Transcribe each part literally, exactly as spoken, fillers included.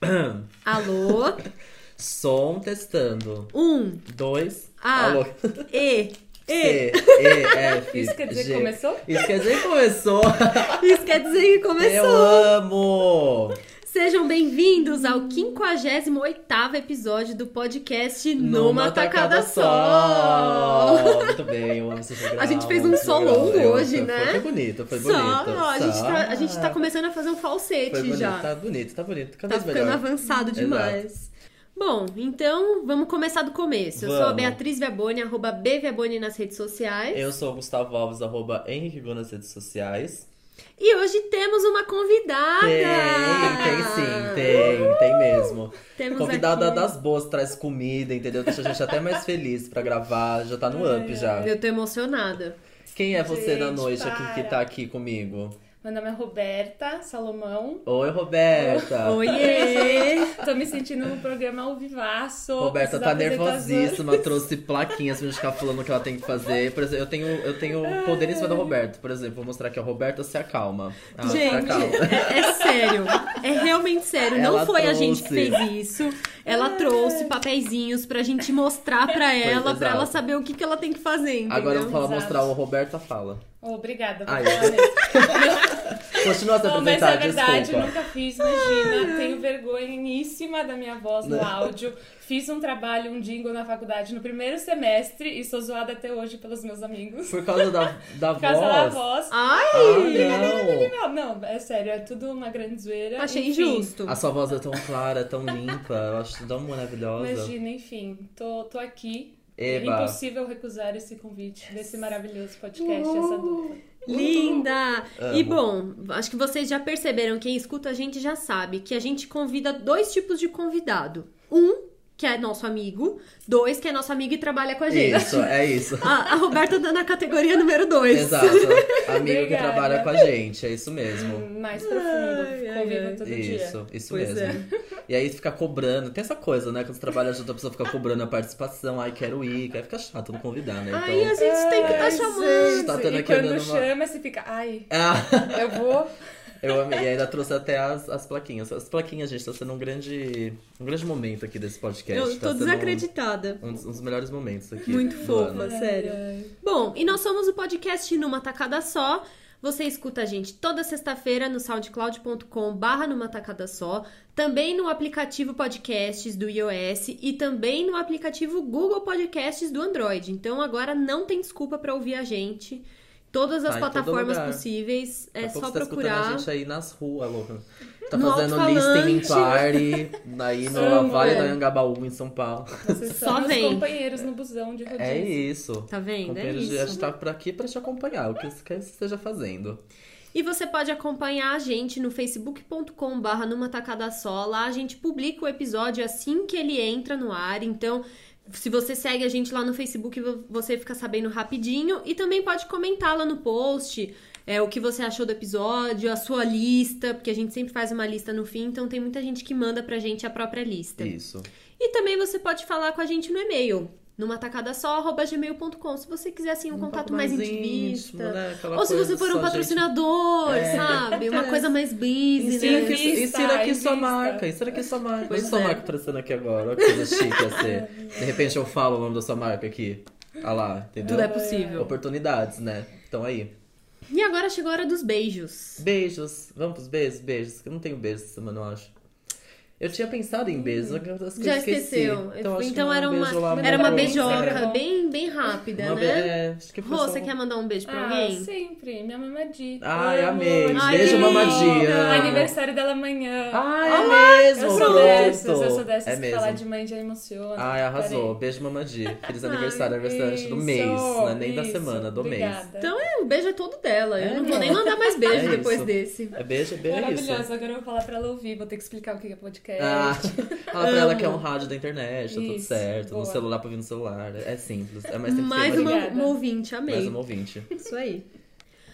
Alô? Som testando. Um. Dois. A. Alô. E. C, E, F, Isso quer dizer G. que começou? Isso quer dizer que começou. Isso quer dizer que começou. Eu amo. Sejam bem-vindos ao quinquagésimo oitavo episódio do podcast Numa, Numa Tacada, tacada só. só. Muito bem, eu amo esse programa. A gente fez um só longo Eu- hoje, foi, né? Foi bonito, foi Só, bonito. ó, a, gente Só. tá, a gente tá começando a fazer um falsete Foi bonito, já. tá bonito, tá bonito. Cada Tá vez ficando melhor. avançado demais. Bom, então vamos começar do começo. Eu sou a Vamos. Beatriz Viaboni, arroba B Viaboni nas redes sociais. Eu sou o Gustavo Alves, arroba Henrique Gu nas redes sociais. E hoje temos uma convidada! Tem, tem sim, tem, tem mesmo. Temos Convidada aqui... das boas, traz comida, entendeu? Deixa a gente até mais feliz pra gravar, já tá no up já. Eu tô emocionada. Quem é você na Gente, noite aqui que para. tá aqui comigo? Meu nome é Roberta Salomão. Oi, Roberta! Oiê! Tô me sentindo no programa ao vivaço. Roberta dos tá apresentadores. nervosíssima, trouxe plaquinhas pra gente ficar falando o que ela tem que fazer. Por exemplo, eu tenho, eu tenho poder em cima da Roberta. Por exemplo, vou mostrar aqui, a Roberta se acalma. Ah, se Gente, acalma. é, é sério. É realmente sério. Não Ela foi a gente que trouxe. fez isso. Ela trouxe papeizinhos pra gente mostrar pra ela, exato. pra ela saber o que, que ela tem que fazer, entendeu? Agora eu vou falar, Exato. mostrar o Roberta fala. Oh, obrigada por Ai, falar eu- nisso. Continua a se Não, mas apresentar, é verdade, desculpa. nunca fiz, imagina. Tenho vergonhíssima da minha voz no Não. áudio. Fiz um trabalho, um jingle na faculdade no primeiro semestre e sou zoada até hoje pelos meus amigos. Por causa da, da Por causa da voz. voz. Ai! Ah, não. Não, não, é sério, é tudo uma grande zoeira. Achei Enfim, injusto. A sua voz é tão clara, tão limpa. Eu acho tão maravilhosa. Imagina, enfim, tô, tô aqui. Eba. É impossível recusar esse convite desse maravilhoso podcast, essa dupla. Linda! Amo. E bom, acho que vocês já perceberam, quem escuta a gente já sabe que a gente convida dois tipos de convidado. Um, que é nosso amigo. Dois, que é nosso amigo e trabalha com a gente. Isso, é isso. A, a Roberta tá na categoria número dois. Exato. Amigo que Obrigada. trabalha com a gente, é isso mesmo. Mais profundo, Ai, ai, convivo ai. todo Isso, dia. isso Pois mesmo. E aí fica cobrando. Tem essa coisa, né? Quando você trabalha junto, a pessoa fica cobrando a participação. Ai, quero ir. Aí fica chato não convidar, né? Aí a Então. gente tem que estar Ai, chamando. gente, Tá tendo e aqui quando olhando uma- chama, você fica, ai, Ah, eu vou. eu amei. E ainda trouxe até as, as plaquinhas. As plaquinhas, gente, tá sendo um grande, um grande momento aqui desse podcast. Eu tá tô sendo desacreditada. Um, um dos, um dos melhores momentos aqui. Muito do fofa, ano. sério. Ai, Bom, e nós somos o podcast Numa Tacada Só. Você escuta a gente toda sexta-feira no soundcloud ponto com barra Numa Tacada Só. Também no aplicativo Podcasts do iOS e também no aplicativo Google Podcasts do Android. Então agora não tem desculpa pra ouvir a gente. Todas as Tá em todo plataformas lugar. possíveis, é Daqui a pouco só você tá escutando procurar. a gente aí nas ruas, louca. Tá No fazendo alto-falante. listening party aí no Amo, Vale é. do Anhangabaú, em São Paulo. Vocês Só são meus vem. companheiros no busão de rodízio. É isso. Tá vendo? É Companheiros de- isso. A gente tá por aqui pra te acompanhar, o que você quer que você esteja fazendo. E você pode acompanhar a gente no facebook ponto com barra Numa Tacada Só. Lá a gente publica o episódio assim que ele entra no ar. Então, se você segue a gente lá no Facebook, você fica sabendo rapidinho. E também pode comentar lá no post é, o que você achou do episódio, a sua lista, porque a gente sempre faz uma lista no fim. Então, tem muita gente que manda pra gente a própria lista. Isso. E também você pode falar com a gente no e-mail. Numa tacada só, arroba gmail ponto com. Se você quiser, assim, um, Um contato papo mais mais intimista. íntimo, né? Aquela Ou se coisa você for um só, gente. patrocinador, É. sabe? Uma coisa mais busy, Ensina né? aqui, Invista, ensina aqui sua invista. marca, ensina aqui sua marca. Pois Olha sua é. marca aparecendo aqui agora, olha que coisa chique ia ser. De repente eu falo o nome da sua marca aqui. Ah lá, entendeu? Tudo é possível. Oportunidades, né? Então aí. E agora chegou a hora dos beijos. Beijos. Vamos pros beijos? Beijos. Eu não tenho beijos essa semana, eu acho. Eu tinha pensado em beijos, só que eu esqueci. Já esqueceu. Então, acho Então que era um uma, beijo lá era uma muito beijoca bom. bem, bem rápida, Uma né? be- é, acho que foi Rô, só você um- quer mandar um beijo pra Ah, alguém? sempre. Minha mamadi. Ai, Amo. amei. Ai, Beijo, que mamadinha. linda. Aniversário dela amanhã. Ai, Olá, é mesmo, eu sou pronto. dessas, eu sou dessas É que mesmo. falar de mãe já emociona. Ai, arrasou. Peraí. Beijo, mamadi. Feliz Ai, aniversário, aniversariante do mês, Isso, não é nem da isso. semana, do mês. Obrigada. Então é, o beijo é todo dela. Eu É, não vou não. nem mandar mais beijo É depois isso. desse. É beijo, beijo, é isso. Maravilhosa, agora eu vou falar pra ela ouvir, vou ter que explicar o que é podcast. Ah, fala pra ela Amo. que é um rádio da internet, tá tudo Isso, certo. boa. No celular pra ouvir no celular. É simples. É mais simples Mais que uma, Obrigada. uma ouvinte, amei. Mais uma ouvinte. Isso aí.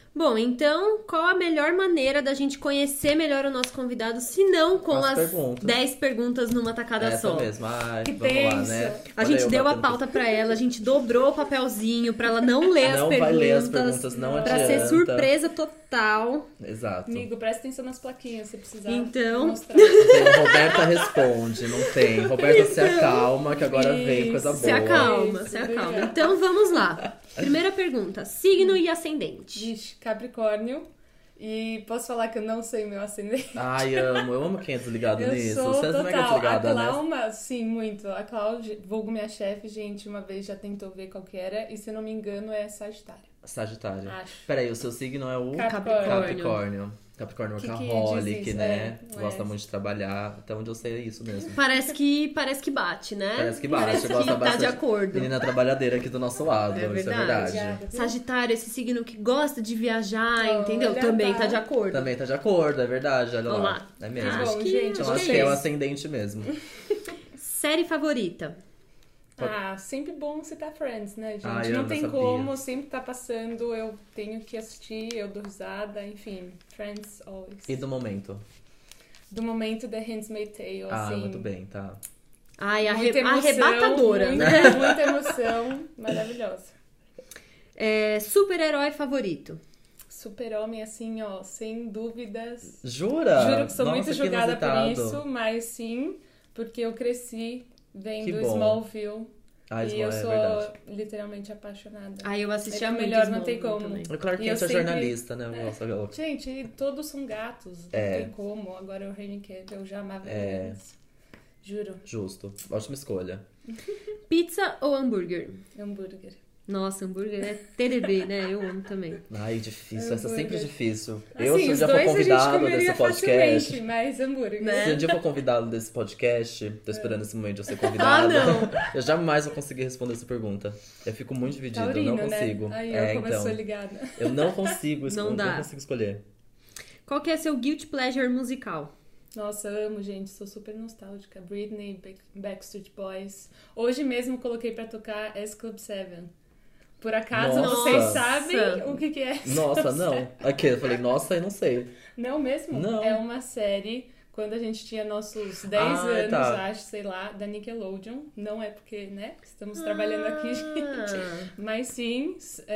Bom, então, qual a melhor maneira da gente conhecer melhor o nosso convidado, se não com As as perguntas. dez perguntas numa tacada Essa só? mesmo. Ai, Que vamos lá, tenso. né? A Olha gente eu deu a batendo pauta pra ela, a gente dobrou o papelzinho pra ela não ler as Não perguntas. vai ler as perguntas, não Pra adianta. ser surpresa total. Exato. Amigo, presta atenção nas plaquinhas, se precisar Então. mostrar. Tem, Roberta responde, não tem. Roberta se acalma, que agora vem coisa boa. Se acalma, Isso, se acalma. obrigada. Então vamos lá. Primeira pergunta: signo e ascendente. Vixe, Capricórnio. E posso falar que eu não sei meu ascendente? Ai, amo. Eu amo quem é desligado Eu nisso. sou Você é total. mega desligada, A né? Cláudia, sim, muito. A Cláudia, vulgo minha chefe, gente, uma vez já tentou ver qual que era. E se eu não me engano é Sagitário. Sagitário. Acho. Peraí, o seu signo é o Capricórnio. Capricórnio. Capricórnio é Que que workaholic, diz isso? né? É, não Gosta é. muito de trabalhar. Até onde eu sei é isso mesmo. Parece que, parece que bate, né? Parece que bate. Parece gosta que tá bastante. de acordo. Menina trabalhadeira aqui do nosso lado. É Isso é verdade. verdade. Obrigada, viu? Sagitário, esse signo que gosta de viajar, Olha, entendeu? Também tá tá. de acordo. Também tá de acordo, é verdade. Olha Olha lá. lá. É mesmo. Acho Bom, que, gente, Então acho acho que que é o isso. ascendente mesmo. Série favorita. Ah, sempre bom citar Friends, né, gente? Ah, eu não não tem sabia. como, sempre tá passando, eu tenho que assistir, eu dou risada, enfim. Friends, always. E do momento? Do momento The Handmaid's Tale, Ah, assim. muito bem, tá. Ai, arre- Muita emoção, arrebatadora, muita, né? Muita emoção, maravilhosa. É, super-herói favorito. Super-homem, assim, ó, sem dúvidas. Jura? Juro que sou Nossa, muito que julgada por inusitado. isso, mas sim, porque eu cresci vendo Que bom. Smallville. Ah, e Small- eu é sou verdade. literalmente apaixonada. Ai, eu assisti É a que muito melhor não Smallville tem como. também. O Clark E eu Kent é sempre- jornalista, né? Nossa, eu- Gente, todos são gatos, É. não tem como. Agora o Henry Cavill, eu já amava É. eles. Juro, Justo. Ótima escolha. Pizza ou hambúrguer? hambúrguer. Nossa, hambúrguer é T D B, né? Eu amo também. Ai, difícil. Essa sempre é Hambúrguer. difícil. Assim, eu, se um os dia for dois a gente convidado comeria desse podcast... facilmente, mas hambúrguer. Né? Se um dia eu for convidado desse podcast, tô esperando esse momento de eu ser convidado. Ah, não. Eu jamais vou conseguir responder essa pergunta. Eu fico muito dividido, eu Taurino, não consigo. né? Aí é, eu começo então. ligada. Eu não consigo escolher. Não Não, dá. consigo escolher. Qual que é seu guilty pleasure musical? Nossa, amo, gente. Sou super nostálgica. Britney, Back- Backstreet Boys. Hoje mesmo coloquei pra tocar S Club sete. Por acaso Nossa. vocês sabem o que que é S Nossa, Club não. sete? Aqui, eu falei, nossa, eu não sei. Não mesmo? Não. É uma série, quando a gente tinha nossos dez Ah, anos, tá. acho, sei lá, da Nickelodeon. Não é porque, né, estamos trabalhando aqui, gente. Ah, Mas sim,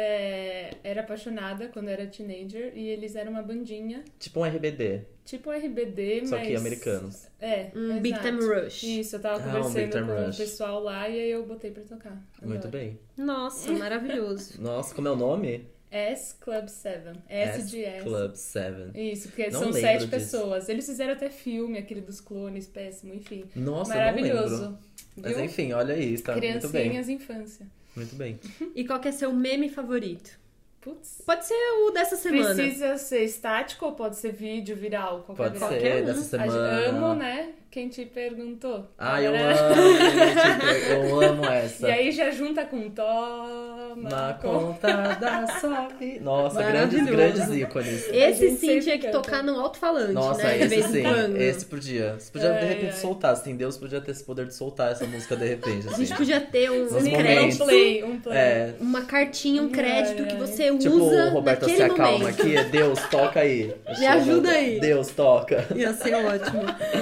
é, era apaixonada quando era teenager e eles eram uma bandinha, Tipo um R B D, tipo R B D, só mas... que americanos. É, um Big exato. Time Rush. Isso, eu tava Ah, um Big conversando Time com Rush. o pessoal lá e aí eu botei pra tocar. Muito Adoro. bem. Nossa, maravilhoso. Nossa, como é o nome? S Club sete. S de S. Club sete. Isso, porque Não são lembro sete disso. pessoas. Eles fizeram até filme, aquele dos clones, péssimo, enfim. Nossa, eu não lembro. Maravilhoso. Mas Viu? enfim, olha aí, tá muito bem. Criancinhas, infância. Muito bem. E qual que é seu meme favorito? Putz. Pode ser o dessa semana. Precisa ser estático ou pode ser vídeo viral? Qualquer Pode viral. ser, Qualquer um. dessa A gente- semana. Amo, né? Quem te perguntou. Ah, eu Agora- amo, gente, eu amo essa. E aí já junta com toma. Na com- conta da sua vida. Nossa, grandes, Maravilhoso. grandes ícones. Esse gente sim sempre tinha que canta. tocar no alto-falante, Nossa, né? De esse vez em sim, quando. esse podia. Você podia, de Ai, repente, ai. soltar. Assim, Deus podia ter esse poder de soltar essa música de repente. A Assim. gente podia ter um, Nos um momentos. Um crédito, play, um play. É, uma cartinha, um crédito Ai, que ai. você tipo, usa o Roberto se naquele acalma momento. aqui. é Deus, toca aí. Me ajuda aí. Deus, toca. Ia ser ótimo.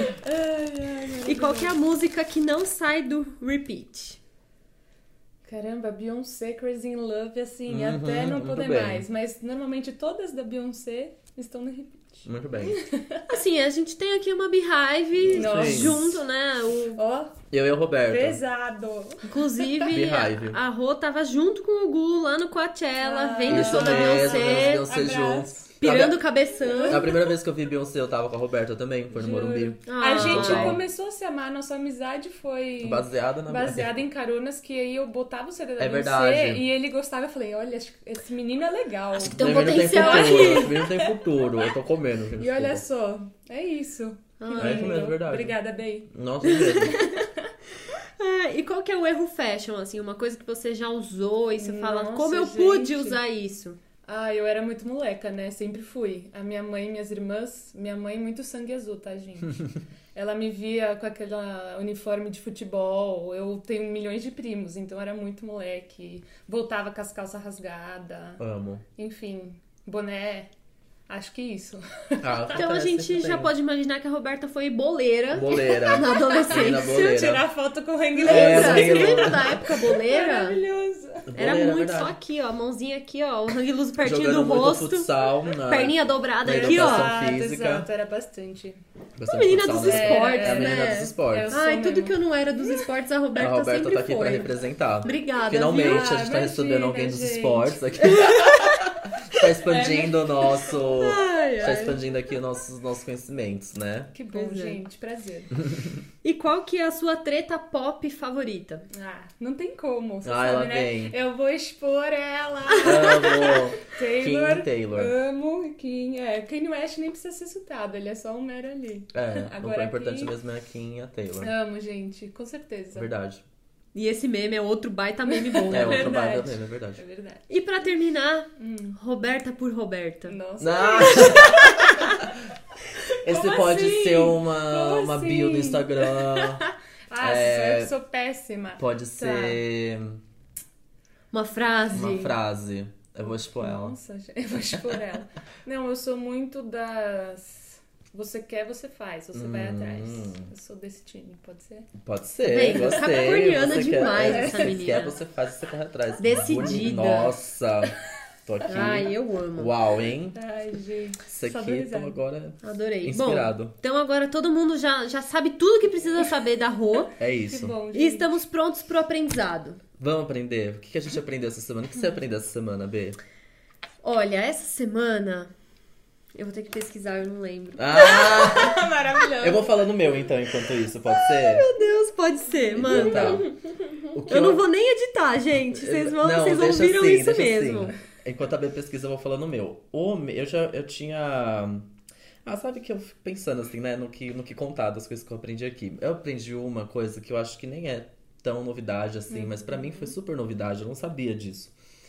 E qual que é a música que não sai do repeat? Caramba, Beyoncé, Crazy in Love, assim, Uhum, até não muito poder bem. mais. Mas normalmente todas da Beyoncé estão no repeat. Muito bem. Assim, a gente tem aqui uma Beehive Nossa. junto, né? O, Ó, Eu e o Roberto. pesado. inclusive, Beehive. a, a Rô tava junto com o Gu lá no Coachella, Ah, vendo o Isso show da mesmo, Beyoncé, Beyoncé Abraço. juntos. pirando o A cabeção. primeira vez que eu vi Beyoncé, eu tava com a Roberta também, foi no Juro. Morumbi. Ah, A gente Legal. começou a se amar, nossa amizade foi Baseada na baseada em caronas que aí eu botava o C D da É Beyoncé verdade. e ele gostava. Eu falei, olha, acho que esse menino é legal. tem um Esse menino potencial tem futuro, aqui. esse menino tem futuro. Eu tô comendo, gente. E olha desculpa. só, é isso. Ah, Que é isso lindo. mesmo, verdade. Obrigada, Bey. Nossa, mesmo. Ah, e qual que é o erro fashion, assim? Uma coisa que você já usou e você fala, Nossa, como eu pude gente. usar isso? Ah, eu era muito moleca, né? Sempre fui. A minha mãe e minhas irmãs... Minha mãe muito sangue azul, tá, gente? Ela me via com aquele uniforme de futebol. Eu tenho milhões de primos, então era muito moleque. Voltava com as calças rasgadas. Amo. Enfim, boné. Acho que isso. Ah, Então a acontece, gente sempre já tem. pode imaginar que a Roberta foi boleira Boleira. na adolescência. Menina boleira. Tirar foto com o hang É, Lembra? o Você hang lembra loose. da época boleira? Maravilhoso. Era Boleira, muito verdade. só aqui, ó. A mãozinha aqui, ó. O hang loose pertinho Jogando do muito rosto. futsal na... Perninha dobrada na aqui, ó. educação Exato, física. exato, era bastante. Bastante Menina futsal, dos né? esportes, É a menina né? dos esportes. Eu sou Ai, tudo mesmo. que eu não era dos esportes, a A Roberta, Roberta sempre tá aqui foi. pra representar. Obrigada, Finalmente, viu? a gente tá imagina, recebendo alguém dos gente. esportes aqui. Tá expandindo o nosso... Ai, Tá ai. expandindo aqui os nossos, nossos conhecimentos, né? Que bom, Pois é. gente. Prazer. E qual que é a sua treta pop favorita? Ah, não tem como, você Ah, ela sabe, né? vem. Eu vou expor ela. Amo! Taylor. Kim Taylor. Amo Kim. É, Kanye West nem precisa ser citado, ele é só um mero ali. É, Agora o importante Kim- mesmo é a Kim e a Taylor. Amo, gente, com certeza. Verdade. E esse meme é outro baita meme bom, né? É, outro verdade. baita mesmo, é verdade. É verdade. E pra terminar, Hum. Roberta por Roberta. Nossa. Não. Esse Como pode assim? ser uma, Como uma assim? bio no Instagram. Ah, É, eu sou péssima. Pode Tá. ser Uma frase. uma frase. Eu vou expor ela. Nossa, gente, eu vou expor ela. Não, eu sou muito das... Você quer, você faz. Você vai Hum. atrás. Eu sou desse time, pode ser? Pode ser, Bem, gostei. capricorniana Você demais quer, essa você menina. quer, você faz, você corre atrás. Decidida. Nossa, tô aqui. Ai, eu amo. Uau, hein? Ai, gente. Isso só aqui, dou tô risada. agora Adorei. inspirado. Bom, então agora todo mundo já, já sabe tudo que precisa saber da Rô. É Que isso. bom, gente. E estamos prontos pro aprendizado. Vamos aprender. O que que a gente aprendeu essa semana? O que você aprendeu essa semana, B? Olha, essa semana... Eu vou ter que pesquisar, eu não lembro. Ah! Maravilhoso. Eu vou falando o meu então, enquanto isso, pode ser? Meu Deus, pode ser, mano. Tá. O que Eu não vou nem editar, gente. Vocês, vão, Não, vocês deixa ouviram assim, isso deixa mesmo. assim. Enquanto a B pesquisa, eu vou falando o meu. O me- eu já eu tinha. Ah, sabe que eu fico pensando assim, né? No que, no que contar das coisas que eu aprendi aqui. Eu aprendi uma coisa que eu acho que nem é tão novidade assim, mas pra mim foi super novidade, eu não sabia disso.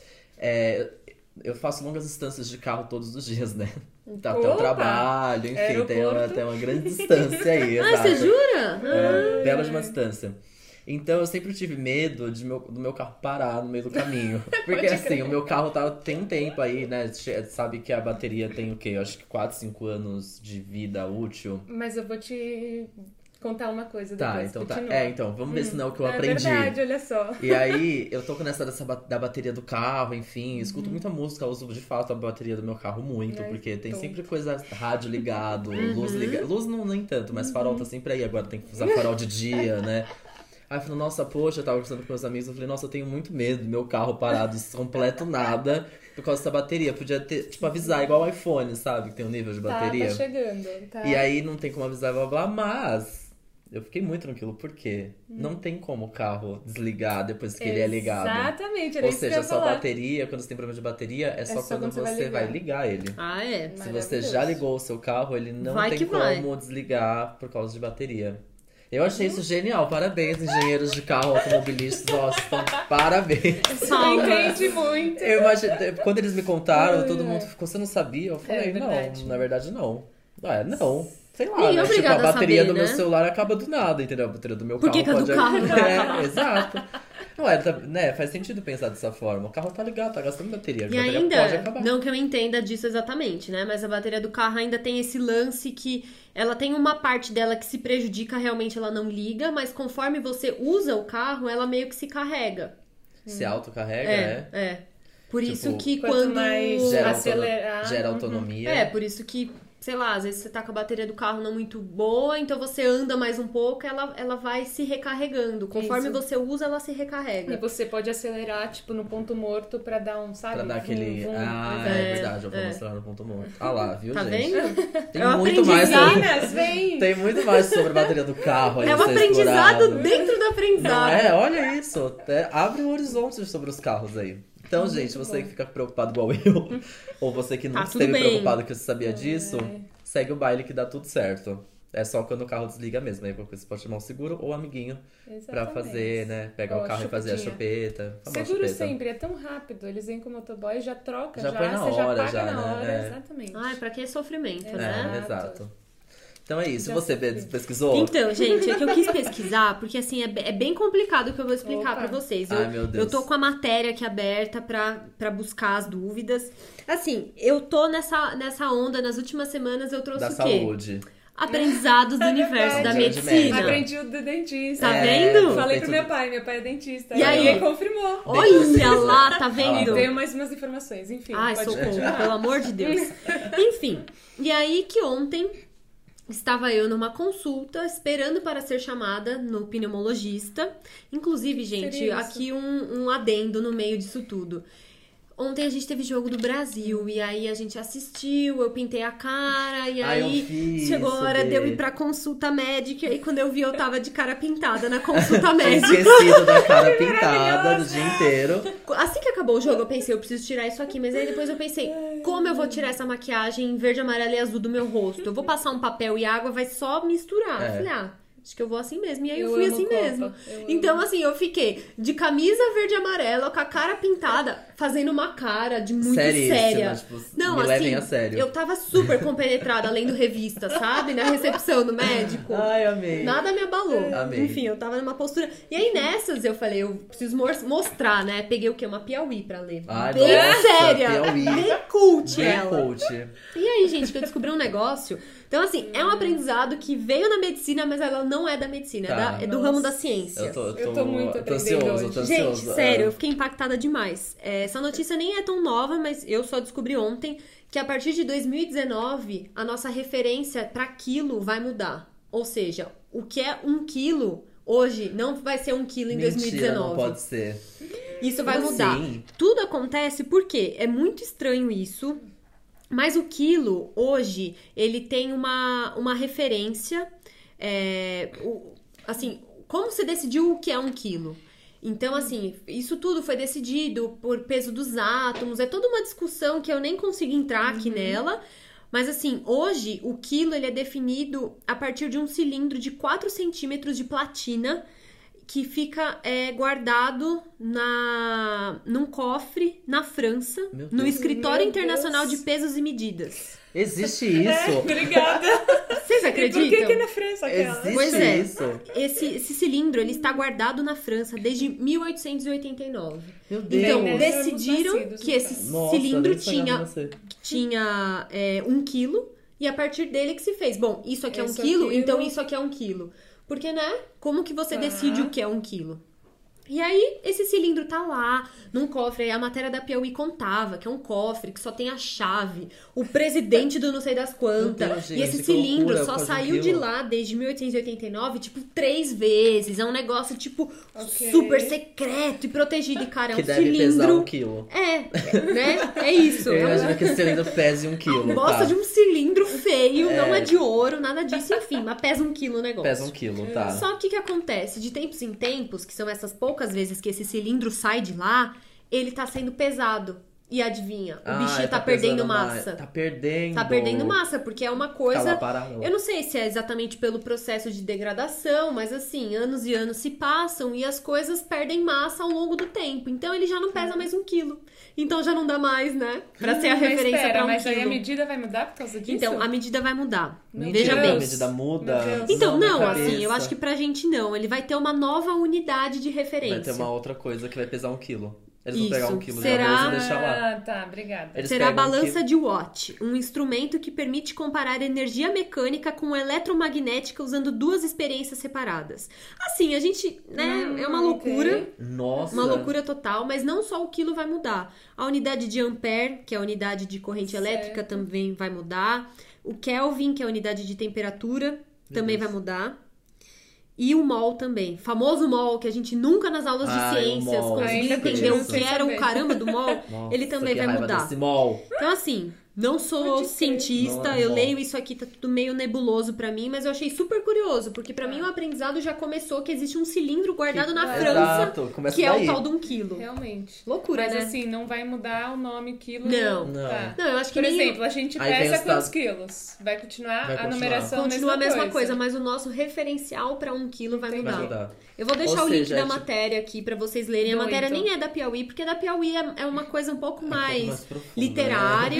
É, eu faço longas distâncias de carro todos os dias, né? Tá até o Opa! trabalho, enfim, tem uma, Aeroporto. tem uma grande distância aí, Ah, exato. você jura? É, bela de uma distância. Então eu sempre tive medo de meu, do meu carro parar no meio do caminho. Porque Pode assim, crer. o meu carro tá, tem um tempo aí, né? Che- Sabe que a bateria tem o quê? Eu acho que quatro, cinco anos de vida útil. Mas eu vou te contar uma coisa Tá, depois. então tá. Continua. É, então, vamos ver se não é o que eu é aprendi. verdade, olha só. E aí, eu tô com nessa dessa ba- da bateria do carro, enfim, Uhum. escuto muita música, uso de fato a bateria do meu carro muito, Ai, porque tem tô. sempre coisa, rádio ligado, luz Uhum. ligada. Luz não nem tanto, mas farol tá sempre aí, agora tem que usar farol de dia, né? Aí eu falei, nossa, poxa, eu tava conversando com meus amigos, eu falei, nossa, eu tenho muito medo do meu carro parado, completo nada, por causa dessa bateria. Podia ter, tipo, avisar, igual o iPhone, sabe, que tem um nível de bateria. Tá, tá chegando. Tá. E aí não tem como avisar, blá blá, mas eu fiquei muito tranquilo, porque não tem como o carro desligar depois que ele é ligado. Exatamente, era Ou isso que eu seja, ia sua falar. bateria, quando você tem problema de bateria, é só, só quando, quando você vai você vai ligar. ligar ele. Ah, é. Se você Maravilhoso. já ligou o seu carro, ele não Vai tem que vai. como desligar por causa de bateria. Eu achei isso genial. Parabéns, engenheiros de carro automobilistas. Nossa, então, parabéns. Salva. Entende muito. Eu imaginei, quando eles me contaram, todo mundo ficou, você não sabia? Eu falei, É verdade. não, na verdade não. Ah, é, não. Sei lá, Ninguém é né? Tipo, a obrigado a bateria saber, do meu né? celular acaba do nada, entendeu? A bateria do meu Por que carro que a do pode... carro vai É, acabar? exato. Não, é, tá- né, faz sentido pensar dessa forma. O carro tá ligado, tá gastando bateria. A E bateria pode ainda, acabar. não que eu entenda disso exatamente, né? Mas a bateria do carro ainda tem esse lance que ela tem uma parte dela que se prejudica, realmente ela não liga, mas conforme você usa o carro, ela meio que se carrega. Se autocarrega, É, é. é. Por Tipo, isso que quanto quando. mais Gera, acelerar, autono- gera uhum. autonomia. É, por isso que, sei lá, às vezes você tá com a bateria do carro não muito boa, então você anda mais um pouco, ela, ela vai se recarregando. Conforme Isso. você usa, ela se E recarrega. você pode acelerar, tipo, no ponto morto pra dar um, sabe? Pra dar aquele. Vum, vum. Ah, É, é, verdade, eu vou é. mostrar no ponto morto. Ah lá, viu, Tá gente? vendo? Tem É um muito mais sobre. aprendizado. Meninas, vem! Tem muito mais sobre a bateria do carro aí. É um a ser aprendizado explorado. dentro do Não aprendizado. é? Olha isso. É, abre um horizonte sobre os carros aí. Então, Muito gente, você bom. que fica preocupado igual eu, ou você que não Tá tudo esteve bem. preocupado que você sabia disso, É. segue o baile que dá tudo certo. É só quando o carro desliga mesmo. Aí você pode chamar um seguro ou um amiguinho pra Exatamente. fazer, né? Pegar Ó, o carro e fazer a chupetinha. chupeta. famosa Seguro chupeta. sempre, é tão rápido. Eles vêm com o motoboy, já troca, Já já, põe na você já hora, paga já, na né? hora, É. exatamente. Ai, pra que sofrimento, É. né? É, Exato. exato. Então é isso. Já Você sei. pesquisou? Então, gente, é que eu quis pesquisar, porque assim, é, be- é bem complicado o que eu vou explicar Opa. pra vocês. Eu, Ai, meu Deus. eu tô com a matéria aqui aberta pra, pra buscar as dúvidas. Assim, eu tô nessa, nessa onda, nas últimas semanas eu trouxe Da o quê? saúde. Aprendizados do É universo da verdade. medicina. Aprendi o do dentista. Tá É, vendo? Falei feito pro meu do- pai, meu pai é dentista. E aí? ele confirmou. Olha lá, tá E vendo? tenho mais umas informações, enfim. Ai, pode socorro, continuar. pelo amor de Deus. Enfim, e aí que ontem estava eu numa consulta, esperando para ser chamada no pneumologista. Inclusive, gente, Seria isso. aqui um, um adendo no meio disso tudo. Ontem a gente teve jogo do Brasil, e aí a gente assistiu, eu pintei a cara, e Ai, eu aí vi chegou a isso, hora de eu Bê. ir pra consulta médica, e aí quando eu vi eu tava de cara pintada na consulta Tinha médica. esquecido da cara pintada do dia inteiro. Assim que acabou o jogo, eu pensei, eu preciso tirar isso aqui. Mas aí depois eu pensei, como eu vou tirar essa maquiagem em verde, amarelo e azul do meu rosto? Eu vou passar um papel e água, vai só misturar. É. Eu falei, ah, acho que eu vou assim mesmo. E aí eu, Eu fui amo assim Copa. mesmo. Eu Então, amo. assim, eu fiquei de camisa verde e amarela, com a cara pintada, fazendo uma cara de muito Seríssima, séria. tipo, Não, me assim, levem a sério. eu tava super compenetrada lendo revista, sabe? Na recepção do médico. Ai, amei. Nada me abalou. Amei. Enfim, eu tava numa postura. E aí nessas eu falei, eu preciso mor- mostrar, né? Peguei o quê? Uma Piauí pra ler. Ai, Bem nossa, séria. Piauí. Bem cult Bem ela. coach. E aí, gente, que eu descobri um negócio. Então, assim, é um aprendizado que veio na medicina, mas ela não é da medicina, Tá. é, da- é do Nossa. ramo da ciência. Eu tô, Eu tô muito tô aprendendo ansioso, hoje. tô Gente, ansioso. sério, eu É. fiquei impactada demais. É, essa notícia nem é tão nova, mas eu só descobri ontem que a partir de dois mil e dezenove a nossa referência para quilo vai mudar. Ou seja, o que é um quilo hoje não vai ser um quilo em Mentira, dois mil e dezenove. não pode ser. Isso vai Como mudar. assim? Tudo acontece porque é muito estranho isso. Mas o quilo, hoje, ele tem uma, uma referência. é, o- assim, como você decidiu o que é um quilo? Então, assim, isso tudo foi decidido por peso dos átomos. É toda uma discussão que eu nem consigo entrar aqui nela. Mas, assim, hoje, o quilo ele é definido a partir de um cilindro de quatro centímetros de platina que fica é, guardado na, num cofre na França, Meu no Deus. Escritório Meu Internacional Deus. de Pesos e Medidas. Existe isso? Obrigada. Vocês E acreditam? por que que é na França aquela? Existe Pois é. isso? Esse, esse cilindro ele está guardado na França desde mil oitocentos e oitenta e nove. Meu Deus. Então, Nós decidiram somos nascidos, que esse então. Nossa, cilindro nem sonhava tinha, em você. tinha é, um quilo e a partir dele que se fez. Bom, isso aqui é um Isso quilo, aqui então não- isso aqui é um quilo. Porque, né? Como que você Tá. decide o que é um quilo? E aí, esse cilindro tá lá, num cofre. Aí a matéria da Piauí contava que é um cofre que só tem a chave, o presidente do não sei das quantas. Meu Deus, e esse gente, que cilindro loucura, só quase um saiu de quilo. lá desde mil oitocentos e oitenta e nove, tipo, três vezes. É um negócio, tipo, Ok. super secreto e protegido. E, cara, é Que um deve cilindro. pesar um quilo. É, né? É isso. Eu É um imagino que esse cilindro pese um quilo. Gosta tá? de um cilindro feio, É. não é de ouro, nada disso, enfim, mas pesa um quilo o negócio. Pesa um quilo, tá? Só que o que acontece? De tempos em tempos, que são essas poucas vezes que esse cilindro sai de lá, ele tá sendo pesado. E adivinha? O Ah, bichinho tá, pesando perdendo mais. massa. Tá perdendo. Tá perdendo massa, porque é uma Tá coisa. lá parado. Eu não sei se é exatamente pelo processo de degradação, mas assim, anos e anos se passam e as coisas perdem massa ao longo do tempo. Então ele já não pesa mais um quilo. Então já não dá mais, né? Pra ser a Mas referência espera, pra um mas quilo. aí a medida vai mudar por causa disso? Então, a medida vai mudar. Meu Veja Mentira, bem. a medida muda. Meu Deus. Então, minha não, cabeça. assim, eu acho que pra gente não. Ele vai ter uma nova unidade de referência. Vai ter uma outra coisa que vai pesar um quilo. Eles vão Isso. pegar um quilo Será- de arroz e deixar lá. Ah, tá, obrigada. Eles Será a pegam um balança quilo- de Watt, um instrumento que permite comparar energia mecânica com eletromagnética usando duas experiências separadas. Assim, a gente, né, Hum, é uma loucura, ok. Nossa. uma loucura total, mas não só o quilo vai mudar. A unidade de ampere, que é a unidade de corrente Certo. elétrica, também vai mudar. O Kelvin, que é a unidade de temperatura, também Deus. vai mudar. E o mol também. Famoso mol, que a gente nunca nas aulas de Ai, o ciências mol. conseguiu Ainda entender continuo o que sem era o saber. caramba do mol. Nossa, Ele também que vai raiva mudar. desse mol. Então, assim, não sou Pode crer. cientista, Não é eu bom. leio isso aqui, tá tudo meio nebuloso pra mim, mas eu achei super curioso, porque pra Tá. mim o aprendizado já começou que existe um cilindro guardado Que- na é. França, Exato, começa que é o daí. tal de um quilo. Realmente. Loucura, Mas né? assim, não vai mudar o nome quilo. Não. Não. Tá. Não, eu acho que Por nem... exemplo, a gente Aí vem pesa os quantos Estados- quilos? Vai continuar Vai a continuar. numeração Continua a mesma coisa. coisa, mas o nosso referencial pra um quilo vai Entendi. mudar. Vai mudar. Eu vou deixar Ou o link seja, da é tipo- matéria aqui pra vocês lerem. A Doido. matéria nem é da Piauí, porque da Piauí é, é uma coisa um pouco É um mais, pouco mais profunda, literária. Eu vou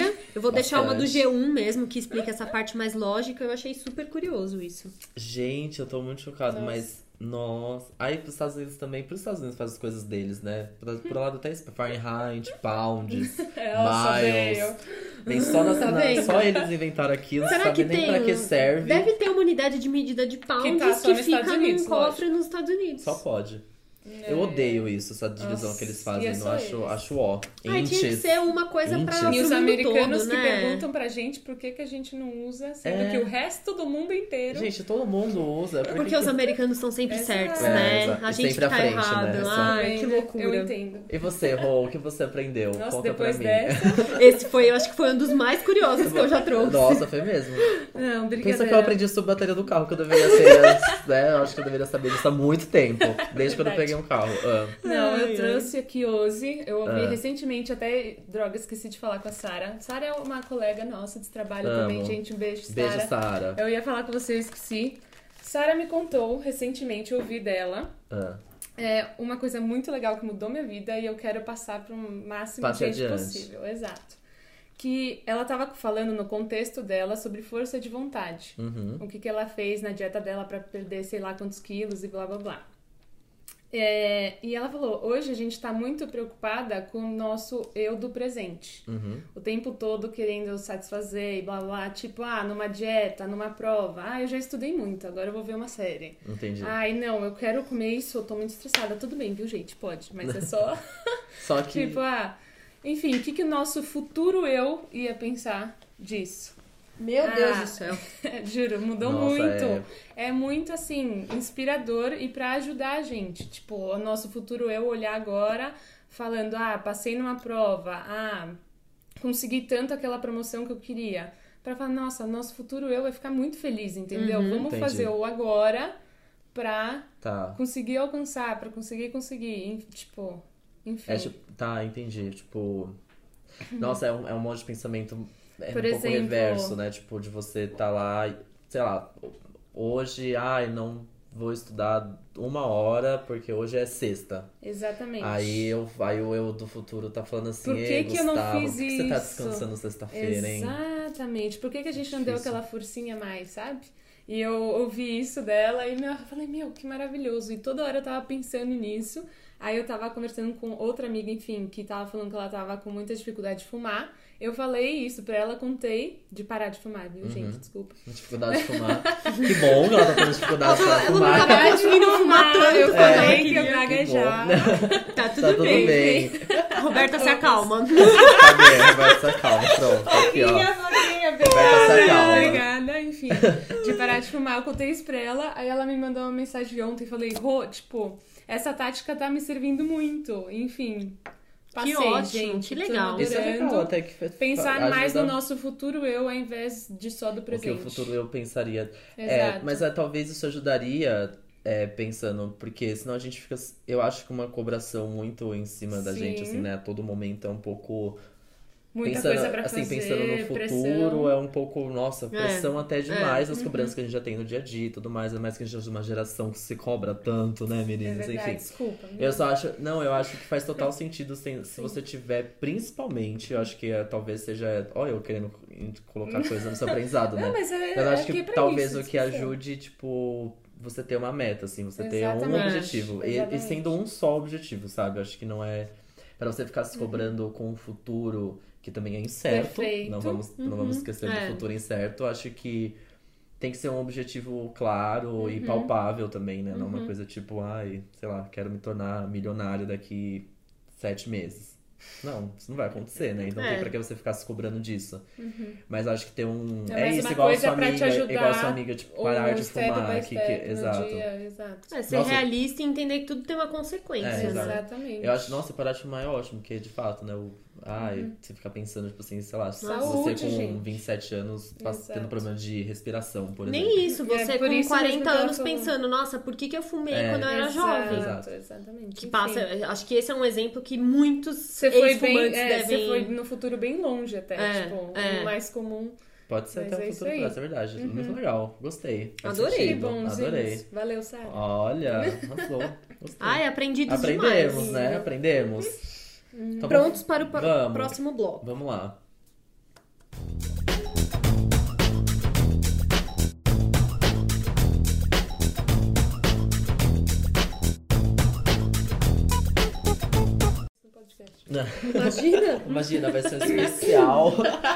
vou deixar uma do Bastante. G um mesmo, que explica essa parte mais lógica. Eu achei super curioso isso. Gente, eu tô muito chocado, Nossa. mas... Nossa. Aí pros Estados Unidos também, pros Estados Unidos fazem as coisas deles, né? Por, por lado até isso, Fahrenheit, pounds, Nossa, miles. veio. Tem só, nas, Tá na- vendo? só eles inventaram aquilo, Será não que sabe nem tem pra que um- serve. Deve ter uma unidade de medida de pounds Que que, tá só nos fica Estados Unidos, num cofre nos Estados Unidos. Só pode. É. Eu odeio isso, essa divisão Nossa, que eles e fazem. é Eu só acho, eles. acho ó. Ai, tinha que Inches. ser uma coisa pra Inches. pro E os mundo americanos todo, que né? perguntam pra gente por que, que a gente não usa, sendo É. que o resto do mundo inteiro... Gente, todo mundo usa. por que Porque que- os americanos são sempre Exato. certos, É, né? exato. A E gente sempre à tá frente, errado. né? Só- Ai, que Eu loucura. entendo. E você, Rô, o que você aprendeu? Nossa, Conta depois pra mim. dessa... Esse foi, eu acho que foi um dos mais curiosos que eu já trouxe. Nossa, foi mesmo. Não, brincadeira. Pensa que eu aprendi sobre bateria do carro, que eu deveria ter, né? Eu acho que eu deveria saber disso há muito tempo. Desde quando eu Verdade. peguei um carro. Ah. Não, Ai, eu ai. trouxe aqui hoje. Eu ouvi Ah. recentemente, até, droga, esqueci de falar com a Sara. Sara é uma colega nossa de trabalho Amo. também, gente. Um beijo, Sara. Beijo, Sara. Eu ia falar com você, eu esqueci. Sara me contou recentemente, eu ouvi dela. Ah. É uma coisa muito legal que mudou minha vida e eu quero passar para o máximo Passe de gente adiante. possível. Exato. Que ela tava falando no contexto dela sobre força de vontade. Uhum. O que, que ela fez na dieta dela para perder sei lá quantos quilos e blá blá blá. É, e ela falou, hoje a gente tá muito preocupada com o nosso eu do presente. Uhum. O tempo todo querendo satisfazer e blá blá, tipo, ah, numa dieta, numa prova. Ah, eu já estudei muito, agora eu vou ver uma série. Entendi. Ai, não, eu quero comer isso, eu tô muito estressada. Tudo bem, viu, gente? Pode, mas é só... Só que. tipo, ah... Enfim, o que, que o nosso futuro eu ia pensar disso? Meu Ah. Deus do céu. Juro, mudou Nossa, muito. é- É... muito, assim, inspirador e pra ajudar a gente. Tipo, o nosso futuro eu olhar agora falando, ah, passei numa prova, ah, consegui tanto aquela promoção que eu queria. Pra falar, nossa, nosso futuro eu vai ficar muito feliz, entendeu? Uhum, Vamos entendi. fazer o agora pra Tá. conseguir alcançar, pra conseguir conseguir. En- Tipo, enfim. É tipo. Tá, entendi. Tipo. Nossa, é um, é um modo de pensamento. É Por um pouco exemplo- reverso, né? Tipo, de você tá lá, e, sei lá, hoje, ai, não vou estudar uma hora porque hoje é sexta. Exatamente. Aí eu, aí o eu do futuro tá falando assim, Por que ei, que eu não Gustavo, fiz por que você tá isso?" descansando sexta-feira, hein? Exatamente. Por que, que a gente não deu Difícil. aquela forcinha a mais, sabe? E eu ouvi isso dela e meu, eu falei, meu, que maravilhoso. E toda hora eu tava pensando nisso. Aí eu tava conversando com outra amiga, enfim, que tava falando que ela tava com muita dificuldade de fumar. Eu falei isso pra ela, contei de parar de fumar, viu, gente? Desculpa. Dificuldade de fumar. Que bom que ela tá tendo dificuldade pra Ela não fumar. tava conseguindo fumar tanto Eu quanto falei ela que eu queria. gaguejava. Tá tudo Tá tudo bem. bem. Roberta, se acalma. Cadê? Roberto, se acalma. Pronto, aqui, ó. Minha madrinha, Roberta, se obrigada, acalma. obrigada, enfim, de parar de fumar. Eu contei isso pra ela, aí ela me mandou uma mensagem ontem e falei, Rô, tipo, essa tática tá me servindo muito, enfim. Passei, Que ótimo, gente, que tô legal. Isso é adorando. legal, até que fe- Pensar ajuda mais no nosso futuro eu, ao invés de só do o que presente. o futuro eu pensaria. É, Exato. mas é, talvez isso ajudaria é, pensando, porque senão a gente fica. Eu acho que uma cobração muito em cima da Sim. gente, assim, né? A todo momento é um pouco. Muita pensando, coisa pra assim, fazer, pensando no futuro, pressão. é um pouco, nossa, pressão até demais Uhum. as cobranças que a gente já tem no dia a dia e tudo mais. É mais que a gente é de uma geração que se cobra tanto, né, É meninas? verdade, Enfim. desculpa. Eu só acho. Não, eu acho que faz total sentido se, se você tiver, principalmente, eu acho que é, talvez seja. Olha, eu querendo colocar coisa no seu aprendizado, né? Não, mas é, Eu é acho que aqui pra talvez isso, o que discussão. ajude, tipo, você ter uma meta, assim, você ter um Exatamente, objetivo. E, e exatamente. sendo um só objetivo, sabe? Eu acho que não é. Pra você ficar se cobrando com o futuro, que também é incerto. Perfeito. Não vamos, não vamos esquecer É. do futuro incerto. Eu acho que tem que ser um objetivo claro e palpável também, né? Não uma coisa tipo, ai, sei lá, quero me tornar milionário daqui sete meses. Não, isso não vai acontecer, né? Então É. tem pra que você ficar se cobrando disso. Mas acho que ter um. É É, mais isso, uma igual a coisa sua pra te amiga, ajudar, igual a sua amiga, tipo, parar um de step fumar. by Que, step que, no exato. dia, exato. É, ser Nossa. realista e entender que tudo tem uma consequência. É, né? exato. Exatamente. Eu acho, nossa, parar de fumar é ótimo, porque de fato, né? O, ai, você fica pensando, tipo assim, sei lá, se Saúde, você com gente. vinte e sete anos pass- Exato. tendo problema de respiração, por exemplo. Nem isso, você É por com isso mesmo quarenta que ela anos falou. pensando, nossa, por que, que eu fumei É. quando eu era Exato, jovem? Exato. Exatamente. Que Enfim. passa, acho que esse é um exemplo que muitos Você foi bem, ex-fumantes é, devem... você foi no futuro bem longe até, É, tipo, é. o mais comum. Pode ser Mas até é o isso futuro aí. próximo, é verdade. Muito legal, gostei. Faz Adorei. Que sentido, bom, Adorei. gente. Valeu, Sara. Olha, arrasou. Gostei. Ai, aprendidos Aprendemos, demais. né? Aprendemos. Então, Prontos para o pro- vamos. próximo bloco. Vamos lá. Imagina? Imagina, vai ser um especial.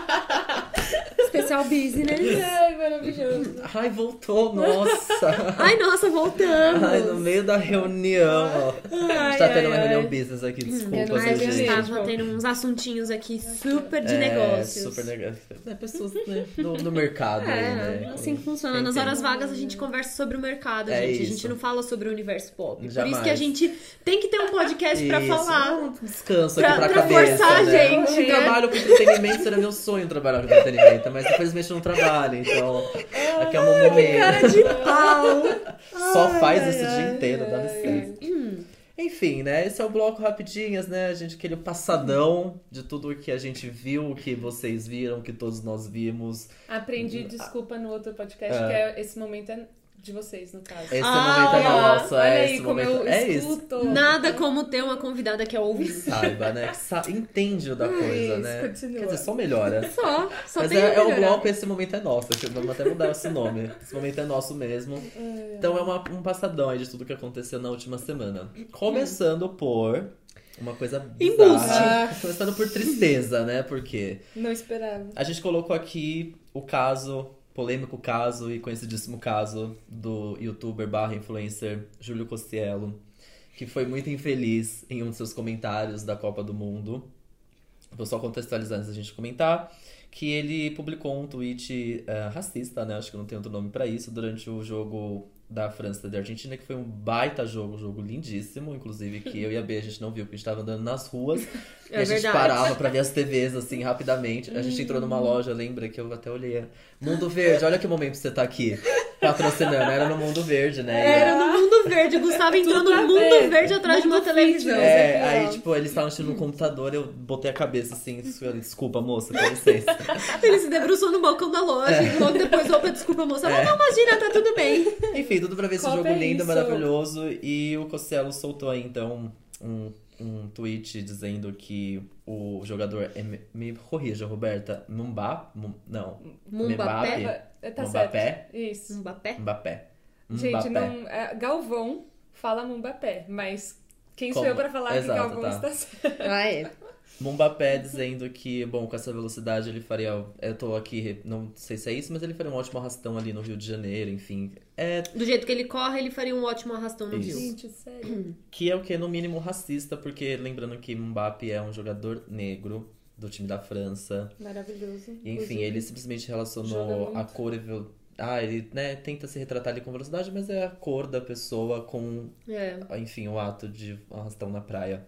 Especial business. Ai, maravilhoso. Ai, voltou, nossa. Ai, nossa, voltamos. Ai, no meio da reunião, ó. A gente tá Ai, tendo uma ai, reunião ai. business aqui, eu desculpa, não Ai, a sei, gente gente. gente. tava tendo uns assuntinhos aqui super de É, negócios. super negócio. É, pessoas né, do, do mercado aí, É, né? assim que funciona. Quem Nas tem. horas vagas a gente conversa sobre o mercado, É gente. A isso. gente não fala sobre o universo pop. Por isso Jamais. que a gente tem que ter um podcast pra Isso, falar. um descanso Pra- aqui pra, pra cabeça, forçar a né? gente, Eu né? trabalho com entretenimento, seria meu sonho trabalhar com entretenimento, mas infelizmente eu não trabalho, então aqui é o meu momento. Cara de pau. Só Ai, faz ai, isso o ai. dia inteiro, dá licença. Enfim, né? Esse é o bloco rapidinhas, né? A gente, aquele passadão de tudo que a gente viu, que vocês viram, que todos nós vimos. Aprendi desculpa no outro podcast, É. que é, esse momento é de vocês, no caso. Esse Ah, momento é olha, nosso, Olha é aí esse como momento. eu É isso. escuto. Nada como ter uma convidada que é ouvinte. Saiba, né? Que sa- entende o da coisa, Isso, né? continua. Quer dizer, só melhora. Só, só Mas tem é, que é o melhorar. bloco, esse momento é nosso. que Vamos até mudar esse nome. Esse momento é nosso mesmo. Então é uma- um passadão aí de tudo que aconteceu na última semana. Começando por uma coisa bizarra. Começando por tristeza, né? Porque Não esperava. a gente colocou aqui o caso, polêmico caso e conhecidíssimo caso do youtuber barra influencer Júlio Cossielo, que foi muito infeliz em um de seus comentários da Copa do Mundo. Vou só contextualizar antes da gente comentar. Que ele publicou um tweet eh, racista, né? Acho que não tem outro nome pra isso, durante o jogo da França e da Argentina, que foi um baita jogo, um jogo lindíssimo, inclusive, que eu e a B a gente não viu, porque a gente tava andando nas ruas e É a gente verdade. parava pra ver as T Vs, assim, rapidamente. A gente entrou numa loja, lembra que eu até olhei. Mundo Verde, olha que momento você tá aqui patrocinando. Era no Mundo Verde, né? Era no Mundo Verde. O Gustavo entrou no a Mundo ver. Verde atrás de uma Mundo televisão. Fitness. É, aqui, ó. aí, tipo, eles estavam assistindo no computador, eu botei a cabeça assim, desculpa, moça, com licença. Ele se debruçou no balcão da loja É. e logo depois, opa, desculpa, moça. Ela, não, imagina, tá tudo bem. Enfim, tudo pra ver esse Copa jogo é lindo, isso. maravilhoso. E o Cossielo soltou aí, então, um, um tweet dizendo que o jogador, é, me, me corrija, Roberta, Mbappé, Mum- não, Mbappé? É, tá Mbappé? certo. Isso. Mbappé? Mbappé. Gente, Mbappé. não, é, Galvão fala Mbappé, mas quem sou Como? eu pra falar Exato, que Galvão tá. está certo? Ah, é. Mbappé dizendo que, bom, com essa velocidade ele faria. Eu tô aqui, não sei se é isso, mas ele faria um ótimo arrastão ali no Rio de Janeiro, enfim. É. Do jeito que ele corre, ele faria um ótimo arrastão no Isso. Rio. Gente, sério. Que é o que? No mínimo racista, porque lembrando que Mbappé é um jogador negro do time da França. Maravilhoso. E, enfim, Inclusive, ele simplesmente joga relacionou muito. a cor e. vel- Ah, ele né, tenta se retratar ali com velocidade, mas é a cor da pessoa com, É. enfim, o ato de arrastão na praia.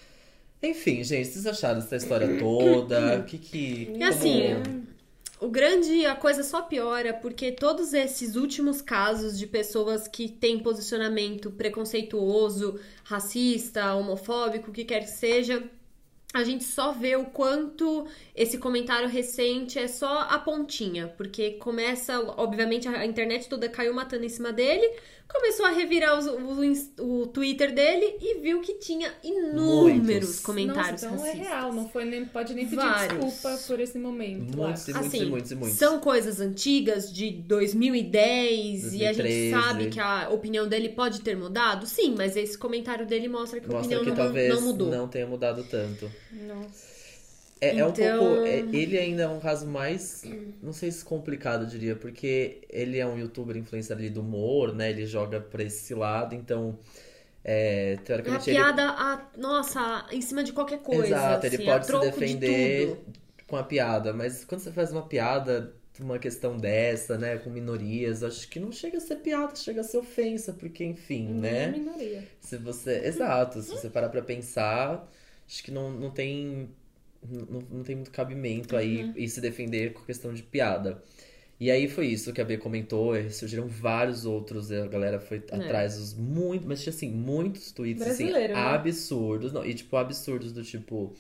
Enfim, gente, vocês acharam essa história toda? O que que. E assim, o grande, a coisa só piora porque todos esses últimos casos de pessoas que têm posicionamento preconceituoso, racista, homofóbico, o que quer que seja, a gente só vê o quanto esse comentário recente é só a pontinha, porque começa, obviamente, a internet toda caiu matando em cima dele, começou a revirar os- o, ins- o Twitter dele e viu que tinha inúmeros Muitos. comentários Nossa, então racistas. é real, não foi nem, pode nem pedir Vários. desculpa por esse momento. lá. Muitos e muitos Assim, e muitos e muitos. são coisas antigas de dois mil e dez e a gente dois mil e treze. sabe que a opinião dele pode ter mudado. Sim, mas esse comentário dele mostra que a Mostra opinião que não, talvez não mudou. não tenha mudado tanto. Nossa. É, é um Então- pouco. é- ele ainda é um caso mais. Não sei se complicado, eu diria, porque ele é um youtuber influencer ali do humor, né? Ele joga pra esse lado, então. É, A teoricamente ele. piada, a, nossa, em cima de qualquer coisa. Exato, ele assim, pode a se troco de defender tudo. com a piada, mas quando você faz uma piada, uma questão dessa, né, com minorias, acho que não chega a ser piada, chega a ser ofensa, porque enfim, Não é né? minoria. Se você. Exato, se você parar pra pensar, acho que não, não tem. Não, não tem muito cabimento aí e se defender com questão de piada. E aí foi isso que a B comentou, e surgiram vários outros, e a galera foi atrás dos muito, mas tinha assim, muitos tweets assim, Brasileiro, né? absurdos, não, e tipo, absurdos do tipo.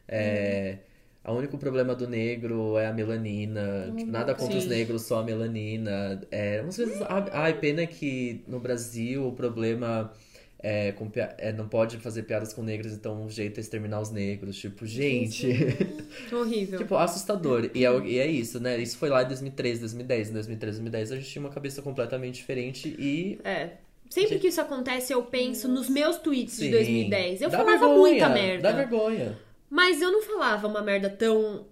É, o único problema do negro é a melanina. Tipo, nada contra os Sim. negros, só a melanina. É, umas coisas. Ai, pena que no Brasil o problema é, com pia- é, não pode fazer piadas com negros, então o jeito é exterminar os negros. Tipo, gente. Horrível. Tipo, assustador. E é, o- e é isso, né? Isso foi lá em dois mil e treze, dois mil e dez. Em dois mil e treze, dois mil e dez a gente tinha uma cabeça completamente diferente e. É. Sempre que isso acontece, eu penso nos meus tweets de Sim, dois mil e dez. Eu dá falava vergonha, muita merda. Dá vergonha. Mas eu não falava uma merda tão,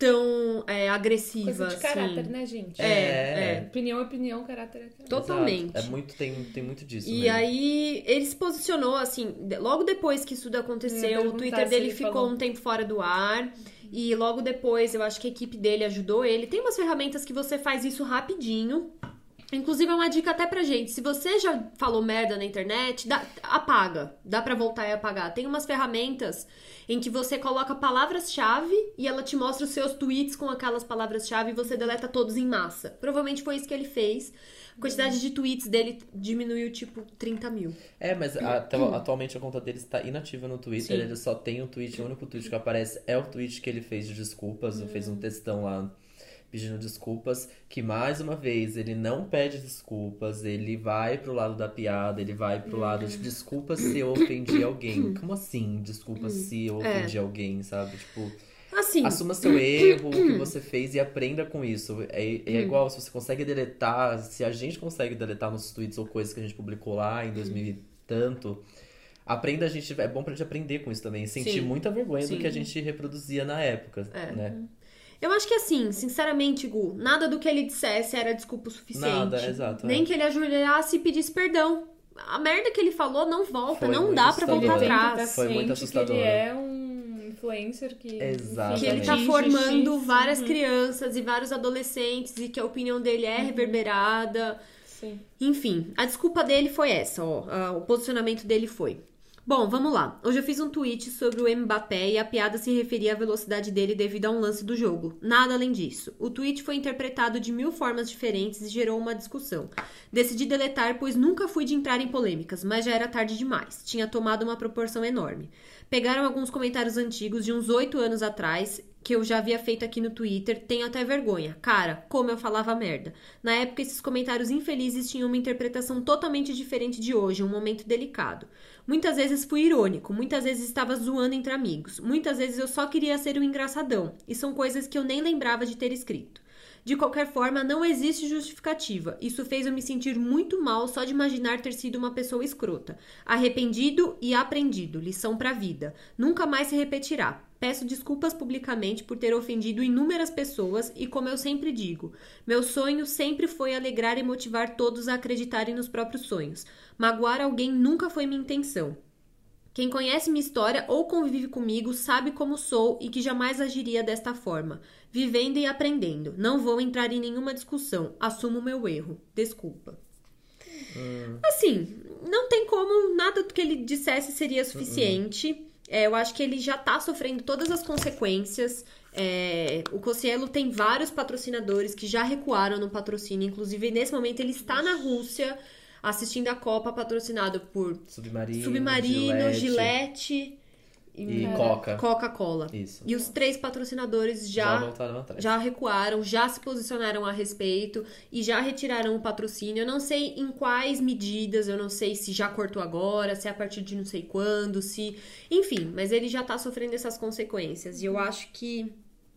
tão é, agressiva, Coisa de caráter, assim. né, gente? É, É. é. Opinião é opinião, caráter é caráter. Totalmente. Exato. É muito, tem, tem muito disso E mesmo. aí, ele se posicionou, assim, de- logo depois que isso tudo Eu ia aconteceu, o perguntar Twitter se dele ele ficou falou. um tempo fora do ar. E logo depois, eu acho que a equipe dele ajudou ele. Tem umas ferramentas que você faz isso rapidinho. Inclusive, é uma dica até pra gente. Se você já falou merda na internet, dá- apaga. Dá pra voltar e apagar. Tem umas ferramentas em que você coloca palavras-chave e ela te mostra os seus tweets com aquelas palavras-chave e você deleta todos em massa. Provavelmente foi isso que ele fez. A quantidade de tweets dele diminuiu, tipo, trinta mil. É, mas até- atualmente a conta dele está inativa no Twitter. Sim. Ele só tem um tweet, o único tweet que aparece é o tweet que ele fez de desculpas. Ele fez um textão lá pedindo desculpas, que mais uma vez ele não pede desculpas, ele vai pro lado da piada, ele vai pro lado de desculpas se eu ofendi alguém. Como assim, desculpas se eu É. ofendi alguém, sabe? Tipo, Assim, assuma seu erro, o que você fez e aprenda com isso. É, é igual, se você consegue deletar, se a gente consegue deletar nossos tweets ou coisas que a gente publicou lá em dois mil e tanto, aprenda, a gente, é bom pra gente aprender com isso também. Sentir Sim. muita vergonha Sim. do que a gente reproduzia na época, É. né? eu acho que assim, sinceramente, Gu, nada do que ele dissesse era desculpa o suficiente. Nada, exato, Nem é. que ele ajoelhasse e pedisse perdão. A merda que ele falou não volta, Foi não muito dá pra assustador. voltar Ele tem que atrás. estar Foi muito ciente assustador. que ele é um influencer que... Exatamente. Que ele tá atinge formando X. várias Uhum. crianças e vários adolescentes e que a opinião dele é reverberada. Sim. Enfim, a desculpa dele foi essa, ó. Ah, o posicionamento dele foi. Bom, vamos lá. Hoje eu fiz um tweet sobre o Mbappé e a piada se referia à velocidade dele devido a um lance do jogo. Nada além disso. O tweet foi interpretado de mil formas diferentes e gerou uma discussão. Decidi deletar, pois nunca fui de entrar em polêmicas, mas já era tarde demais. Tinha tomado uma proporção enorme. Pegaram alguns comentários antigos de uns oito anos atrás, que eu já havia feito aqui no Twitter, tenho até vergonha. Cara, como eu falava merda. Na época, esses comentários infelizes tinham uma interpretação totalmente diferente de hoje, um momento delicado. Muitas vezes fui irônico, muitas vezes estava zoando entre amigos, muitas vezes eu só queria ser um engraçadão, e são coisas que eu nem lembrava de ter escrito. De qualquer forma, não existe justificativa. Isso fez eu me sentir muito mal só de imaginar ter sido uma pessoa escrota. Arrependido e aprendido. Lição pra vida. Nunca mais se repetirá. Peço desculpas publicamente por ter ofendido inúmeras pessoas e, como eu sempre digo, meu sonho sempre foi alegrar e motivar todos a acreditarem nos próprios sonhos. Magoar alguém nunca foi minha intenção. Quem conhece minha história ou convive comigo sabe como sou e que jamais agiria desta forma. Vivendo e aprendendo. Não vou entrar em nenhuma discussão. Assumo meu erro. Desculpa. Hum. Assim, não tem como, nada do que ele dissesse seria suficiente. É, eu acho que ele já tá sofrendo todas as consequências. É, o Cossielo tem vários patrocinadores que já recuaram no patrocínio. Inclusive, nesse momento, ele está na Rússia assistindo a Copa, patrocinado por Submarino, Submarino, Gillette, Gillette e Cara. Coca. Coca-Cola. Isso. E os três patrocinadores Já já, voltaram atrás. já recuaram, já se posicionaram a respeito e já retiraram o patrocínio. Eu não sei em quais medidas, eu não sei se já cortou agora, se é a partir de não sei quando, se... Enfim, mas ele já tá sofrendo essas consequências. E eu acho que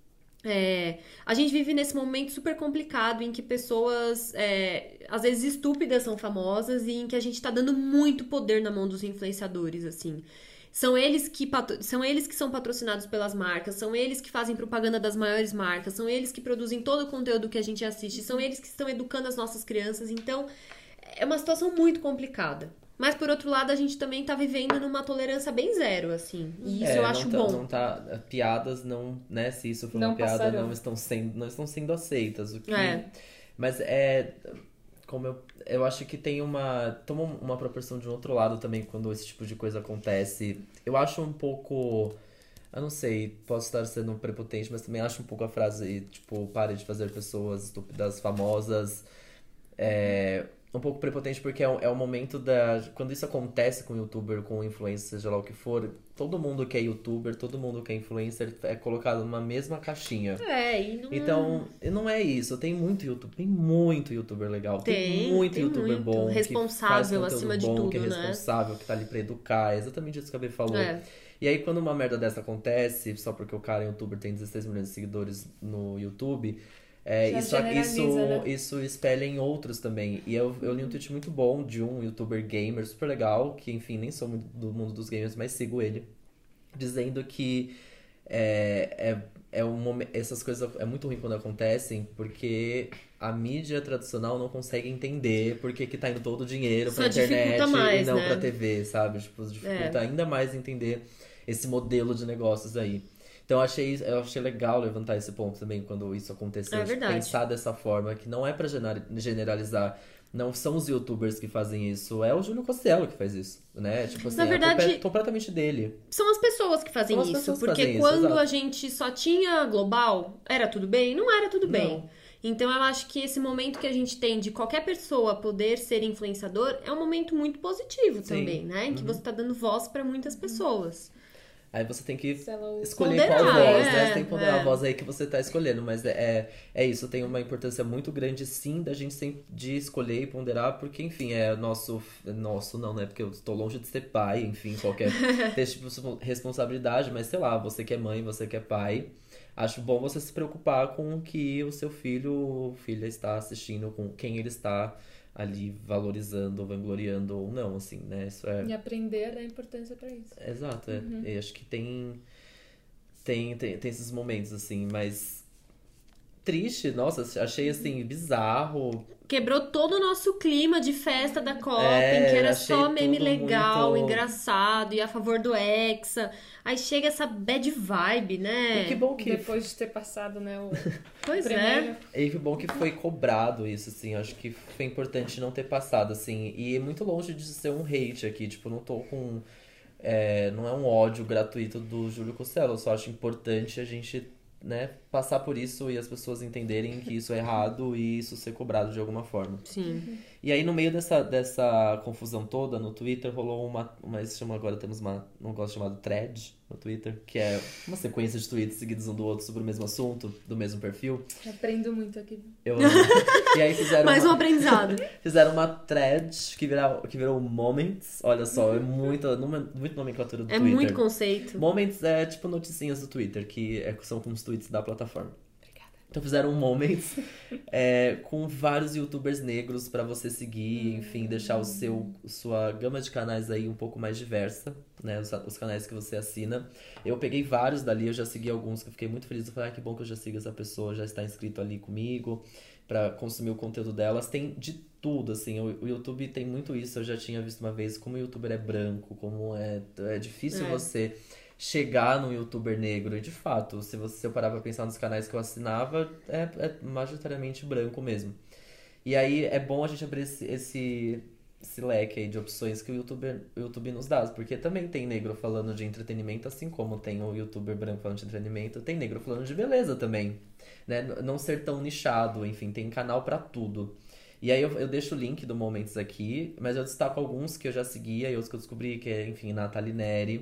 é, a gente vive nesse momento super complicado em que pessoas, é, às vezes estúpidas, são famosas e em que a gente tá dando muito poder na mão dos influenciadores, assim. São eles, que, são eles que são patrocinados pelas marcas, são eles que fazem propaganda das maiores marcas, são eles que produzem todo o conteúdo que a gente assiste, são eles que estão educando as nossas crianças. Então, é uma situação muito complicada. Mas, por outro lado, a gente também tá vivendo numa tolerância bem zero, assim. E isso É, eu não acho tá, bom. Não tá, piadas não, né, se isso for Não uma piada, passarão. não estão sendo, não estão sendo aceitas. O que, É. Mas é, como eu, eu acho que tem uma, toma uma proporção de um outro lado também quando esse tipo de coisa acontece. Eu acho um pouco, eu não sei, posso estar sendo prepotente, mas também acho um pouco a frase, tipo, pare de fazer pessoas estúpidas, famosas, é... um pouco prepotente porque é o, é o momento da... Quando isso acontece com youtuber, com influencer, seja lá o que for, todo mundo que é youtuber, todo mundo que é influencer é colocado numa mesma caixinha. É, e não Então, não é isso. Tem muito youtuber, tem muito youtuber legal. Tem, Tem, muito tem youtuber muito. bom. Responsável, que faz conteúdo acima de bom, tudo, que é né? responsável, que tá ali pra educar. É exatamente isso que a B falou. É. E aí, quando uma merda dessa acontece, só porque o cara é youtuber, tem dezesseis milhões de seguidores no YouTube... É, Já isso, generaliza, isso, né? isso espelha em outros também. E eu, eu li um tweet muito bom de um youtuber gamer super legal, que enfim, nem sou muito do mundo dos gamers, mas sigo ele, dizendo que é, é, é um momen- essas coisas é muito ruim quando acontecem, porque a mídia tradicional não consegue entender por que que tá indo todo o dinheiro Só pra internet dificulta mais, e não né? pra T V, sabe? Tipo, dificulta É. ainda mais entender esse modelo de negócios aí. Então eu achei, eu achei legal levantar esse ponto também quando isso aconteceu. É de verdade. Pensar dessa forma, que não é pra gener- generalizar. Não são os youtubers que fazem isso, é o Júlio Costello que faz isso, né? Tipo assim, Na a culpa verdade- é completamente dele. São as pessoas que fazem São as isso. pessoas que Porque fazem isso, quando exato. a gente só tinha global, era tudo bem? Não era tudo bem. Não. Então eu acho que esse momento que a gente tem de qualquer pessoa poder ser influenciador é um momento muito positivo Sim. também, né? Em que você tá dando voz pra muitas pessoas. Aí você tem que Se ela- escolher Ponderar, qual voz, é, né? Você tem que ponderar é. a voz aí que você tá escolhendo. Mas é, é, é isso, tem uma importância muito grande, sim, da gente sempre de escolher e ponderar, porque, enfim, é nosso. Nosso não, né? Porque eu estou longe de ser pai, enfim, qualquer ter esse tipo de responsabilidade, mas sei lá, você que é mãe, você que é pai. Acho bom você se preocupar com o que o seu filho ou filha está assistindo, com quem ele está ali valorizando, vangloriando ou não, assim, né? Isso é. E aprender a dar importância pra isso. Exato, é. Eu acho que tem, tem, tem, tem esses momentos, assim, mas triste, nossa, achei, assim, bizarro. Quebrou todo o nosso clima de festa da Copa, É, em que era achei só meme tudo legal, muito- engraçado e a favor do Hexa. Aí chega essa bad vibe, né? E que bom que... Depois de ter passado, né, o Pois é. primeiro. E que bom que foi cobrado isso, assim, acho que foi importante não ter passado, assim, e é muito longe de ser um hate aqui, tipo, não tô com... é, não é um ódio gratuito do Júlio Costello, eu só acho importante a gente, né, passar por isso e as pessoas entenderem que isso é errado e isso ser cobrado de alguma forma. Sim. E aí, no meio dessa, dessa confusão toda, no Twitter, rolou uma, uma... Isso chama agora, temos uma, um negócio chamado thread no Twitter, que é uma sequência de tweets seguidos um do outro sobre o mesmo assunto, do mesmo perfil. Aprendo muito aqui. Eu... e aí fizeram Mais um uma, aprendizado. fizeram uma thread que virou, que virou Moments. Olha só, é muita, nome- muito nomenclatura do É Twitter. muito conceito. Moments é tipo noticinhas do Twitter, que é- são como os tweets da plataforma. Então fizeram um Moments é, com vários youtubers negros pra você seguir, enfim, deixar o seu, sua gama de canais aí um pouco mais diversa, né? Os, os canais que você assina. Eu peguei vários dali, eu já segui alguns que eu fiquei muito feliz. Eu falei, ah, que bom que eu já sigo essa pessoa, já está inscrito ali comigo pra consumir o conteúdo delas. Tem de tudo, assim, o, o YouTube tem muito isso. Eu já tinha visto uma vez como o youtuber é branco, como é, é difícil É. você chegar num youtuber negro. E de fato, se você se eu parar pra pensar nos canais que eu assinava, é, é majoritariamente branco mesmo. E aí é bom a gente abrir esse, esse, esse leque aí de opções que o YouTuber, o YouTube nos dá. Porque também tem negro falando de entretenimento, assim como tem o youtuber branco falando de entretenimento, tem negro falando de beleza também. Né? N- Não ser tão nichado, enfim, tem canal pra tudo. E aí eu, eu deixo o link do Momentos aqui, mas eu destaco alguns que eu já seguia e outros que eu descobri, que é, enfim, Nathalie Neri.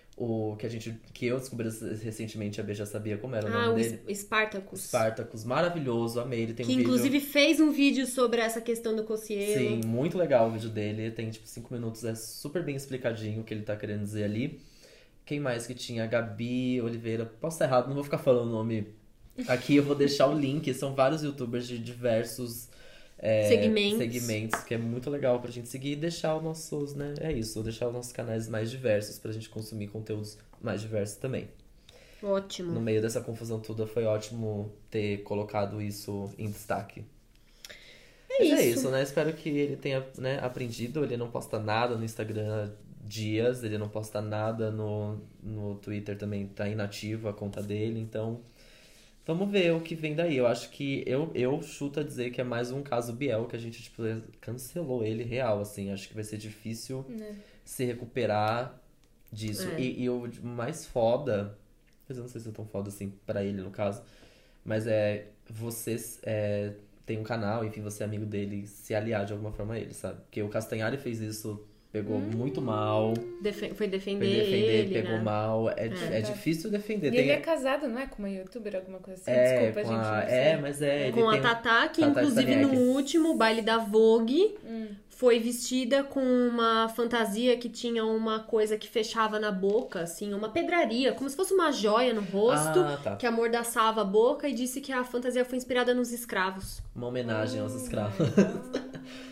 O que a gente que eu descobri recentemente, a B já sabia como era o Ah, nome o dele. Es- Spartacus. Spartacus, maravilhoso, amei. Ele tem Que um inclusive vídeo. fez um vídeo sobre essa questão do Cossielo. Sim, muito legal o vídeo dele. Tem tipo cinco minutos, é super bem explicadinho o que ele tá querendo dizer ali. Quem mais que tinha? Gabi Oliveira. Posso estar errado, não vou ficar falando o nome aqui, eu vou deixar o link. São vários youtubers de diversos é, Segmentos. segmentos, que é muito legal pra gente seguir e deixar os nossos, né? É isso, deixar os nossos canais mais diversos pra gente consumir conteúdos mais diversos também. Ótimo. No meio dessa confusão toda, foi ótimo ter colocado isso em destaque. É Mas é isso. isso, né? Espero que ele tenha, né, aprendido. Ele não posta nada no Instagram há dias, ele não posta nada no, no Twitter também, tá inativo a conta dele, então vamos ver o que vem daí. Eu acho que eu, eu chuto a dizer que é mais um caso Biel, que a gente tipo, cancelou ele real, assim. Acho que vai ser difícil Né? se recuperar disso. É. E, e o mais foda, mas eu não sei se é tão foda assim pra ele, no caso, mas é vocês é, tem um canal, enfim, você é amigo dele, se aliar de alguma forma a ele, sabe? Porque o Castanhari fez isso, pegou Hum. muito mal, Defe- Foi defender, foi defender, ele, pegou né? mal. É, é. É. difícil defender. E Tem- ele é casado, não é? Com uma youtuber, alguma coisa assim? é, Desculpa, com gente. a- não sei. é, mas é. ele Com a tem- Tatá, que Tatá inclusive no Staniek. último baile da Vogue Hum. foi vestida com uma fantasia que tinha uma coisa que fechava na boca, assim, uma pedraria, como se fosse uma joia no rosto, Ah, tá. que amordaçava a boca e disse que a fantasia foi inspirada nos escravos. Uma homenagem aos escravos.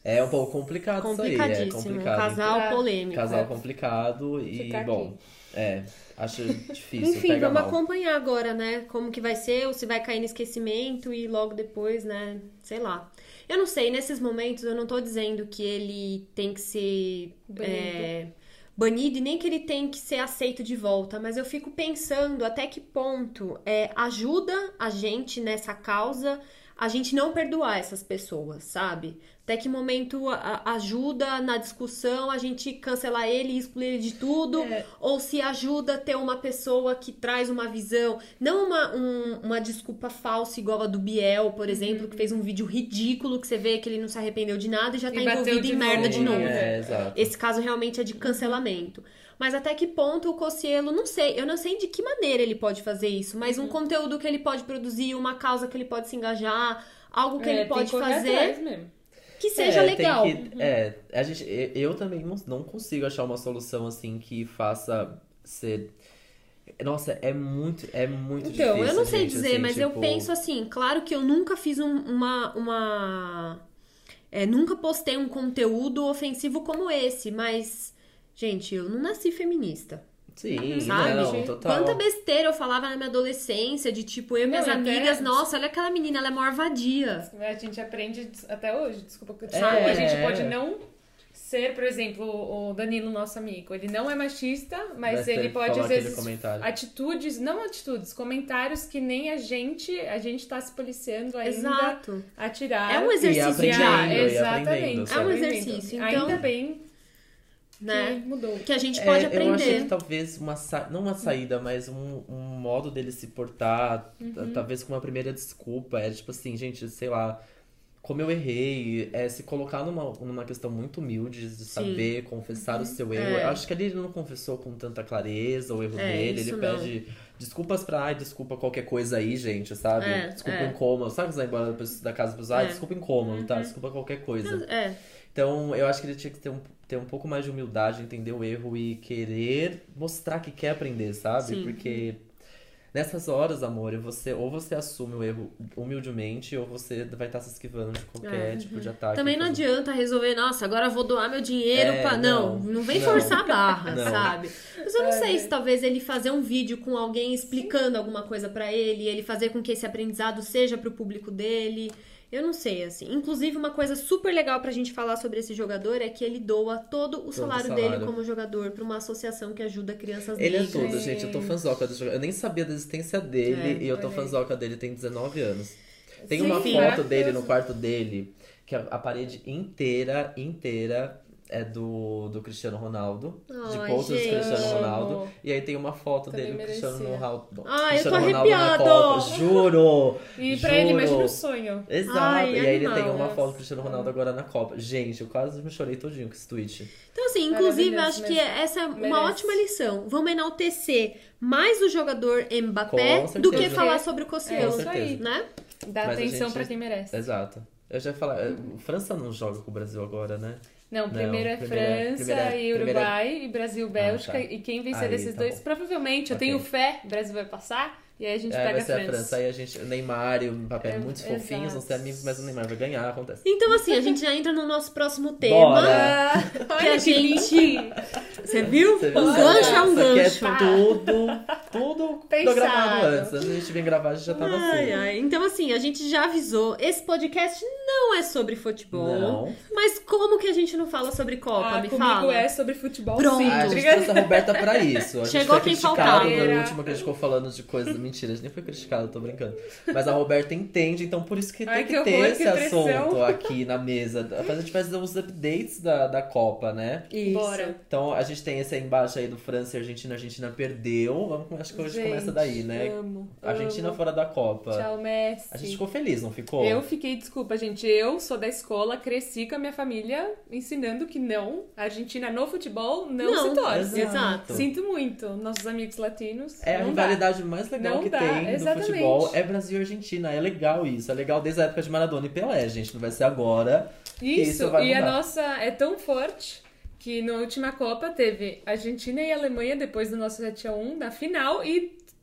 É um pouco complicado isso aí. É Complicadíssimo. complicado. Casal Ah, polêmico. Casal complicado e, Ficar bom, é, acho difícil, Enfim, pega vamos mal. acompanhar agora, né? Como que vai ser, ou se vai cair no esquecimento e logo depois, né? Sei lá. Eu não sei, nesses momentos eu não tô dizendo que ele tem que ser Banido. é, banido e nem que ele tem que ser aceito de volta, mas eu fico pensando até que ponto é, ajuda a gente nessa causa a gente não perdoar essas pessoas, sabe? Até que momento a- ajuda na discussão a gente cancelar ele e excluir ele de tudo, É. ou se ajuda a ter uma pessoa que traz uma visão, não uma, um- uma desculpa falsa igual a do Biel, por exemplo, que fez um vídeo ridículo que você vê que ele não se arrependeu de nada e já tá E bateu envolvido de em merda de novo. novo. É, exato. Esse caso realmente é de cancelamento. Mas até que ponto o Cossielo, não sei, eu não sei de que maneira ele pode fazer isso, mas Uhum. um conteúdo que ele pode produzir, uma causa que ele pode se engajar, algo que É, ele tem pode que correr fazer atrás mesmo. que seja É, legal. tem que- é, a gente, eu eu também não, não consigo achar uma solução assim que faça ser. Nossa, é muito, é muito Então, difícil. eu não sei gente, dizer, assim, mas eu tipo, penso assim, claro que eu nunca fiz um- uma. uma é, nunca postei um conteúdo ofensivo como esse, mas, gente, eu não nasci feminista. Sim, Sabe? não, total. Quanta besteira eu falava na minha adolescência, de tipo, eu e minhas Não, até- amigas, nossa, olha aquela menina, ela é maior vadia. A gente aprende até hoje, desculpa que eu te É. falo, a gente pode não ser, por exemplo, o Danilo, nosso amigo, ele não é machista, mas Mas ele ele pode, fala às aquele vezes, comentário. atitudes, não atitudes, comentários que nem a gente, a gente tá se policiando ainda Exato. a tirar. É um exercício aprendendo, diário. e Exatamente. aprendendo, É um sabe? exercício, Ainda então- bem Né? que mudou. Que a gente pode É, eu achei aprender. que talvez uma sa... não uma saída, mas um, um modo dele se portar, t- talvez com uma primeira desculpa, é tipo assim, gente, sei lá, como eu errei, é se colocar numa, numa questão muito humilde, de saber confessar o seu erro. É. Eu acho que ali ele não confessou com tanta clareza o erro É, dele, isso ele não. pede desculpas pra, ai, desculpa qualquer coisa aí, gente, sabe? É, Desculpa é. o incômodo, sabe que você vai embora da casa da pessoa, ai, É. desculpa o incômodo, tá? Desculpa qualquer coisa. É. Então, eu acho que ele tinha que ter um, ter um pouco mais de humildade, entender o erro e querer mostrar que quer aprender, sabe? Sim. Porque nessas horas, amor, você, ou você assume o erro humildemente, ou você vai estar se esquivando de qualquer tipo de ataque. Também não Fazer- adianta resolver, nossa, agora eu vou doar meu dinheiro É, pra. Não, não, não vem não. forçar a barra, Não. sabe? Mas eu não É, sei é. se talvez ele fazer um vídeo com alguém explicando alguma coisa pra ele, ele fazer com que esse aprendizado seja pro público dele. Eu não sei, assim. Inclusive, uma coisa super legal pra gente falar sobre esse jogador é que ele doa todo o salário, salário. dele como jogador pra uma associação que ajuda crianças Ele é negras. tudo, gente. Eu tô fanzoca do jogador. Eu nem sabia da existência dele É, e eu tô olha aí. fanzoca dele, tem dezenove anos. Tem Sim, uma sim, foto maravilhoso. dele no quarto dele, que a, a parede inteira, inteira é do, do Cristiano Ronaldo. de Ai, posters do gente. Cristiano Ronaldo. Amo. E aí tem uma foto Também dele, do Cristiano merecia. Ronaldo. Ai, eu tô Cristiano Ronaldo na arrepiado. Copa. Juro! E pra Juro. ele, imagina o sonho. Exato. Ai, e aí ele animal. tem uma Nossa. foto do Cristiano Ronaldo agora na Copa. Gente, eu quase me chorei todinho com esse tweet. Então, assim, inclusive, Maravilhoso, acho que mesmo. essa é uma Merece. ótima lição. Vamos enaltecer mais o jogador Mbappé Com do que certeza. falar sobre o É Cossielo, isso aí. né? Dá Mas a atenção gente- pra quem merece. Exato. Eu já ia falar, eh, França não joga com o Brasil agora, né? Não, Não, primeiro é primeira- França primeira- e Uruguai, e Brasil, Bélgica. tá. E quem vencer Aí, desses tá dois, bom. provavelmente, eu Ok. tenho fé, o Brasil vai passar. E aí a gente É, pega vai ser a a França. França. Aí a gente, o Neymar e o Mbappé É, muito fofinhos, vão ser exato. amigos, mas o Neymar vai ganhar, acontece. Então, assim, a gente já entra no nosso próximo tema. Bora. Ah, Que olha a que gente. link. Você viu? Você viu? Um gancho é um Isso aqui gancho. é tudo, tudo Pensado. programado antes. Antes da gente vir gravar, a gente já tava Ai, assim. ai. Então, assim, a gente já avisou. Esse podcast não é sobre futebol. Não. Mas como que a gente não fala sobre Copa? Ah, Me comigo fala. é sobre futebol, Pronto. sim. Ah, a gente trouxe a Roberta pra isso. A gente Chegou foi quem criticado faltava. no último que a gente ficou falando de coisas. Mentira, a gente nem foi criticado, tô brincando. Mas a Roberta entende, então por isso que Ai, tem que, que ter horror, esse que pressão. assunto aqui na mesa. Pra gente fazer os updates da, da Copa, né? Isso. Bora. Então a gente tem esse aí embaixo aí do França e Argentina. A Argentina perdeu. Vamos, acho que hoje Gente, começa daí, né? Amo, Argentina amo. fora da Copa. Tchau, Messi. A gente ficou feliz, não ficou? Eu fiquei, desculpa, gente, eu sou da escola, cresci com a minha família ensinando que não, a Argentina no futebol não, Não, se torce. exato. Sinto muito, nossos amigos latinos. É a não rivalidade mais legal Não que dá, tem exatamente. do futebol é Brasil e Argentina. É legal isso. É legal desde a época de Maradona e Pelé, gente. Não vai ser agora. dá. que Isso, isso vai e a mudar. nossa é tão forte que na última Copa teve Argentina e Alemanha depois do nosso sete a um na final e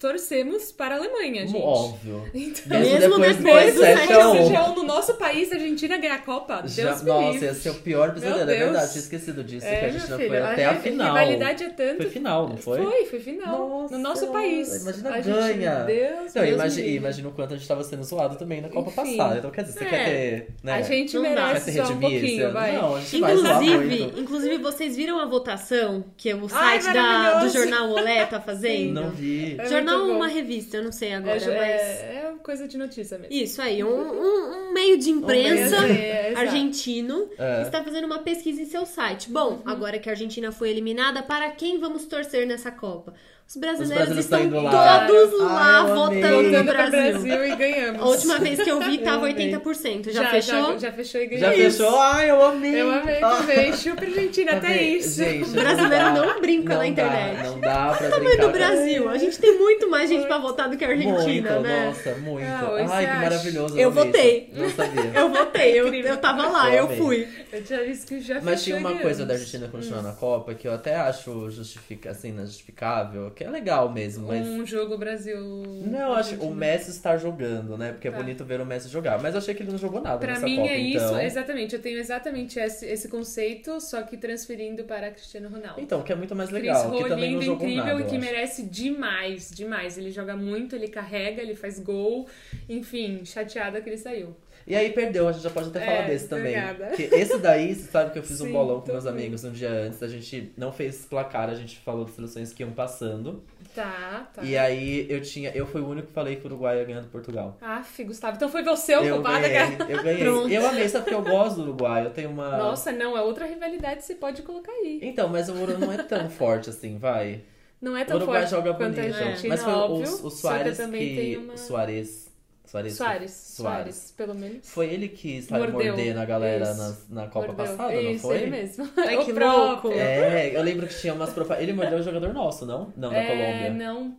torcemos para a Alemanha, gente. Óbvio. Então, Mesmo depois, depois do do sete a um. sete a um no nosso país, a Argentina ganhar a Copa, Deus Já, me nossa, livre. ia ser o pior brasileiro, é Meu Deus. verdade. Tinha esquecido disso, É, que a meu Argentina filho, foi até a ri- final. rivalidade é tanto... Foi final, não foi? Foi, foi final. Nossa, no nosso país. imagina, a gente, ganha. Deus, Não, Deus imagina, me livre. imagina o quanto a gente tava sendo zoado também na Copa Enfim. passada. Então, quer dizer, você É. quer ter. Né? A gente Não dá. Quer merece se só um redimir? pouquinho, Você- vai. Não, a gente vai zoar Inclusive, muito. inclusive, vocês viram a votação que o Ai, site da, do maravilhoso. Jornal Olé tá fazendo? Não vi. É Jornal muito ou bom. uma revista, eu não sei agora, É, mas... é, é coisa de notícia mesmo. Isso aí, um, um- um meio de imprensa meio, é, exato. argentino É. está fazendo uma pesquisa em seu site. Bom, agora que a Argentina foi eliminada, para quem vamos torcer nessa Copa? Os brasileiros, brasileiros estão estão indo lá. todos Ai, lá eu amei. votando no Voltando para o Brasil. Brasil e ganhamos. A última vez que eu vi Eu tava amei. oitenta por cento. Já, já fechou? Já, já fechou e Já ganhamos. fechou? Ai, eu amei. Eu amei Ah. também. Chupa Argentina, Tá até vendo? isso. Gente, O brasileiro dá. não brinca Não na dá, internet. Não dá pra Tamanho brincar do com- Brasil. A gente tem muito mais gente pra votar do que a Argentina, Muito, né? nossa, muito. Ah, oi, Ai, você que acha? maravilhoso. Eu amei votei. isso. Não sabia. Eu votei, eu, Incrível. eu tava lá, Eu eu amei. fui. Eu já disse que já Mas fechou tinha e uma ganhamos. coisa da Argentina continuar na Copa que eu até acho justifica, assim, né, justificável, que é legal mesmo, mas. Um jogo Brasil... Não, eu acho o Argentina. Messi estar jogando, né? Porque é Tá. bonito ver o Messi jogar. Mas eu achei que ele não jogou nada Pra nessa mim Copa, é então. isso, exatamente. Eu tenho exatamente esse, esse conceito, só que transferindo para Cristiano Ronaldo. Então, que é muito mais Chris legal, que Rowe, também não lindo, jogou incrível nada. e que eu acho. merece demais, demais. Ele joga muito, ele carrega, ele faz gol. Enfim, chateada que ele saiu. E aí perdeu, a gente já pode até É, falar desse também. obrigada. Que esse daí, você sabe que eu fiz um Sim, bolão com tô meus vendo. amigos um dia antes, a gente não fez placar, a gente falou das seleções que iam passando. Tá, tá. E aí eu tinha, eu fui o único que falei que o Uruguai ia ganhar do Portugal. Aff, Gustavo, então foi você o Eu culpado, ganhei, cara. eu ganhei. Pronto. Eu amei, sabe porque eu gosto do Uruguai, eu tenho uma... Nossa, não, é outra rivalidade que você pode colocar aí. Então, mas o Uruguai não é tão forte assim, vai. Não é O tão Uruguai forte joga quanto a bonito. Argentina, Mas foi óbvio. o, o só que eu Suárez também que... tenho uma... O Suárez... Suárez, Suárez, Suárez. Suárez, pelo menos. Foi ele que saiu Mordeu. mordendo a galera Isso. na, na Copa Mordeu. passada, não Isso, foi? ele mesmo. Ai, O que próprio. louco. É, eu lembro que tinha umas propagandas. Ele mordeu o jogador nosso, não? Não, da É, Colômbia. não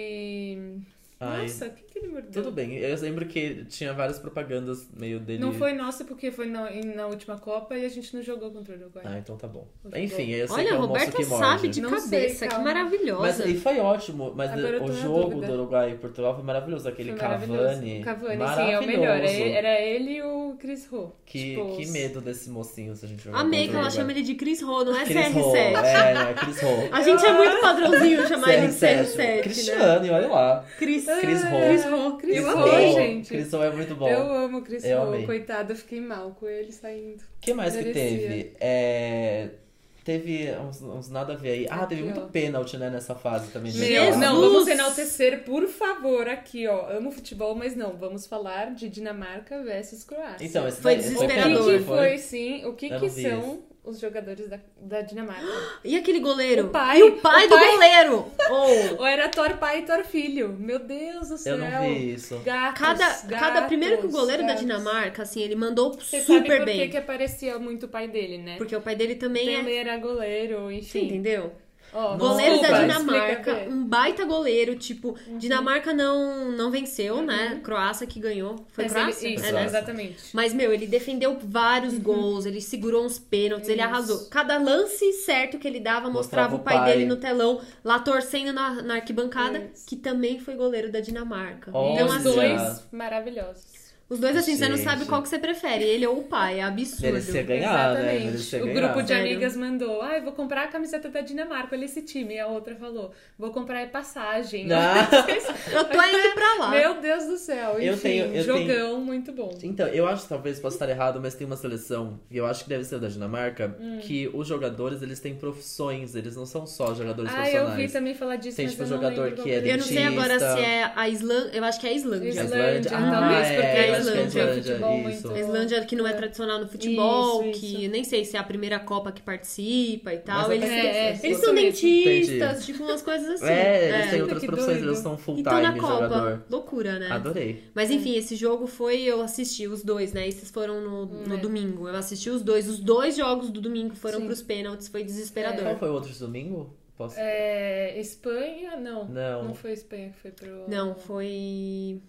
foi... Ai, Nossa, o que, que ele mordeu? tudo bem. Eu lembro que tinha várias propagandas meio dele. Não foi nossa porque foi na, em- na última Copa e a gente não jogou contra o Uruguai. Ah, então tá bom. Jogou. Enfim, eu sei Olha, que é a o moço Roberta que morde. sabe de Não cabeça, sei, que calma. maravilhosa. Mas e foi ótimo, mas Agora eu tô o na jogo dúvida. do Uruguai e Portugal foi maravilhoso. Aquele Foi maravilhoso. Cavani. O Cavani, sim, maravilhoso. é o melhor. É- Era ele e o Chris Rowe. Que, Tipo, que medo desse mocinho se a gente jogar Amei contra que o ela Uruguai. chama ele de Chris Ho, não é Chris C R Ho, sete. É, não, é Chris Ho. A gente é muito padrãozinho chamar ele de C R sete, né? Cristiano, e olha lá. Cris, Chris Ho. Chris Ho. Chris Eu Ho, amei. gente. Chris Ho é muito bom. Eu amo o Chris Eu Rowe. amei. Coitado, eu fiquei mal com ele saindo. O que mais que Merecia. teve? É... Teve uns, uns nada a ver aí. Ah, teve Aqui, muito ó. pênalti, né, nessa fase também. de Meu, Jesus! não, vamos enaltecer, por favor, aqui, ó. Amo futebol, mas não. Vamos falar de Dinamarca versus Croácia. Então, esse Foi daí- o desesperador. que, pênalti, que foi, sim? O que, Eu não que vi são os jogadores da, da Dinamarca? E aquele goleiro? O pai. E o pai O do pai. goleiro! Oh. Ou era Thor pai e Thor filho? Meu Deus do céu. Eu não vi isso. Gatos, Cada, cada gatos, primeiro que o goleiro da gatos. Dinamarca, assim, ele mandou Você sabe super por bem. que que aparecia muito o pai dele, né? Porque o pai dele também Ele é. era goleiro, Você enfim. entendeu? Ó, Goleiros da desculpa, Dinamarca, explica bem. um baita goleiro, tipo, Dinamarca não, não venceu, né? Croácia que ganhou. Foi Mas ele- Croácia? Isso, É, né? Croácia. exatamente. Mas, meu, ele defendeu vários gols, ele segurou uns pênaltis, ele Isso. arrasou. Cada lance certo que ele dava, mostrava, Mostrava o o pai, pai. dele no telão, lá torcendo na, na arquibancada, Isso. que também foi goleiro da Dinamarca. Olha. Então, Os assim, dois maravilhosos. os dois, assim, você não Gente. sabe qual que você prefere, ele ou o pai, é absurdo. Merecia ganhar, né? Exatamente. Merecia O ganhar. grupo de Sério. amigas mandou, ai, vou comprar a camiseta da Dinamarca, olha esse time. E a outra falou, vou comprar é passagem. Ah. Eu tô indo pra lá. Meu Deus do céu. Enfim, Eu tenho- eu jogão tenho- muito bom. Então, eu acho que talvez possa estar errado, mas tem uma seleção, que eu acho que deve ser da Dinamarca, Hum. que os jogadores, eles têm profissões, eles não são só jogadores Ah, eu profissionais. vi também falar disso, Tem, mas tipo, eu não jogador lembro que qual é foi. Eu não sei agora dentista. se é a Islândia, eu acho que é a Islândia. Islândia, Islândia. talvez, Ah, porque é, a acho que Islândia é tem Islândia, futebol isso. muito... A Islândia que não é tradicional no futebol, Isso, que isso. nem sei se é a primeira Copa que participa e tal. Mas Eles, até que- é, eles isso são mesmo. dentistas, tipo umas coisas assim. É, eles têm É. outras Que profissões, doido. eles são full-time Então na Copa, jogador. loucura, né? Adorei. Mas enfim, esse jogo foi, eu assisti os dois, né? Esses foram no, no é. domingo. Eu assisti os dois. Os dois jogos do domingo foram Sim. pros pênaltis, foi Qual desesperador. foi o outro de domingo? Posso... É, Espanha? Não. Não. Não foi Espanha que foi pro... Não, foi.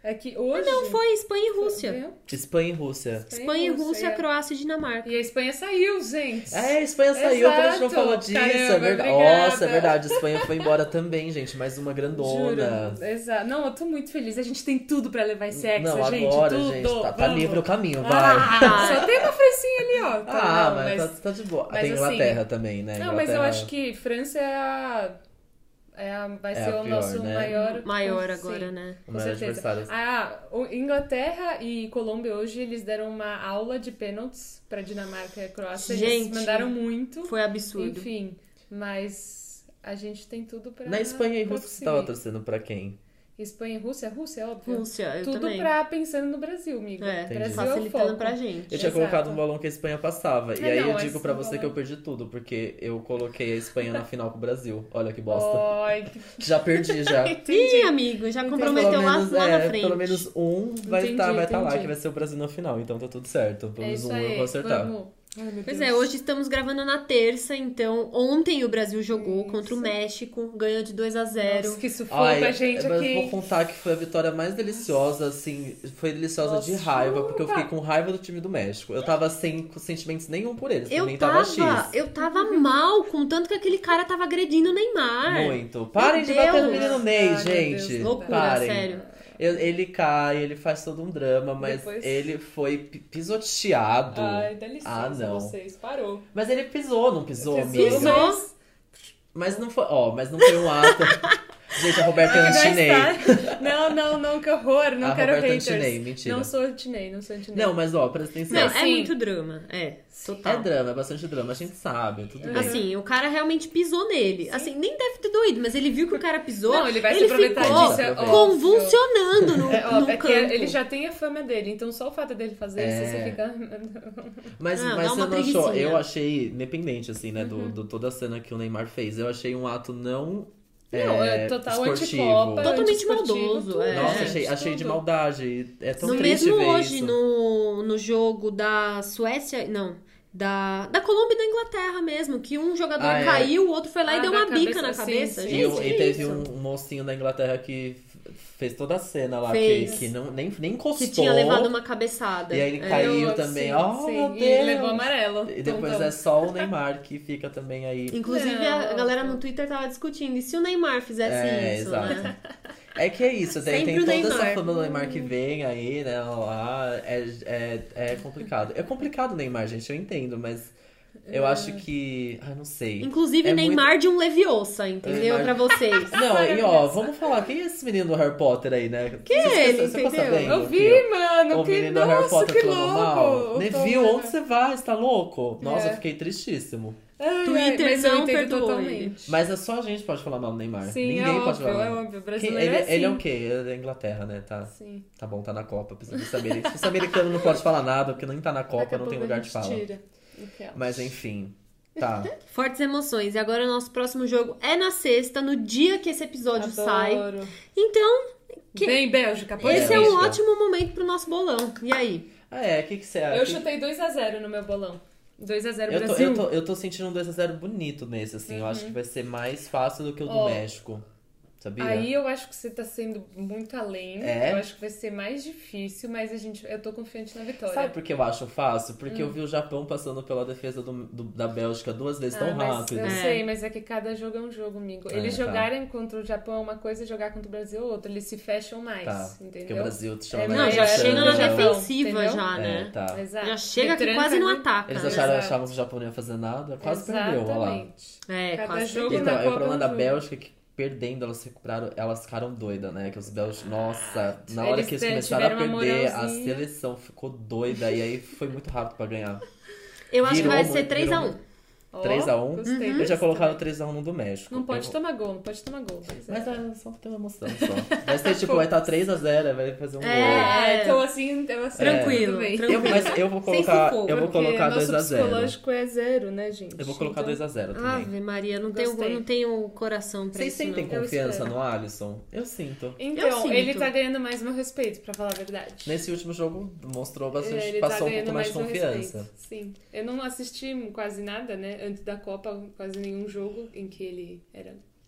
É que hoje... Não, foi Espanha e Rússia. Viu? Espanha e Rússia. Espanha e Rússia, é. Croácia e Dinamarca. E a Espanha saiu, gente. É, a Espanha saiu, Exato. a gente não falou disso. Caramba, é verdade. obrigada. Nossa, é verdade. A Espanha foi embora também, gente. Mais uma grandona. Juro. Exato. Não, eu tô muito feliz. A gente tem tudo pra levar esse hexa, Não, gente. agora, tudo. gente, tá, tá Vamos. livre o caminho, vai. Ah, só tem uma Francinha ali, ó. Tá, Ah, não, mas, mas... Tá, tá de boa. mas Tem assim- Inglaterra também, né? Não, mas eu Inglaterra- acho que França é a... É a... Vai É ser a o pior, nosso né? maior... Maior Sim. agora, né? o Com maior certeza. adversário. Ah, o Inglaterra e Colômbia hoje, eles deram uma aula de pênaltis pra Dinamarca e Croácia. Gente, Eles mandaram muito. Foi absurdo. Enfim, mas a gente tem tudo pra Na Espanha e pra Rússia, você conseguir. tava torcendo pra quem? Espanha e Rússia? Rússia, é óbvio. Rússia, eu tudo também. pra pensando no Brasil, amigo. É, Entendi. Brasil é o facilitando foco. pra gente. Eu tinha Exato. colocado um bolão que a Espanha passava. E É, aí não, eu digo esse pra você bolão- que eu perdi tudo, porque eu coloquei a Espanha na final com o Brasil. Olha que bosta. Ai, que... Já perdi, já. Ih, amigo, já Entendi. comprometeu Pelo lá, menos, lá é, na frente. pelo menos um vai Entendi, estar vai tá lá, entendi. que vai ser o Brasil na final. Então tá tudo certo. Pelo É menos isso um eu aí. vou acertar. Vamos. Ai, meu Pois Deus. é, hoje estamos gravando na terça, então ontem o Brasil jogou Isso. contra o México, ganhou de dois a zero. Nossa, que sufoco Ai, a gente mas aqui. vou contar que foi a vitória mais deliciosa, assim, foi deliciosa Nossa, de raiva, porque eu chupa. fiquei com raiva do time do México. Eu tava sem sentimentos nenhum por eles, pra Eu mim tava tava, X. eu tava mal, com tanto que aquele cara tava agredindo o Neymar. Muito. Parem de Deus. bater no menino Ney, Ai, meu gente. Deus. Loucura, Parem. sério. Eu- Ele cai, ele faz todo um drama, mas Depois- ele foi pi- pisoteado. Ai, dá licença Ah, não. vocês. Parou. Mas ele pisou, não pisou, Pisou, amigo? Pisou. mas- Mas não foi, ó, mas não foi um ato. Gente, a Roberta é Ai, anti-Ney. está- Não, não, não, que horror. Não A quero Roberta é haters. anti-Ney, mentira. Não sou anti-Ney, não sou anti-Ney. Não, mas ó, presta atenção. Não, Sim. é muito drama, é, total. É drama, é bastante drama, a gente sabe, tudo bem. Assim, o cara realmente pisou nele. Assim, nem deve ter doído, mas ele viu que o cara pisou. Não, ele vai se aproveitar ficou disso, é óbvio. convulsionando no, É, no óbvio, é que campo. ele já tem a fama dele, então só o fato dele fazer É. isso, você fica... Mas, Ah, mas dá você uma não achou? preguicinha. Eu achei, independente, assim, né, Uhum. do, do toda a cena que o Neymar fez, eu achei um ato não. Não, é é, total esportivo. anticopa, Totalmente antiesportivo, maldoso, tudo. é. Nossa, É, achei, de achei de tudo. maldade. É tão No triste mesmo ver hoje, isso. no, no jogo da Suécia, não, da, da Colômbia e da Inglaterra mesmo, que um jogador Ah, é. caiu, o outro foi lá Ah, e deu na uma bica cabeça, na sim, cabeça. sim. E, Gente, eu- que e teve isso? um mocinho da Inglaterra que fez toda a cena lá, que, Fez. que não, nem, nem encostou. Que tinha levado uma cabeçada. E aí ele É. caiu Eu, também. sim, Oh, sim, meu e Deus! levou amarelo. E depois Então, é só o Neymar que fica também aí. Inclusive, a Não. galera no Twitter tava discutindo, e se o Neymar fizesse É, isso, exato. né? É que é isso, tem, Sempre tem o toda Neymar. essa fama do Neymar que vem aí, né? Lá, é, é, é complicado. É complicado o Neymar, gente, eu entendo, mas eu acho que. Ah, não sei. Inclusive, É Neymar de um Leviosa, entendeu? Neymar- Pra vocês. Não, e ó, vamos falar, quem é esse menino do Harry Potter aí, né? Que é ele, você ficou entendeu? sabendo Eu que vi, mano, o que menino do Harry nossa, Potter que falando louco. mal. Eu Neville, tô vendo. onde você vai? Você tá louco? Nossa, É. eu fiquei tristíssimo. Ai, Twitter ai, mas eu não entendo perdoou totalmente. Mas é só a gente pode falar mal do Neymar. Sim, Ninguém é pode óbvio, falar é mal. óbvio. O Quem- brasileiro ele, é assim. ele é o quê? Ele é da Inglaterra, né? Tá, Sim. tá bom, tá na Copa. Precisa do americano. Se o americano não pode falar nada, porque nem tá na Daqui Copa, a não tem pouco lugar a de gente fala. tira. Aquela. Mas enfim, tá. Fortes emoções. E agora o nosso próximo jogo é na sexta, no dia que esse episódio sai. Adoro. Então, que- Vem, Bélgica, pode esse ser. é um Bélgica. ótimo momento pro nosso bolão. E aí? Ah, é, o que, que você acha? Eu chutei dois a zero no meu bolão. dois a zero Eu tô, Brasil. eu, tô, eu tô sentindo um dois a zero bonito nesse, assim. Eu acho que vai ser mais fácil do que o do Ó, México. Sabia? Aí eu acho que você tá sendo muito além. É? Eu acho que vai ser mais difícil, mas a gente, eu tô confiante na vitória. Sabe por que eu acho fácil? Porque eu vi o Japão passando pela defesa do, do- da Bélgica duas vezes tão Ah, mas rápido. Eu É. sei, mas é que cada jogo é um jogo, amigo. É, Eles tá. jogarem contra o Japão é uma coisa e jogar contra o Brasil é outra. Eles se fecham mais, Tá, entendeu? porque o Brasil te chama É, mais Não, já Mas chega na é, já- defensiva entendeu? já, É, né? tá. Exato. Já chega que Retranca quase não ali. ataca. Eles né? acharam, Exato. achavam que o Japão não ia fazer nada, quase perdeu, olha lá. Exatamente. É, Cada quase jogo perdeu. na Então, é o Copa problema é um da jogo. Bélgica que perdendo, elas se recuperaram, elas ficaram doidas, né? Que os belgas, nossa, na hora Eles que eles te- começaram a tiveram uma perder, a moralzinha. seleção ficou doida e aí foi muito rápido pra ganhar. Eu acho Virou que vai muito, ser três a um. virou Ó, três a um? Gostei. Eu tinha colocado três a um no do México. Não pode Eu- tomar gol, não pode tomar gol. Mas, Mas é. é só ter uma emoção só. Vai ser tipo, vai estar três a zero, vai fazer um É. gol. Ah, então assim, então assim Tranquilo, tudo bem. tranquilo. Eu, mas eu vou Sem colocar, sufoco, eu vou Porque colocar nosso dois a zero. psicológico é zero, né, gente? Eu vou colocar Então, dois a zero também. Ave Maria, não tenho, Gostei. não tenho coração pra Vocês isso, sentem não. Eu confiança espero. no Alisson? Eu sinto. Então, Eu sinto. ele tá ganhando mais meu respeito, pra falar a verdade. Nesse último jogo mostrou bastante, Ele passou tá um ganhando pouco mais de meu confiança. respeito, sim. Eu não assisti quase nada, né? Antes da Copa, quase nenhum jogo em que ele era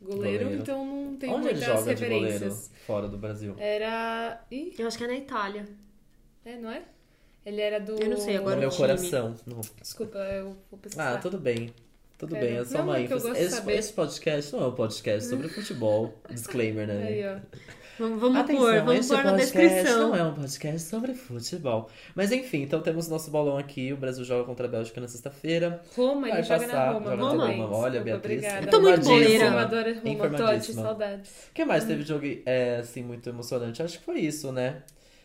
goleiro, Goleiro. então não tem Onde ele muitas joga de goleiro referências. fora do Brasil? Era. Ih, Eu acho que é na Itália. é, não é? Ele era do. Eu não sei, agora No meu time. coração. Não. Desculpa, eu vou pesquisar. Ah, tudo bem. Tudo Quero- bem, é só Não, uma é que eu ênfase. gosto de Esse, saber. esse podcast não é um podcast sobre futebol. Disclaimer, né? Aí, ó. Vamos, vamos Atenção, pôr, vamos esse pôr na podcast descrição. não é um podcast sobre futebol. Mas enfim, então temos nosso bolão aqui. O Brasil joga contra a Bélgica na sexta-feira. Roma, ele Vai joga passar, na Roma. joga na parabéns. Roma. Olha, Desculpa, Beatriz. Obrigada. Eu tô muito boleira. Roma, adoro Roma, Totti, Informadíssima. saudades. O que mais teve jogo é, assim, muito emocionante? Acho que foi isso, né?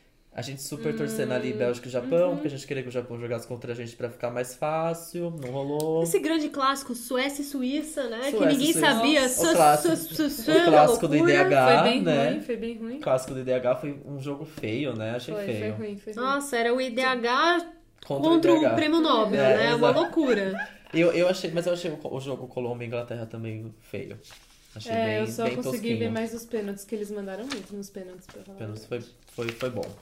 A gente super torcendo ali Bélgica e Japão, porque a gente queria que o Japão jogasse contra a gente pra ficar mais fácil, não rolou. Esse grande clássico, Suécia e Suíça, né? que Suécia e ninguém Suíça. sabia. O Su- clássico- su- su- su- o clássico do loucura. I D H. Foi bem né? ruim, foi bem ruim. O clássico do I D H foi um jogo feio, né? Achei Foi, foi feio. ruim, foi ruim. Nossa, era o I D H Contra, contra o o I D H. prêmio Nobel, É, né? Uma exato. loucura. Eu, eu achei, mas eu achei o, o jogo Colômbia e Inglaterra também feio. Achei É, bem, eu só bem consegui tosquinho. ver mais os pênaltis, que eles mandaram muito nos pênaltis pra falar. Pelo menos foi, foi, foi bom.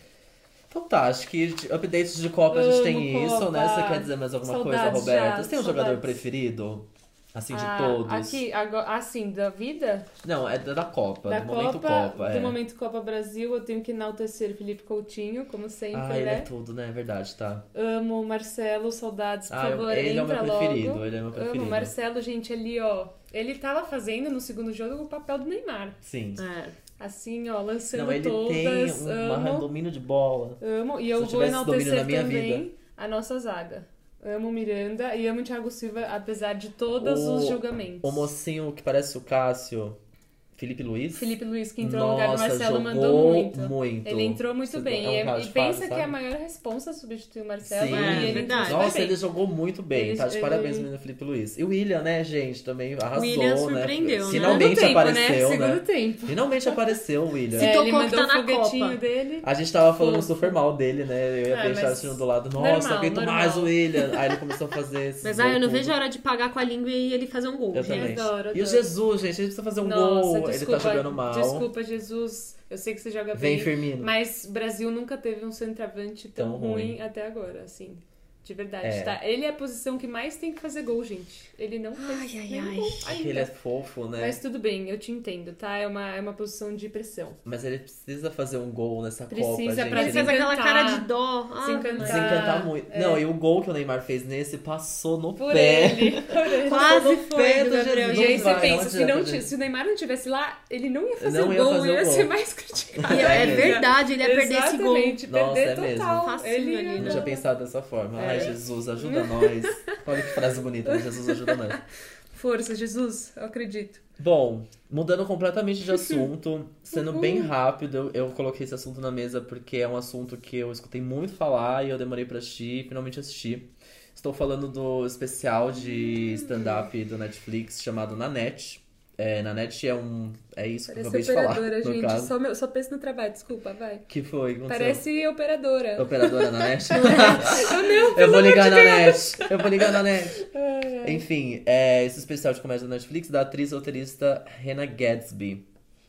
Então tá, acho que de updates de Copa a gente Amo tem isso, Copa. né? Você quer dizer mais alguma coisa, Saudades Roberta? já, Você tem um jogador saudades. preferido? Assim, de Ah, todos? Aqui, agora, assim, da vida, Não, é da da Copa, da do Copa, momento Copa. do é. momento Copa Brasil, eu tenho que enaltecer Felipe Coutinho, como sempre, Ah, ele é né? tudo, né? É verdade, tá. Amo o Marcelo, saudades, por Ah, eu- favor, ele é o meu entra preferido, logo. ele é o meu preferido. Amo o Marcelo, gente, ali, ó. Ele tava fazendo no segundo jogo o papel do Neymar. Sim. É. Assim, ó, lançando Não, ele todas. tem um amo, domínio de bola. amo. E Se eu eu vou tivesse esse domínio enaltecer na minha também vida. a nossa zaga. Amo o Miranda e amo o Thiago Silva, apesar de todos O- os julgamentos. O mocinho que parece o Cássio, Felipe Luiz. Felipe Luiz, que entrou no lugar do Nossa, Marcelo, jogou mandou muito. muito. Ele entrou muito Isso bem. é um e, caso e de pensa fase, que é a sabe? maior responsa substituir o Marcelo. Sim, e É, ele verdade. entrou super Nossa, bem. ele jogou muito bem. Ele- Tá de ele- parabéns, menino Felipe Luiz. E o William, né, gente, também arrasou, William né? surpreendeu, né? Finalmente Segundo tempo, apareceu, né? né? Segundo tempo. Finalmente apareceu o William. Se É, tocou ele que mandou tá o na foguetinho Copa. dele. A gente tava falando Fofo. super mal dele, né? Eu ia Ah, deixar mas assistindo do lado. Nossa, normal, aguento normal. mais o William. Aí ele começou a fazer esse Mas ah, eu não vejo a hora de pagar com a língua e ele fazer um gol. Eu gente. também. adoro, E o adoro. Jesus, gente, ele precisa fazer um Nossa, gol. desculpa, Ele tá jogando mal. Desculpa, Jesus. Eu sei que você joga Vem, bem. Firmino. Mas o Brasil nunca teve um centroavante tão, Tão ruim. ruim. até agora, assim. De verdade, É. tá? Ele é a posição que mais tem que fazer gol, gente. Ele não fez Ai, ai, nenhum ai. gol Porque ainda. ele é fofo, né? Mas tudo bem, eu te entendo, tá? É uma, é uma posição de pressão. Mas ele precisa fazer um gol nessa Precisa Copa, gente. pra Ele fez aquela desencantar. cara de dó. Ah, Se encantar. mas- Desencantar muito. É. Não, e o gol que o Neymar fez nesse passou no Por pé. ele, por ele. Quase no foi, pé do do Gabriel. Jesus. E aí Não você vai, pensa, não se, não, adianta, ti- gente. se o Neymar não estivesse lá, ele não ia fazer Não o ia gol, fazer o ia gol. ser mais criticado. E é É. verdade, ele ia perder esse gol. Exatamente, Nossa, perder é mesmo. total. Facinho Ele ali, ia né? Não dar- tinha pensado dessa forma. Ai, É. Jesus, ajuda nós. Olha que frase bonita, né? Jesus ajuda nós. Força, Jesus, eu acredito. Bom, mudando completamente de assunto, sendo bem rápido, eu, eu coloquei esse assunto na mesa porque é um assunto que eu escutei muito falar e eu demorei pra assistir, finalmente assisti. Estou falando do especial de stand-up do Netflix chamado Nanette. É, Nanette é um. É isso que eu acabei Parece de falar, operadora, no gente. caso. Só, meu, só penso no trabalho, desculpa, vai. Que foi? O que aconteceu? Parece operadora. Operadora Nanette? Eu não, Eu pelo vou amor ligar de na Deus. net. Eu vou ligar na net. Ai, ai. Enfim, é esse especial de comédia da Netflix da atriz roteirista Hannah Gadsby.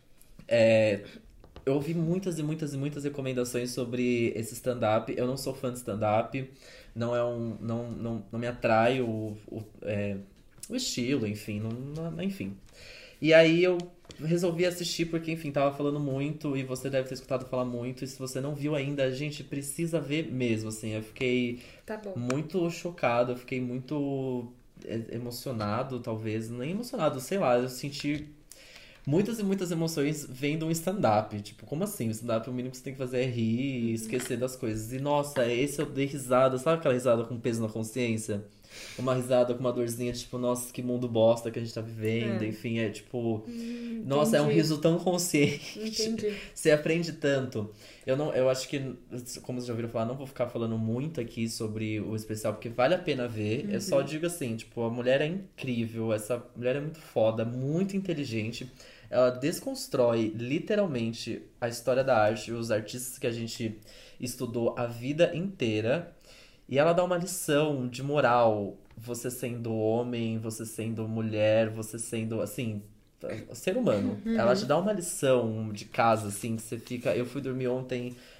É, eu ouvi muitas e muitas e muitas recomendações sobre esse stand-up. Eu não sou fã de stand-up. Não é um. Não, não, não me atrai o, o, é, o estilo, enfim. Não, não- enfim. E aí eu resolvi assistir porque, enfim, tava falando muito e você deve ter escutado falar muito. E se você não viu ainda, a gente precisa ver mesmo, assim. Eu fiquei Tá bom. muito chocado, eu fiquei muito é, emocionado, talvez. Nem emocionado, sei lá. Eu senti muitas e muitas emoções vendo um stand-up. Tipo, como assim? O stand-up, o mínimo que você tem que fazer é rir e esquecer das coisas. E, nossa, esse eu dei risada. Sabe aquela risada com peso na consciência? Uma risada com uma dorzinha, tipo, nossa, que mundo bosta que a gente tá vivendo. É. Enfim, é tipo... Nossa, é um entendi. riso tão consciente. Entendi. Você aprende tanto. Eu não, eu acho que, como vocês já ouviram falar, não vou ficar falando muito aqui sobre o especial, porque vale a pena ver. Eu só digo assim, tipo, a mulher é incrível, essa mulher é muito foda, muito inteligente. Ela desconstrói literalmente a história da arte, os artistas que a gente estudou a vida inteira. E ela dá uma lição de moral, você sendo homem, você sendo mulher, você sendo, assim, ser humano. Ela te dá uma lição de casa, assim, que você fica... Eu fui dormir ontem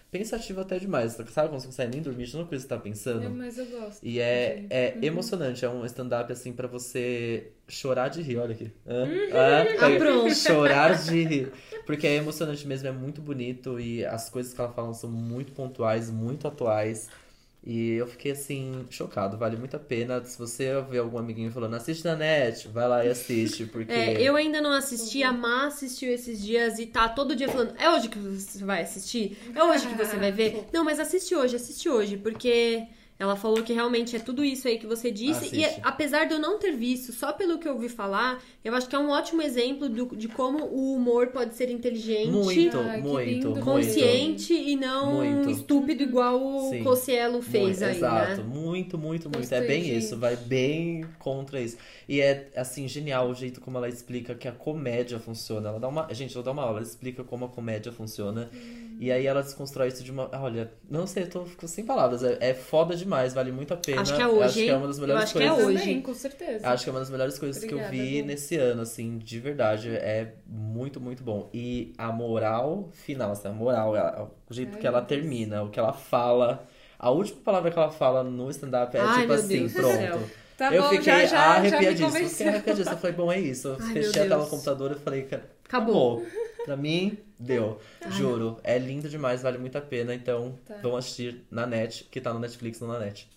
pensativo até demais. Sabe quando você não consegue nem dormir, de tanta coisa que você tá pensando? É, mas eu gosto. E é, é Uhum. emocionante, é um stand-up assim pra você chorar de rir, olha aqui. Hã? Uhum. Ah, Ah, pronto. chorar de rir. Porque é emocionante mesmo, é muito bonito e as coisas que ela fala são muito pontuais, muito atuais. E eu fiquei assim, chocado, vale muito a pena. Se você ver algum amiguinho falando, assiste na net, vai lá e assiste, porque. É, eu ainda não assisti, a Má assistiu esses dias e tá todo dia falando, é hoje que você vai assistir? É hoje que você vai ver? Não, mas assiste hoje, assiste hoje, porque ela falou que realmente é tudo isso aí que você disse. Assiste. E apesar de eu não ter visto, só pelo que eu ouvi falar, eu acho que é um ótimo exemplo do- de como o humor pode ser inteligente, Muito, Ai, que muito, lindo. muito. consciente e não Muito. estúpido igual o Sim. Cossielo fez Muito, aí, exato, né? muito, muito, muito. Gostei, é bem gente. isso, vai bem contra isso. E é, assim, genial o jeito como ela explica que a comédia funciona. Ela dá uma. Gente, ela dá uma aula, ela explica como a comédia funciona. E aí ela desconstrói isso de uma. Olha, não sei, eu tô fico sem palavras. É, é foda demais, vale muito a pena. Acho que é Eu hoje, acho que é hein? uma das Eu melhores acho que é coisas. hoje. Também, com certeza. Acho que é uma das melhores coisas Obrigada, que eu vi Gu. nesse ano, assim, de verdade. É muito, muito bom. E a moral final, assim, a moral, ela- o jeito Ai, que ela meu Deus. termina, o que ela fala. A última palavra que ela fala no stand-up é Ai, tipo meu assim, Deus do pronto. céu. Tá eu bom, fiquei já, já, já me arrepiadíssimo. Fiquei convenceu. arrepiadíssimo. Eu falei, bom, é isso. Eu Ai, fechei meu a tela Deus. no computador e falei, "Ca- Acabou. acabou. Pra mim, deu. Juro. É lindo demais, vale muito a pena. Então, Tá. vamos assistir na net, que tá no Netflix, não na net.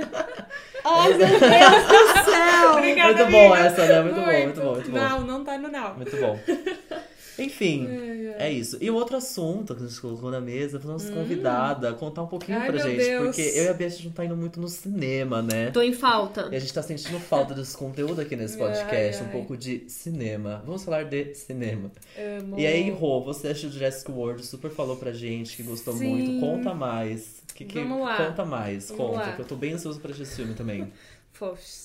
Ai, meu Deus do céu! Obrigada, Muito bom amiga. essa, né? Muito bom, muito bom, muito bom. Não, não tá no não. Muito bom. Enfim, Ai, ai. é isso. E o outro assunto que a gente colocou na mesa foi nossa convidada contar um pouquinho Ai, pra meu gente. Deus. Porque eu e a Bia, a gente não tá indo muito no cinema, né? Tô em falta. E a gente tá sentindo falta desse conteúdo aqui nesse podcast, Ai, um ai. pouco de cinema. Vamos falar de cinema. Amo. E aí, Rô, você assistiu Jurassic World, super falou pra gente que gostou Sim. muito. Conta mais. Que, que, Vamos lá. Conta mais, Vamos conta, lá. que eu tô bem ansioso pra assistir esse filme também. Fofos.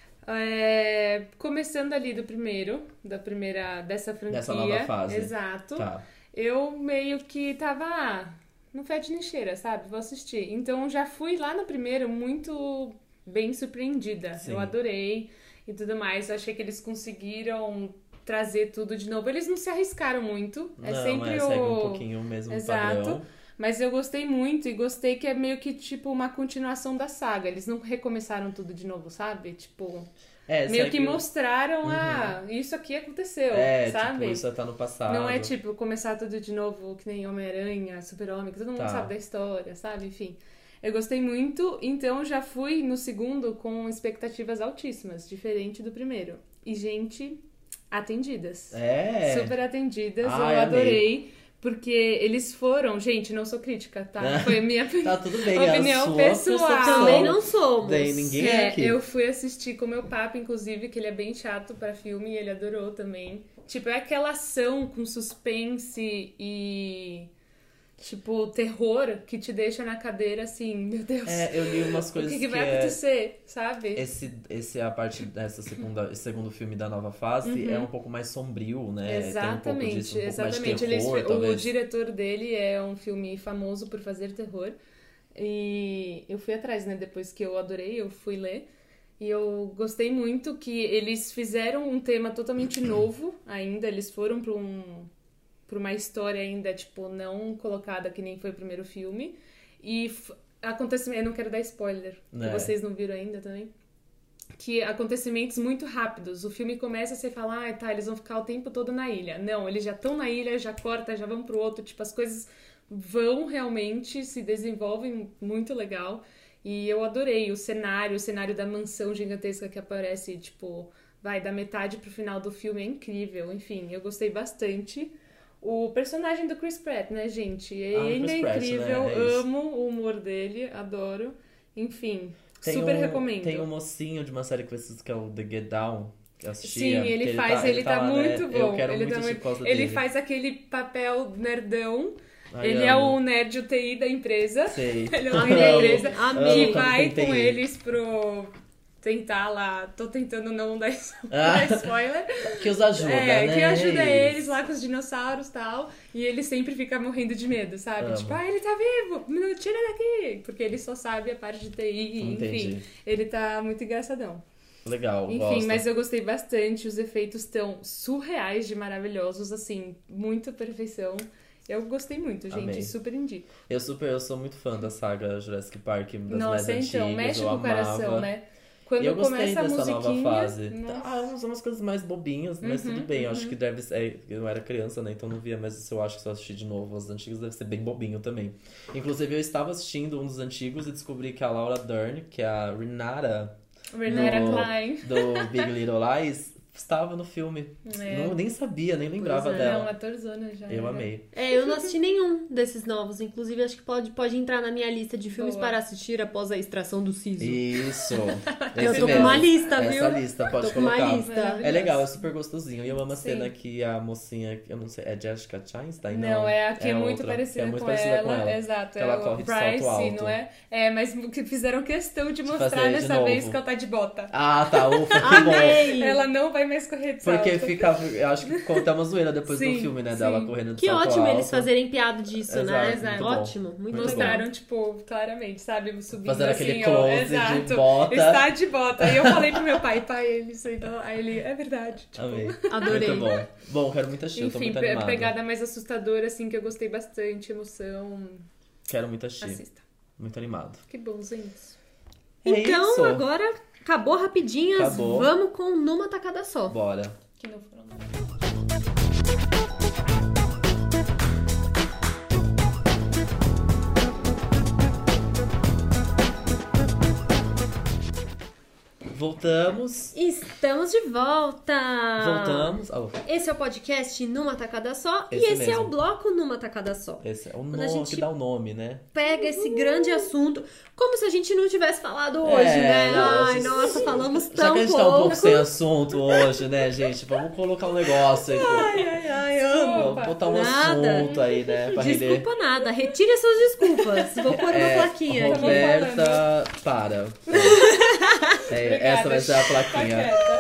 É, começando ali do primeiro, da primeira, dessa franquia. Dessa nova fase. Exato. Tá. Eu meio que tava, ah, não fede nem cheira, sabe? Vou assistir. Então já fui lá no primeiro muito bem surpreendida. Sim. Eu adorei e tudo mais. Eu achei que eles conseguiram trazer tudo de novo. Eles não se arriscaram muito. É não, sempre é, o... segue um pouquinho o mesmo Exato. padrão. Mas eu gostei muito e gostei que é meio que tipo uma continuação da saga. Eles não recomeçaram tudo de novo, sabe? Tipo, É, meio segue que o- mostraram, ah, isso aqui aconteceu, É, sabe? tipo, isso tá no passado. Não é tipo começar tudo de novo, que nem Homem-Aranha, Super-Homem, que todo mundo Tá. sabe da história, sabe? Enfim. Eu gostei muito, então já fui no segundo com expectativas altíssimas, diferente do primeiro. E, gente, atendidas. É. Super atendidas, Ai, eu amei. adorei. Porque eles foram, gente, não sou crítica, tá? Foi a minha Tá tudo bem, é a opinião sua pessoal. percepção. Também não somos. Daí ninguém É, aqui. eu fui assistir com meu papo, inclusive, que ele é bem chato pra filme e ele adorou também. Tipo, é aquela ação com suspense e, tipo, terror que te deixa na cadeira assim, meu Deus, É, eu li umas o coisas que, que, que vai é... acontecer, sabe? Esse, esse é a parte dessa segunda, esse segundo filme da nova fase é um pouco mais sombrio, né? Exatamente, Tem um pouco disso, um pouco exatamente. mais de terror, Eles- o talvez. diretor dele é um filme famoso por fazer terror. E eu fui atrás, né? Depois que eu adorei, eu fui ler. E eu gostei muito que eles fizeram um tema totalmente novo ainda. Eles foram para um, pra uma história ainda, tipo, não colocada que nem foi o primeiro filme. E f- acontecimento... Eu não quero dar spoiler, que É. vocês não viram ainda também. Que acontecimentos muito rápidos. O filme começa, você fala, ah, tá, eles vão ficar o tempo todo na ilha. Não, eles já estão na ilha, já corta, já vão pro outro. Tipo, as coisas vão realmente, se desenvolvem muito legal. E eu adorei o cenário, o cenário da mansão gigantesca que aparece, tipo, vai da metade pro final do filme, é incrível. Enfim, eu gostei bastante. O personagem do Chris Pratt, né, gente? Ah, o Ele Chris é Pratt, né? incrível, É isso. amo o humor dele, adoro. Enfim, Tem super um, recomendo. Tem um mocinho de uma série que eu assisto que é o The Get Down, que eu assistia. Sim, ele que faz, ele tá, lá, né? muito bom. Eu quero ele muito tá assistir muito... por causa Ele dele. faz aquele papel nerdão. Ai, ele é amo. o nerd U T I da empresa. Sei. Ele é o Amo, nerd da empresa. amo Que quando vai tem com T I. eles pro... Tentar lá... Tô tentando não dar Ah. spoiler. Que os ajuda, É, né? que ajuda É eles isso. lá com os dinossauros e tal. E ele sempre fica morrendo de medo, sabe? Amo. Tipo, ah, ele tá vivo! Não tira daqui! Porque ele só sabe a parte de T I, Entendi. enfim. Ele tá muito engraçadão. Legal, Enfim, gosto. mas eu gostei bastante. Os efeitos estão surreais de maravilhosos, assim, muita perfeição. Eu gostei muito, gente. Amei. Super indico. Eu, super, eu sou muito fã da saga Jurassic Park, das Nossa, mais então, antigas, mexe eu com o coração, amava. né? Quando E eu gostei começa a dessa musiquinha... nova fase. Nossa. Ah, são umas coisas mais bobinhas, mas Uhum, tudo bem. Eu uhum. acho que deve ser. Eu não era criança, né? Então não via, mas se eu acho que se eu assistir de novo as antigas, deve ser bem bobinho também. Inclusive, eu estava assistindo um dos antigos e descobri que a Laura Dern, que é a Renata Renata do, Klein. do Big Little Lies, estava no filme. É. Não, nem sabia, nem lembrava Pois é. Não, dela. atorzona já. Eu né? amei. É, eu não assisti nenhum desses novos. Inclusive, acho que pode, pode entrar na minha lista de filmes Boa. para assistir após a extração do siso. Isso. Eu Esse tô com mesmo. uma lista, viu? Essa lista, pode Tô com uma colocar. lista. Maravilhoso. É legal, é super gostosinho. E eu amo a Sim. cena que a mocinha, eu não sei, é Jessica Chastain? Não, é a que é, muito outra, parecida, que é muito com, parecida ela, com ela. Exato, Que é ela o corre de salto Bryce, alto. não é? É, mas que fizeram questão de mostrar fazer de dessa novo. vez que ela tá de bota. Ah, tá, ufa, que bom. Amei! Ela não vai mais correr de salto. Porque ficava, eu acho que conta uma zoeira depois Sim, do filme, né, sim. dela correndo de Que salto ótimo alto. eles fazerem piada disso, né? Exato, muito bom. Ótimo, muito, Muito bom. Mostraram, tipo, claramente, sabe? Subindo Fazendo assim, aquele ó, close exato. de bota. Está de bota. Aí eu falei pro meu pai, pai, ele isso aí, não. Aí ele, é verdade. Tipo, Amei. Adorei. Muito bom. Bom, quero muito assistir, eu tô enfim, muito pe- animado. pegada mais assustadora, assim, que eu gostei bastante, emoção. Quero muito assistir. Assista. Muito animado. Que bom, gente. É Então, isso. agora acabou rapidinhas. Acabou. Vamos com numa tacada só. Bora. Que não foram nada. Voltamos. Estamos de volta! Voltamos. Oh, Esse é o podcast Numa Tacada Só Esse e esse é mesmo. o bloco Numa Tacada Só. esse é o Quando a nome gente- que dá o nome, né? Pega esse grande assunto, como se a gente não tivesse falado hoje, É, né? não, Ai, isso- nossa, falamos Já tão que a gente pouco. tá um pouco sem assunto hoje, né, gente? Vamos colocar um negócio aí. Ai, ai, ai, amo. Vamos botar um Nada. assunto aí, né? Pra render. Desculpa nada, retire suas desculpas. Vou pôr uma É, plaquinha aqui. Roberta, para. É, Obrigada, essa vai ser a tá plaquinha.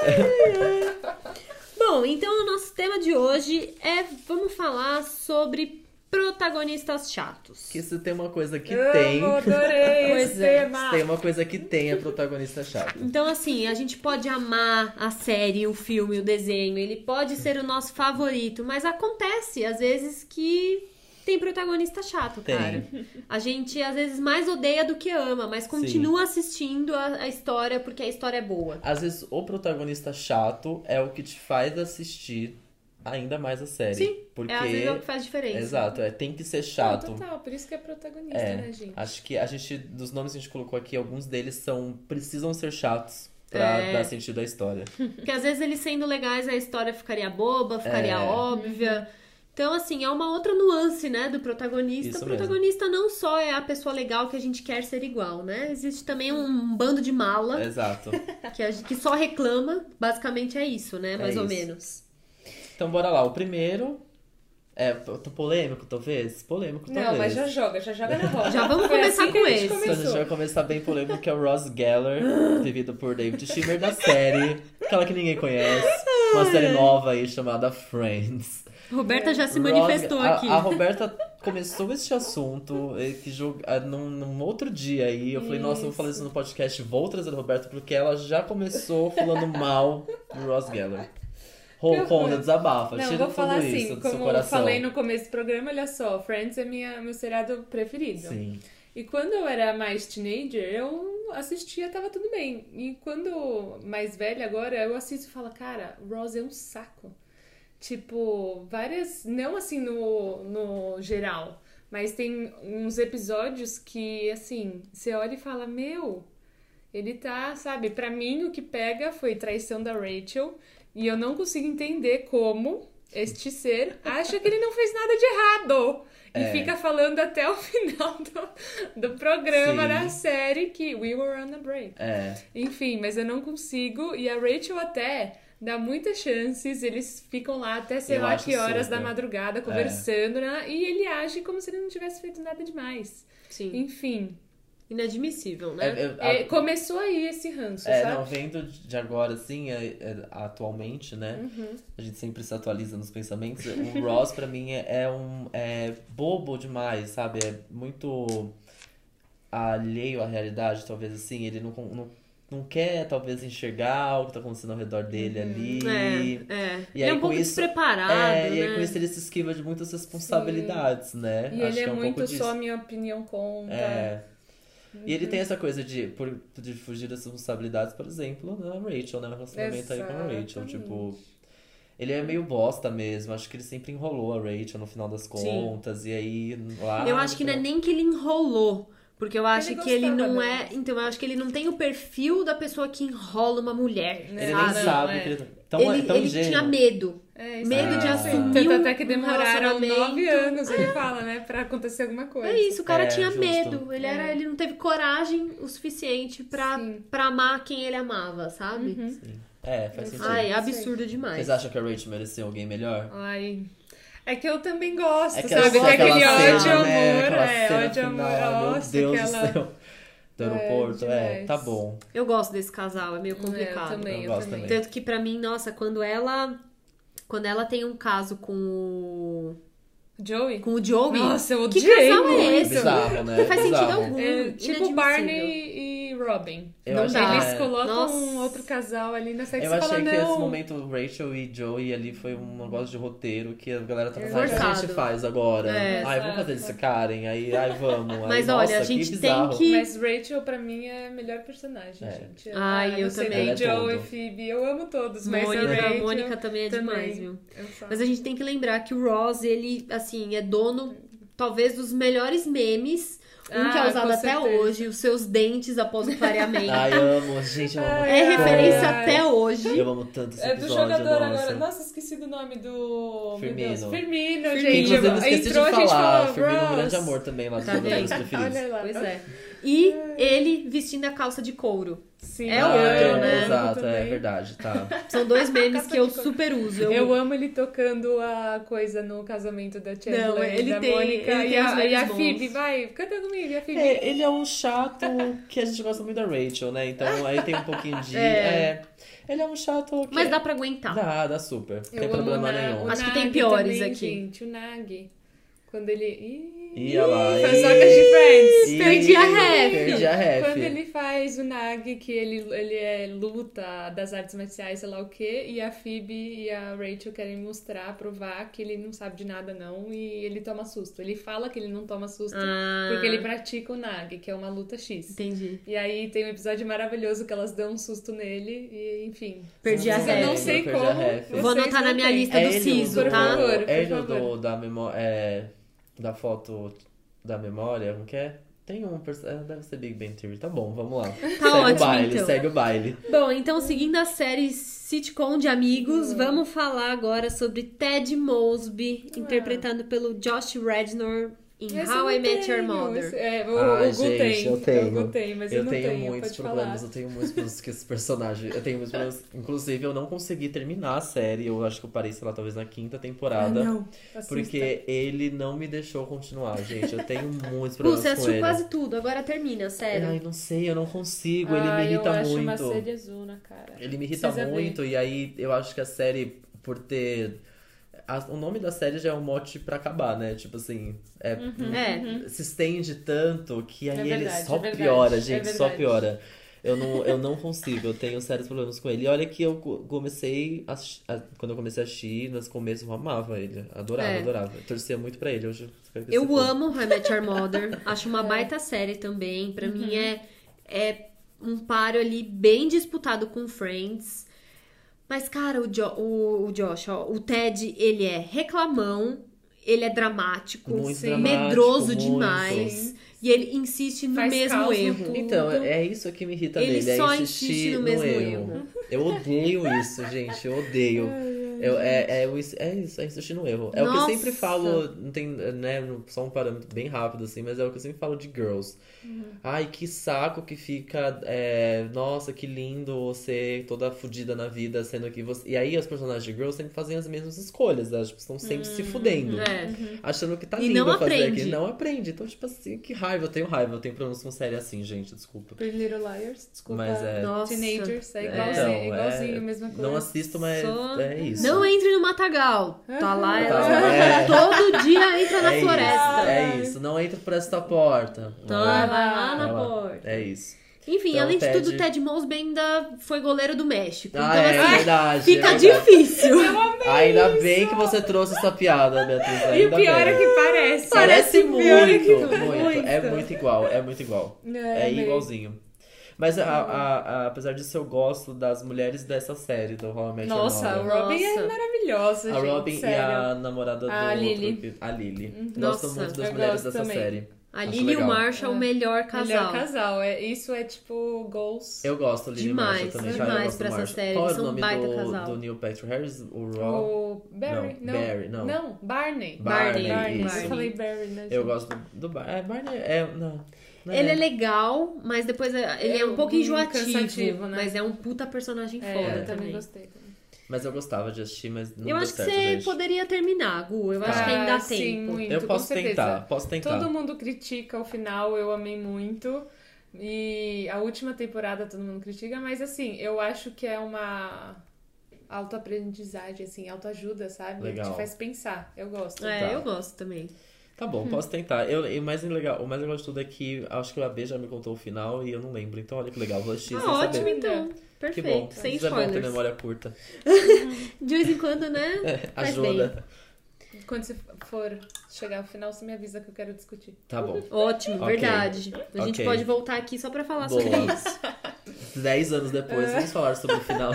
quieta. Bom, então o nosso tema de hoje é, vamos falar sobre protagonistas chatos. Que se tem uma coisa que Amo, tem, adorei Pois esse é. tema. se tem uma coisa que tem é protagonista chato. Então, assim, a gente pode amar a série, o filme, o desenho, ele pode ser o nosso favorito, mas acontece, às vezes, que tem protagonista chato, Tem. cara. A gente, às vezes, mais odeia do que ama, mas continua assistindo a, a história porque a história é boa. Às vezes o protagonista chato é o que te faz assistir ainda mais a série. Sim, Porque... é, às vezes é o que faz diferença. Exato, é, tem que ser Não, chato. total, por isso que é protagonista, É, né, gente? acho que a gente, dos nomes que a gente colocou aqui, alguns deles são precisam ser chatos pra É. dar sentido à história. Porque às vezes eles sendo legais, a história ficaria boba, ficaria É. óbvia. Então, assim, é uma outra nuance, né, do protagonista. Isso o protagonista não só é a pessoa legal que a gente quer ser igual, né? Existe também um bando de mala Exato. que, a gente- que só reclama. Basicamente é isso, né? Mais É ou isso. menos. Então bora lá. O primeiro é tô polêmico, talvez? Polêmico, talvez. Não, mas já joga, já joga na roda. Já vamos Foi começar assim que com a gente esse. Então a gente começou. vai começar bem polêmico, que é o Ross Geller, vivido por David Schwimmer, da série, aquela que ninguém conhece, uma série nova aí chamada Friends. Roberta já se Ross- manifestou a, aqui. A Roberta começou este assunto eh, que jogo, ah, num, num outro dia aí. Eu falei, nossa, eu vou falar isso no podcast, vou trazer a Roberta, porque ela já começou falando mal do Ross Geller. Que Ronda, horror. desabafa, Não, tira vou tudo falar isso assim, do seu como eu coração. falei no começo do programa, olha só, Friends é minha, meu seriado preferido. Sim. E quando eu era mais teenager, eu assistia, tava tudo bem. E quando mais velha agora, eu assisto e falo, cara, Ross é um saco. Tipo, várias, não assim no, no geral, mas tem uns episódios que, assim, você olha e fala, meu, ele tá, sabe, pra mim o que pega foi traição da Rachel, e eu não consigo entender como este ser acha que ele não fez nada de errado. E É. fica falando até o final do, do programa, Sim. da série, que we were on a break. É. Enfim, mas eu não consigo. E a Rachel até dá muitas chances. Eles ficam lá até sei Eu lá acho que horas super. da madrugada conversando, né? E ele age como se ele não tivesse feito nada demais. Sim. Enfim, Inadmissível, né? É, é, a- é, começou aí esse ranço, É, sabe? não, vendo de agora, assim, é- é, atualmente, né? Uhum. A gente sempre se atualiza nos pensamentos. O Ross, pra mim, é, é um é bobo demais, sabe? É muito alheio à realidade, talvez assim. Ele não, con- não, não quer, talvez, enxergar o que tá acontecendo ao redor dele ali. É, é. E ele aí, é um com pouco isso, despreparado, É, né? e aí com isso ele se esquiva de muitas responsabilidades, né? E Acho ele que é, é um muito pouco disso. só a minha opinião conta. É. E ele tem essa coisa de, por, de fugir das responsabilidades, por exemplo, na Rachel, né? O relacionamento aí com a Rachel. Exatamente. Tipo, ele é meio bosta mesmo. Acho que ele sempre enrolou a Rachel no final das contas. E aí, lá... Eu acho que não é nem que ele enrolou. Porque eu acho Ele que ele gostava não dela. é... Então, eu acho que ele não tem o perfil da pessoa que enrola uma mulher, Ele sabe? nem sabe é. que ele tão, Ele, tão ele ingênuo. tinha medo. É, isso Medo aí. de Ah. assumir Tanto um, até que um demoraram relacionamento. nove anos, ele fala, né? Pra acontecer alguma coisa. É isso, o cara É, tinha justo. medo. Ele, era, É. ele não teve coragem o suficiente pra, Sim. pra amar quem ele amava, sabe? Uhum. Sim. É, faz sentido. Ai, absurdo demais. Vocês acham que a Rachel merecia alguém melhor? Ai... É que eu também gosto, É que sabe? eu Que gosto é aquele daquela cena, ódio, amor, né? Aquela é, cena ódio, amor, final, nossa, meu Deus aquela... do céu. Do aeroporto, é, demais. tá bom. Eu gosto desse casal, é meio É, complicado. eu também, Eu eu, gosto também. também. Tanto que pra mim, nossa, quando ela quando ela tem um caso com o Joey? com o Joey, Nossa, eu que odiei casal é muito. esse? Bizarro, né? Não faz sentido Bizarro. algum. É, tipo inadmissível. Barney e Robin. Eu Não acho dá. que Eles é- colocam Nossa. um outro casal ali na série Eu que você achei fala, que não. esse momento Rachel e Joey ali foi um negócio de roteiro que a galera tá falando, ah, o que a Forçado. gente faz agora? É. ai, vamos fazer eles ficarem, aí, ai, vamos. Aí, Mas nossa, olha, a que gente tem bizarro. que- Mas Rachel, pra mim, é a melhor personagem, É. gente. Ai, Ah, eu não sei, também. tem Ela é Joey, tudo. Phoebe, eu amo todos, mas Mônica, a Rachel... Mônica também é também. demais, viu? Eu falo. Mas a gente tem que lembrar que o Ross, ele, assim, é dono, talvez, dos melhores memes. Um Ah, que é usado com até certeza. hoje, os seus dentes após o clareamento. Ai, eu amo, gente, eu amo Ai, É ai, referência ai. até hoje. Eu amo tanto esse É do episódio, jogador nossa. agora. Nossa, esqueci do nome do. Firmino. Meu Deus. Firmino, Firmino. Que, gente. inclusive, eu esqueci Entrou, de a gente falar, falou, Firmino é um Ross. grande amor também lá dos Tá jogadores vendo? preferidos. Olha lá. Pois é. E ele vestindo a calça de couro. Sim. É Ah, outro, é, né? Exato, é Também. verdade, tá. São dois memes Calça que eu de couro. super uso. Eu amo ele tocando a coisa no casamento da Chandler Não, e ele da tem- Mônica. ele e tem os a, memes e a bons. Phoebe, vai, canta comigo. E a Phoebe. É, ele é um chato que a gente gosta muito da Rachel, né? Então aí tem um pouquinho de. É. É. Ele é um chato que. Mas dá pra aguentar. Dá, dá super. Não tem Eu amo problema o Na- nenhum. o Acho que Nag tem piores também, aqui. Gente, o Nag. Quando ele. Ih, Ih, olha lá, Fãs ih. de Friends. Ih, Perdi a ref. Perdi a ref. Quando ele faz o Nag, que ele, ele é luta das artes marciais, sei lá o quê, e a Phoebe e a Rachel querem mostrar, provar que ele não sabe de nada não, e ele toma susto. Ele fala que ele não toma susto Ah, porque ele pratica o Nag, que é uma luta X. entendi. E aí tem um episódio maravilhoso que elas dão um susto nele e, enfim. Perdi a Eu ref. não sei Perdi a como. ref. vocês Vou anotar não na minha têm. lista do Siso, por tá? favor, por É ele favor. do, da memória. É, da foto da memória, como que é? Tem um. perso- é, Deve ser Big Bang Theory. Tá bom, vamos lá. segue ótimo, o baile, então. segue o baile. Bom, então seguindo a série sitcom de amigos, Hum. vamos falar agora sobre Ted Mosby, Ah. interpretado pelo Josh Radnor em Esse How eu I não Met Your tenho, Mother. esse- É, o, Ai, o Gu gente, tem. eu tenho. O Gu tem, mas eu, Eu não tenho tenho, muitos pode problemas, falar. eu tenho muitos problemas com esse personagem. Eu tenho muitos problemas. Inclusive, eu não consegui terminar a série. Eu acho que eu parei, sei lá, talvez na quinta temporada. Ah, não. Assusta. Porque ele não me deixou continuar, gente. Eu tenho muitos Pô, problemas você com assistiu ele. quase tudo, agora termina, sério. Ai, não sei, eu não consigo. Ele Ah, me irrita eu acho muito. uma seriezona, cara. Ele me irrita Precisa ver. muito, e aí eu acho que a série, por ter. a- o nome da série já é um mote pra acabar, né? Tipo assim, é, É. se estende tanto que aí É ele verdade, só é verdade, piora, é gente, só verdade. piora. Eu não, eu não consigo, eu tenho sérios problemas com ele. E olha que eu co- comecei, a, assi- a- quando eu comecei a assistir, nos começos eu amava ele, adorava, É. adorava. Eu torcia muito pra ele, hoje espero que se Eu foda. amo How I Met Your Mother, acho É. uma baita série também. Pra Uhum. mim é, é um páreo ali bem disputado com Friends. Mas, cara, o, jo o, o Josh, ó, o Ted, ele é reclamão, ele é dramático, Muito Sim. dramático, medroso muito. demais. E ele insiste no Faz mesmo caos no erro. tudo. Então, é isso que me irrita Ele nele, só é insistir insiste no no, mesmo erro. erro. Eu odeio isso, gente, eu odeio. Eu, é, é, o- é isso, é insistir no erro. É o que eu Nossa. sempre falo, não tem, né, só um parâmetro bem rápido assim, mas é o que eu sempre falo de Girls. Ai, que saco que fica, é, nossa, que lindo você toda fodida na vida, sendo que você... E aí os personagens de Girls sempre fazem as mesmas escolhas, elas tipo, estão sempre se fudendo. É. Achando que tá E lindo não fazer aprende. aquilo. Não aprende. Então, tipo assim, que raiva. Eu tenho raiva. Eu tenho problemas com série assim, gente. Desculpa. Pretty Little Liars, desculpa. Mas é... Nossa. Teenagers, é É. igualzinho, Então, é igualzinho, é- a mesma coisa. Não assisto, mas Só- é isso. Não entre no matagal. Tá lá, Tá ela lá, é. todo dia entra na é floresta. Isso, é isso. Não entra por esta porta. Então, Vai vai lá na vai lá. porta. É isso. Enfim, Então, além de Ted- tudo, o Ted Mosby ainda foi goleiro do México. Ah, então, é, assim, verdade. fica é verdade. difícil. Ainda bem que você trouxe essa piada, Beatriz. E o Ainda pior bem. é que parece. Parece Pior muito, é que- muito. É muito igual, é muito igual. É, meio. igualzinho. Mas a, a- a- apesar disso, eu gosto das mulheres dessa série, do How I Met Your Nossa, a Mother. Robin é Nossa. maravilhosa, A gente, Robin sério. e a namorada do A outro, Lily. que- a Lily. Gosto Nossa, muito das eu mulheres gosto dessa também. série. A Acho Lily e o legal. Marshall, o É. melhor casal. Melhor casal. É, isso é tipo goals. Eu gosto, Lily e Marshall Demais, também. demais cara, eu gosto pra do essa Marshall. série, Qual é eles o são nome um baita do, casal. do Neil Patrick Harris? O Rob? O Barry, Não, não. Barry, não. Não, Barney. Barney, Barney. isso. Eu falei Barry, né? Eu gente? gosto do, do Bar- é, Barney. É, não. não Ele é legal, mas depois é- ele é, É um pouco um enjoativo. cansativo, né? Mas é um puta personagem É, foda eu também. também gostei. Também. Mas eu gostava de assistir, mas não Eu deu acho que certo, você gente. poderia terminar, Gu. Eu acho Ah, que ainda dá sim, tempo. muito. Eu com posso certeza. tentar, posso tentar. Todo mundo critica o final, eu amei muito. E a última temporada todo mundo critica, mas assim, eu acho que é uma autoaprendizagem, assim, autoajuda, sabe? Legal. Te faz pensar. Eu gosto. É, Tá. eu gosto também. Tá bom, posso tentar. Eu, e mais legal, o mais legal de tudo é que acho que o A B já me contou o final e eu não lembro. Então olha que legal, vou assistir Ah, sem ótimo, saber. então. Que Perfeito. bom. Sem Isso é bom ter spoilers. memória curta. De vez em quando, né? Faz Ajuda. Quando você for chegar ao final, você me avisa que eu quero discutir. Tá bom. Ótimo, Ok. verdade. A gente Ok. pode voltar aqui só pra falar Boa. sobre isso. Dez anos depois, vamos falar sobre o final.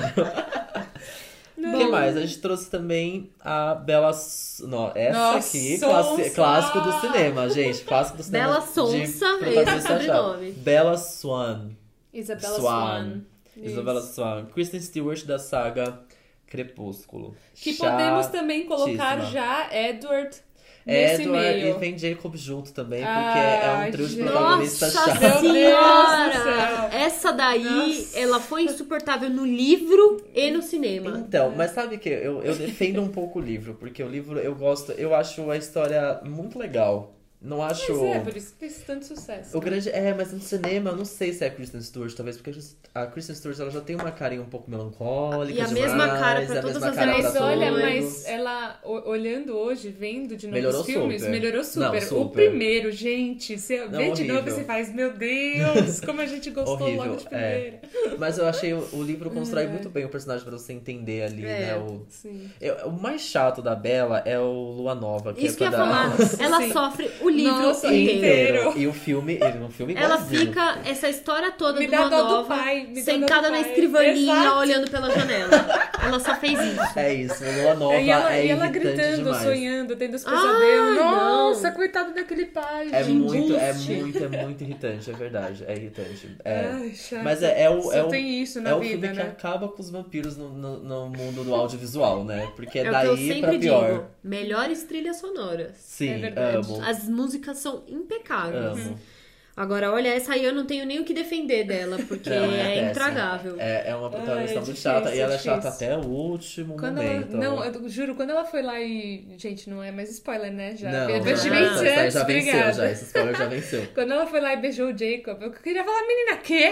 O que mais? A gente trouxe também a Bela... S- Não, essa Nossa, aqui, classi- Sonsa! clássico do cinema, gente. Clássico do cinema. Bela de Sonsa, esse é o protagonista sobrenome. chave. Bella Swan. Isabella Swan. Swan. Isabella Swan. Kristen Stewart da saga Crepúsculo. Que podemos Chatíssima. também colocar já Edward É, nesse Edward, e meio. vem Jacob junto também, porque Ah, é um trio de gente. protagonistas Nossa chatos. Meu Deus do senhora! céu. Essa daí, Nossa. ela foi insuportável no livro e no cinema. Então, mas sabe que eu, eu defendo um pouco o livro, porque o livro eu gosto, eu acho a história muito legal. Não acho. Mas é, por isso que fez tanto sucesso. O grande. É, mas no cinema eu não sei se é a Kristen Stewart, talvez, porque a Kristen Stewart ela já tem uma carinha um pouco melancólica. E a demais, mesma cara pra a todas mesma as cara Mas pra olha, todos. mas ela, o- olhando hoje, vendo de novo Melhorou os filmes, super. melhorou super. Não, super. O primeiro, gente, você Não, vê de novo e horrível. você faz, meu Deus, como a gente gostou Horrível, logo de é. primeira. Mas eu achei o, o livro constrói É. muito bem o personagem pra você entender ali, É. né? O, Sim. eu- o mais chato da Bella é o Lua Nova. Que Isso é que eu ia quando falar. Nossa, Ela sim. sofre o livro Nossa, inteiro. inteiro. E o filme, ele um filme Ela igualzinho. fica essa história toda Me do dá Lua dó do Nova, pai, me dá dó sentada do na pai. escrivaninha, Exato. olhando pela janela. Ela só fez isso. É isso, o Lua Nova E ela, é e ela irritante gritando, demais. sonhando, tendo os Ai, pesadelos. não. Nossa, coitado daquele pai, É gente. muito, é Embuste. muito, é muito irritante, é verdade, é irritante. É. Ai, chato. Mas é, é o, Só é o, tem isso na é o vida, filme que né? acaba com os vampiros no, no, no mundo do audiovisual, né? Porque é, É o que eu daí pra sempre pior. digo. Melhores trilhas sonoras. Sim, É verdade. amo. As músicas são impecáveis. Amo. Agora, olha, essa aí eu não tenho nem o que defender dela, porque Não, é, péssima. intragável. É, é uma protagonista Ai, é muito difícil, chata. E ela é difícil. chata até o último Quando ela, momento. não, eu juro, quando ela foi lá e... Gente, não é mais spoiler, né? Já. Não, Eu não, tive não, vinte isso aí anos, já venceu, obrigada. já. Esse spoiler já venceu. Quando ela foi lá e beijou o Jacob, eu queria falar, menina, quê?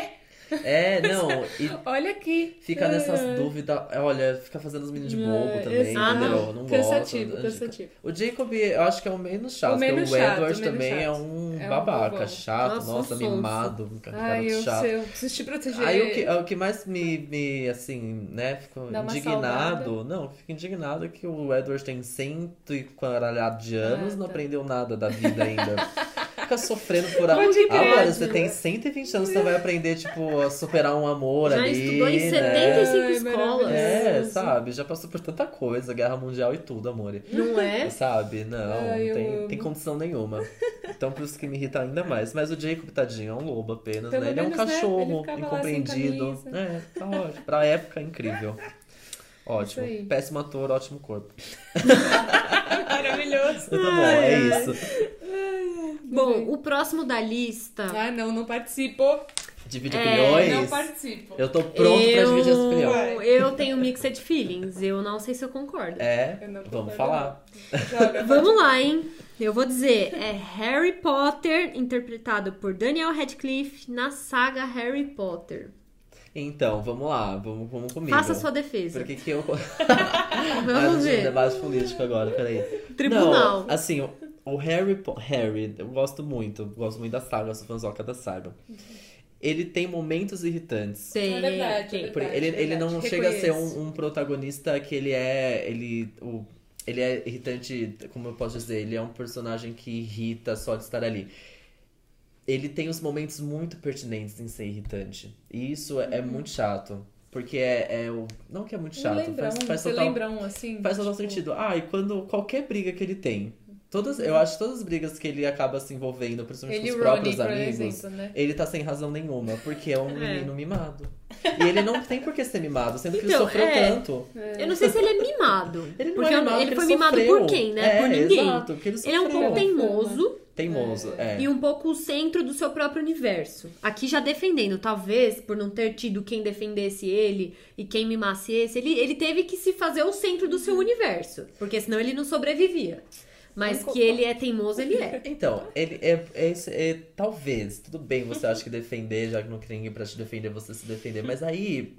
É, não, e Olha aqui. fica nessas Ai. dúvidas. Olha, fica fazendo os meninos de bobo É, também, exato. entendeu? Ah, Eu não Cansativo, gosto. cansativo. O Jacob, eu acho que é o menos chato, O menos porque o chato, Edward o menos também é chato. um É um babaca, bobão. chato, Nossa, nossa, um sonso. mimado, um cara Ai, eu, chato. sei, eu preciso te proteger. Aí o que, o que mais me, me assim, né, fico Dá uma indignado. Não, fico indignado é que o Edward tem cento e caralhado de anos, Ah, não tá. aprendeu nada da vida ainda. Fica sofrendo por a... Pode crer. Agora, você tem cento e vinte anos, você vai aprender, tipo, a superar um amor Já ali, estudou em né? setenta e cinco Ai, escolas. É, maravilhoso. sabe? Já passou por tanta coisa, guerra mundial e tudo, amor. Não é? Sabe? Não, Ai, eu tem, amo. tem condição nenhuma. Então por isso que me irrita ainda mais. Mas o Jacob, tadinho, é um lobo apenas, Pelo né? Ele é um menos, né? Ele cachorro ficava lá incompreendido. sem camisa. É, tá ótimo. Pra época, incrível. Ótimo. Isso aí. Péssimo ator, ótimo corpo. Maravilhoso. Muito bom, é isso. Bom, o próximo da lista... Ah, não, não participo. Divide É, opiniões. Não participo. Eu tô pronto pra eu... dividir essa opinião. Eu tenho mixed feelings. Eu não sei se eu concordo. É, Eu não vamos concordo, falar. Joga, Vamos lá, hein? Eu vou dizer, é Harry Potter, interpretado por Daniel Radcliffe, na saga Harry Potter. Então, vamos lá, vamos, vamos comigo. Faça sua defesa. Por que que eu... Vamos um ver. debate político agora, peraí. Tribunal. Não, assim, o- o Harry, Po- Harry, eu gosto muito, gosto muito da saga, eu sou fãzoca da saga. ele tem momentos irritantes. Tem, É verdade, tem. é Por- verdade. ele, ele não verdade. chega a ser Reconheço. um, um protagonista que ele é. Ele, o, ele é irritante, como eu posso dizer, ele é um personagem que irrita só de estar ali. Ele tem os momentos muito pertinentes em ser irritante. E isso é, é muito chato. Porque é, é o. Não que é muito Um chato, lembrão, faz, faz você total. lembra um assim? Faz total tipo, sentido. Ah, e quando qualquer briga que ele tem. Todas, eu acho que todas as brigas que ele acaba se envolvendo, principalmente Ele e com o os Ronnie, próprios por amigos, exemplo, né? ele tá sem razão nenhuma, porque é um É. menino mimado. E ele não tem por que ser mimado, sendo que ele Então, sofreu é. tanto. Eu não sei se ele é mimado. Ele não porque é eu- mimado, ele porque foi ele mimado sofreu. por quem, né? É, Por ninguém. exato, porque ele Ele é um sofreu. pouco teimoso Teimoso, é. e um pouco o centro do seu próprio universo. Aqui já defendendo, talvez por não ter tido quem defendesse ele e quem mimasse esse, ele, ele teve que se fazer o centro do seu universo. Porque senão ele não sobrevivia. Mas que ele é teimoso, ele é. Então, ele é, é, esse- é- talvez, tudo bem você acha que defender, já que não tem ninguém pra te defender, você se defender, mas aí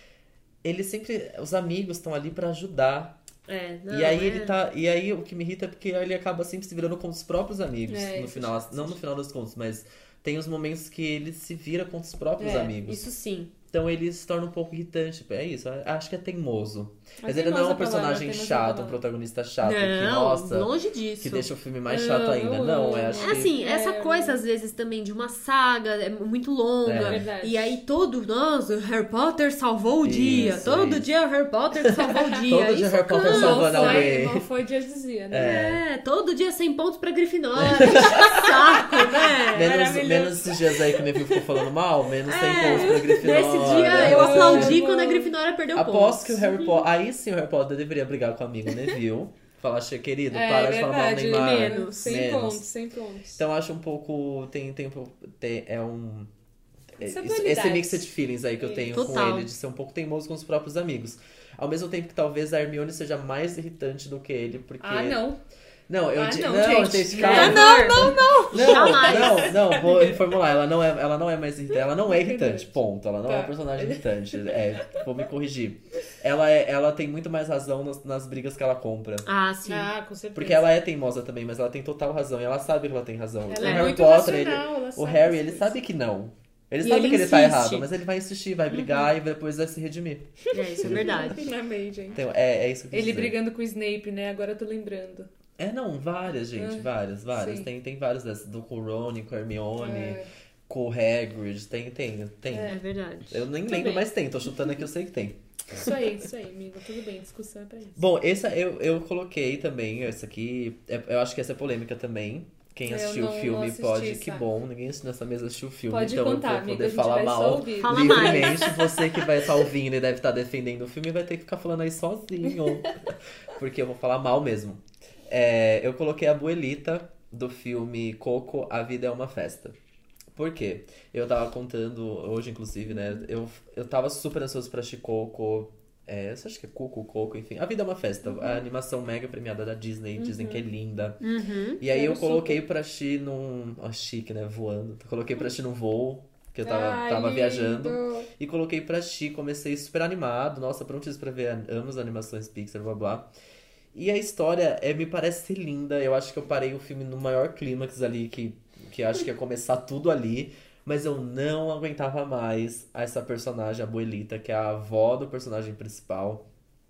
ele sempre, os amigos estão ali pra ajudar. É, não, e aí é... ele tá, e aí o que me irrita é porque ele acaba sempre se virando contra os próprios amigos É, no isso final, é chato, não no final dos contos, mas tem os momentos que ele se vira contra os próprios É, amigos. Isso sim. Então ele se torna um pouco irritante. É isso, acho que é teimoso. Mas É ele não é teimoso um a palavra, personagem teimoso a chato, um palavra. protagonista chato, que, Não, nossa, longe disso. que deixa o filme mais Não, chato ainda. eu Não, amo. é acho É que... assim, essa É. coisa às vezes também de uma saga é muito longa. É. Verdade. E aí todo, nossa, Harry Potter salvou o Isso, dia. Todo isso. dia o Harry Potter salvou o dia. Todo dia Isso Harry Potter cansa. salvando Mal alguém. foi, mal foi, dia dizia, né? É, todo dia cem pontos pra Grifinória. Que saco, né? Menos, Maravilhoso. menos esses dias aí que o Neville ficou falando mal, menos cem É, pontos pra Grifinória. Nesse dia eu É. aplaudi É. quando a Grifinória perdeu pontos. Aposto que o Harry Potter... Aí sim o Harry Potter deveria brigar com o amigo Neville. Falar, "Che, querido, É, para de falar mal do verdade, Neymar." menos. Sem Menos. pontos, sem pontos. Então eu acho um pouco... Tem, tem, um pouco- tem- é um... Essa Esse, dualidade. esse mixed feelings aí que eu Sim. tenho Total. com ele, de ser um pouco teimoso com os próprios amigos. Ao mesmo tempo que talvez a Hermione seja mais irritante do que ele, porque... Ah, não. Não, eu Ah, di- não, não, gente. gente, Não, calma. não, não, não. Não, Jamais. não, não, vou reformular. Ela não é, ela não é mais irritante. Ela não é irritante, Irritante. ponto. Ela não é Tá. uma personagem irritante. É, vou me corrigir. Ela, é, ela tem muito mais razão nas, nas brigas que ela compra. Ah, sim. Ah, com certeza. Porque ela é teimosa também, mas ela tem total razão. E ela sabe que ela tem razão. Ela o é Harry muito Potter, ele, racional, ela o sabe Harry, as ele coisas. sabe que não. Ele E sabe ele que ele tá insiste. errado, mas ele vai insistir, vai brigar e depois vai se redimir. É, isso é verdade. Amei, gente. Então, é, é isso que eu quis Ele dizer. brigando com o Snape, né? Agora eu tô lembrando. É, não, várias, gente, Ah, várias, várias. sim. Tem, tem várias dessas, do com o Ron, com a Hermione, É. com o Hagrid, tem, tem, tem. É verdade. Eu nem Tudo lembro, bem. mas tem, tô chutando aqui, eu sei que tem. Isso aí, isso aí, amigo. Tudo bem, discussão é pra isso. Bom, essa eu, eu coloquei também, essa aqui, é- eu acho que essa é polêmica também. Quem Eu assistiu não- o filme não assisti, pode, que sabe? bom, ninguém nessa mesa assistiu o filme, Pode então contar, eu vou amigo. A poder gente falar vai só mal ouvir. Fala livremente. Você que vai estar ouvindo e deve estar defendendo o filme vai ter que ficar falando aí sozinho, porque eu vou falar mal mesmo. É, eu coloquei a abuelita do filme Coco, A Vida é uma Festa. Por quê? Eu tava contando hoje, inclusive, né? Eu, eu tava super ansioso pra assistir Coco. É, você acha que é Coco, Coco, enfim. A Vida é uma Festa. A animação mega premiada da Disney. Dizem que é linda. Uhum. E aí Quero eu coloquei pra assistir num... Ó, chique, né? Voando. Coloquei pra assistir num voo. Que eu tava, Ai, tava lindo. viajando. E coloquei pra assistir. Comecei super animado. Nossa, prontíssimo pra ver. Amo as animações Pixar, blá blá. E a história é, me parece ser linda. Eu acho que eu parei o filme no maior clímax ali, que, que acho que ia começar tudo ali. Mas eu não aguentava mais essa personagem, a abuelita, que é a avó do personagem principal.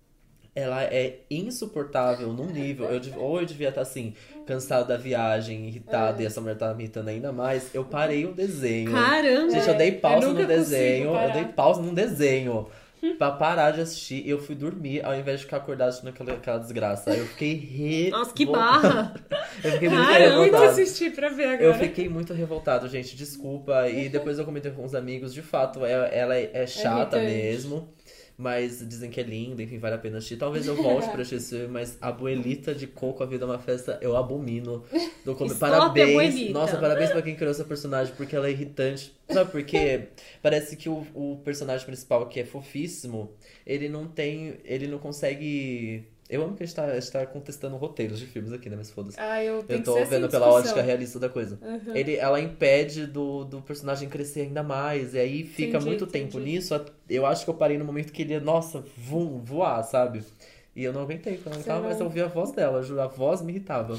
Ela é insuportável num nível. Eu, dev- ou eu devia estar assim, cansado da viagem, irritado, e essa mulher tava me irritando ainda mais. Eu parei o desenho. Caramba! Gente, eu dei pausa Eu no nunca consigo desenho. Eu parar. dei pausa num desenho. Pra parar de assistir, eu fui dormir ao invés de ficar acordado assistindo aquela, aquela desgraça. Aí eu fiquei revoltado. Nossa, que barra! Eu fiquei muito Cara, Eu muito revoltado. assistir pra ver agora. Eu fiquei muito revoltado, gente. Desculpa. E depois eu comentei com os amigos. De fato, é- ela é chata irritante. mesmo. Mas dizem que é linda, enfim, vale a pena assistir. Talvez eu volte pra assistir esse filme, mas a abuelita de Coco, A Vida é uma Festa, eu abomino. Do come... Stop, Parabéns. abuelita. Nossa, parabéns pra quem criou essa personagem, porque ela é irritante. Sabe por quê? Parece que o, o personagem principal, que é fofíssimo, ele não tem. Ele não consegue. Eu amo que a gente tá, a gente tá contestando roteiros de filmes aqui, né? Mas foda-se. Ah, eu tenho Eu tô que ser vendo assim, pela discussão. ótica realista da coisa. Uhum. Ele, ela impede do, do personagem crescer ainda mais. E aí fica Entendi, muito entendi. tempo nisso. Eu acho que eu parei no momento que ele ia, nossa, vum, voar, sabe? E eu não aguentei, eu não aguentava não- mais ouvir a voz dela, juro, a voz me irritava.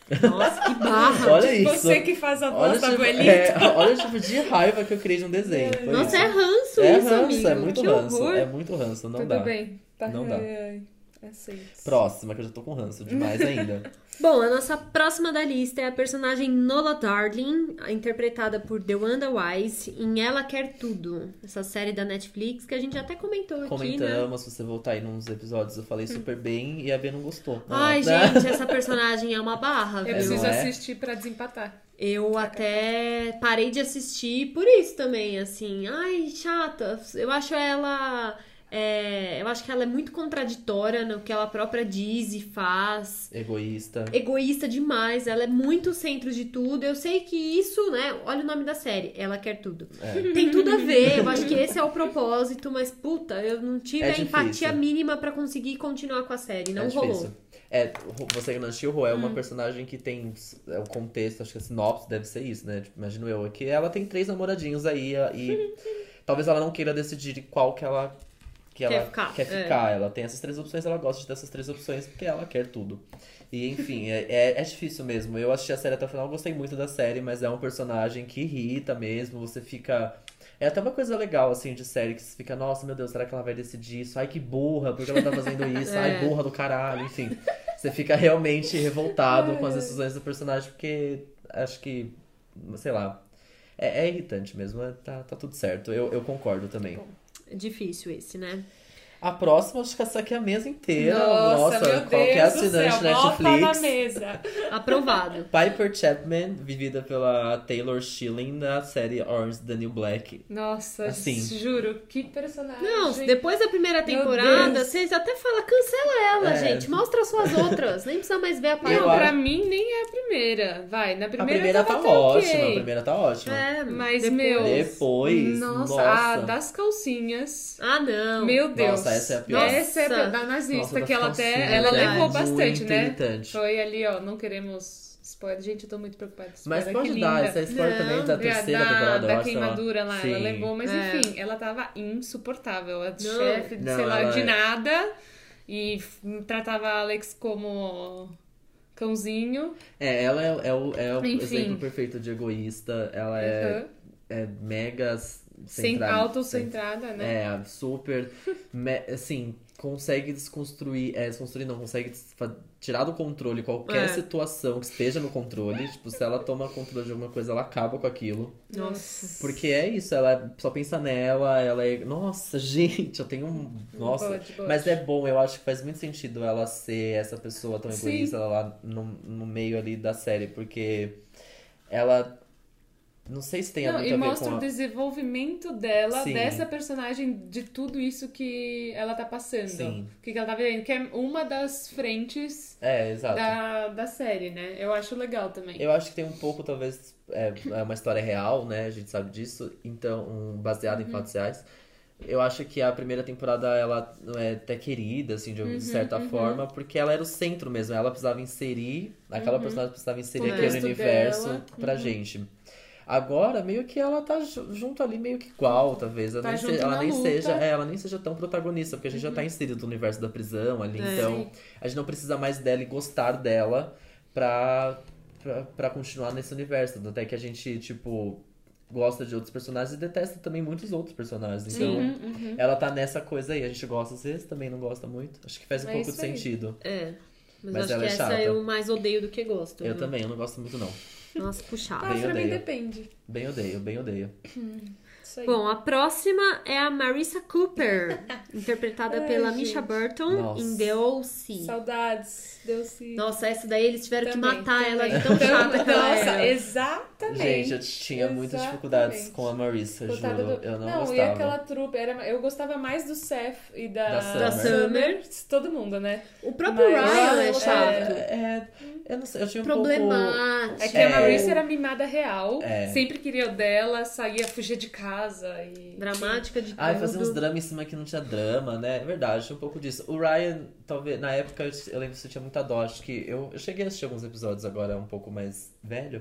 Nossa, que barra. Olha isso. Você que faz a Olha, voz da tipo, abuelita. é, olha o tipo de raiva que eu criei de um desenho. Foi Nossa, isso. é ranço É isso, ranço, amigo. é muito que ranço. horror. É muito ranço, não Tudo dá. bem. Tá, Não dá. ai, ai, aceito. Próxima, que eu já tô com ranço demais ainda. Bom, a nossa próxima da lista é a personagem Nola Darling, interpretada por DeWanda Wise em Ela Quer Tudo, essa série da Netflix que a gente até comentou aqui, né? Comentamos, se você voltar aí nos episódios, eu falei super bem e a Bia não gostou. Ai, Não, né? gente, essa personagem é uma barra, Eu viu? preciso não é? assistir pra desempatar. Eu até parei de assistir por isso também, assim. Ai, chata. Eu acho ela... é, eu acho que ela é muito contraditória no que ela própria diz e faz. Egoísta. Egoísta demais. Ela é muito o centro de tudo. Eu sei que isso, né? Olha o nome da série. Ela Quer Tudo. É. Tem tudo a ver. Eu acho que esse é o propósito. Mas, puta, eu não tive É a empatia difícil. mínima pra conseguir continuar com a série. Não é rolou. difícil. É, você que não assistiu, é Hum. uma personagem que tem é, o contexto, acho que a sinopse deve ser isso, né? Tipo, imagino eu, é que ela tem três namoradinhos aí e talvez ela não queira decidir qual que ela que Quer ela ficar, quer é. ficar. Ela tem essas três opções, ela gosta dessas três opções porque ela quer tudo. E enfim, é, é, é difícil mesmo. Eu assisti a série até o final, gostei muito da série, mas é um personagem que irrita mesmo, você fica... É até uma coisa legal, assim, de série, que você fica, nossa, meu Deus, será que ela vai decidir isso? Ai, que burra, por que ela tá fazendo isso? É. Ai, burra do caralho, enfim. Você fica realmente revoltado com as decisões do personagem, porque acho que, sei lá, é, é irritante mesmo, é- tá, tá tudo certo. Eu, eu concordo também. É difícil esse, né? A próxima, acho que essa aqui é a mesa inteira. Nossa, meu qualquer Deus do assinante céu, volta na Netflix. mesa. Aprovado. Piper Chapman, vivida pela Taylor Schilling na série Orange is the New Black. Nossa, Assim. juro, que personagem. Não, depois da primeira Meu temporada, Deus. vocês até falam, cancela ela, É. gente. Mostra as suas outras. Nem precisa mais ver a Eu parada. Não, acho- pra mim nem é a primeira. Vai, na A primeira, primeira tá tava até ótima, ok. a primeira tá ótima. É, Mas, depois- meu... Depois, Nossa, nossa. a das calcinhas. Ah, não. Meu Deus. Nossa, essa é a pior. Essa é a Nossa. pior. Da nazista, Nossa, que ela das até... calcinhas, Ela é levou muito bastante, né? irritante. Foi ali, ó, não queremos spoiler. Gente, eu tô muito preocupada. Mas Spoiler, pode que dar, linda. essa história Não. também da terceira da, temporada, eu da acho. queimadura lá, Sim. ela levou, mas É. enfim, ela tava insuportável. A Não. chefe, Não, sei lá, ela de é- nada. E f- tratava a Alex como cãozinho. É, ela é, é o, é o Enfim. exemplo perfeito de egoísta. Ela é, Uhum. é mega Sem, centrada. autocentrada, né? É, super. me- assim, consegue desconstruir. É, desconstruir não, consegue des- fa- tirar do controle qualquer É. situação que esteja no controle. Tipo, se ela toma controle de alguma coisa, ela acaba com aquilo. Nossa. Porque é isso, ela só pensa nela, ela é. Nossa, gente, eu tenho um. Nossa. Pode, pode. Mas é bom, eu acho que faz muito sentido ela ser essa pessoa tão Sim. egoísta lá no, no meio ali da série, porque ela. Não sei se tem Não, muito e a ver mostra com o a... desenvolvimento dela, Sim. dessa personagem, de tudo isso que ela tá passando. Sim. O que, que ela tá vendo? Que é uma das frentes É, exato. da, da série, né? Eu acho legal também. Eu acho que tem um pouco, talvez, é, é uma história real, né? A gente sabe disso, então, um, baseado Uhum. em fatos reais. Eu acho que a primeira temporada, ela é até querida, assim, de Uhum, certa forma, porque ela era o centro mesmo. Ela precisava inserir, aquela personagem precisava inserir O aquele contexto universo dela. pra gente. Agora, meio que ela tá ju- junto ali, meio que igual, talvez. Ela Tá nem, junto se- ela na nem luta. seja, é, ela nem seja tão protagonista, porque a gente já tá inserido no universo da prisão ali, É. então Sim. a gente não precisa mais dela e gostar dela pra, pra, pra continuar nesse universo. Até que a gente, tipo, gosta de outros personagens e detesta também muitos outros personagens. Então, Uhum, uhum. ela tá nessa coisa aí. A gente gosta, às vezes também não gosta muito. Acho que faz um É pouco de isso aí. sentido. É. Mas, Mas acho ela que é essa chata. eu mais odeio do que gosto. Eu viu? também, eu não gosto muito, não. Nossa, puxado. Ah, Bem pra mim odeio. depende. Bem odeio, bem odeio. Isso aí. Bom, a próxima é a Marissa Cooper, interpretada Ai, pela gente. Misha Burton Nossa. em The O C. Saudades. Deus se... Nossa, essa daí eles tiveram Também, que matar também. ela de tão chata que ela Nossa, era. exatamente. Gente, eu tinha muitas Exatamente. dificuldades com a Marissa, Coitada juro. do- Eu não, Não, gostava. e aquela trupe, era... eu gostava mais do Seth e da, Da Summer. Da Summer. Todo mundo, né? O próprio Mas- Ryan é É, chato. É, é, eu não sei, eu tinha um Problemático. É que É. a Marissa era mimada real, É. sempre queria o dela, saía, fugia de casa e... Dramática de Ai, tudo. fazia uns dramas em cima que não tinha drama, né? É verdade, tinha um pouco disso. O Ryan, talvez, na época eu, eu lembro que você tinha muita dó. Acho que eu, eu cheguei a assistir alguns episódios agora um pouco mais velho.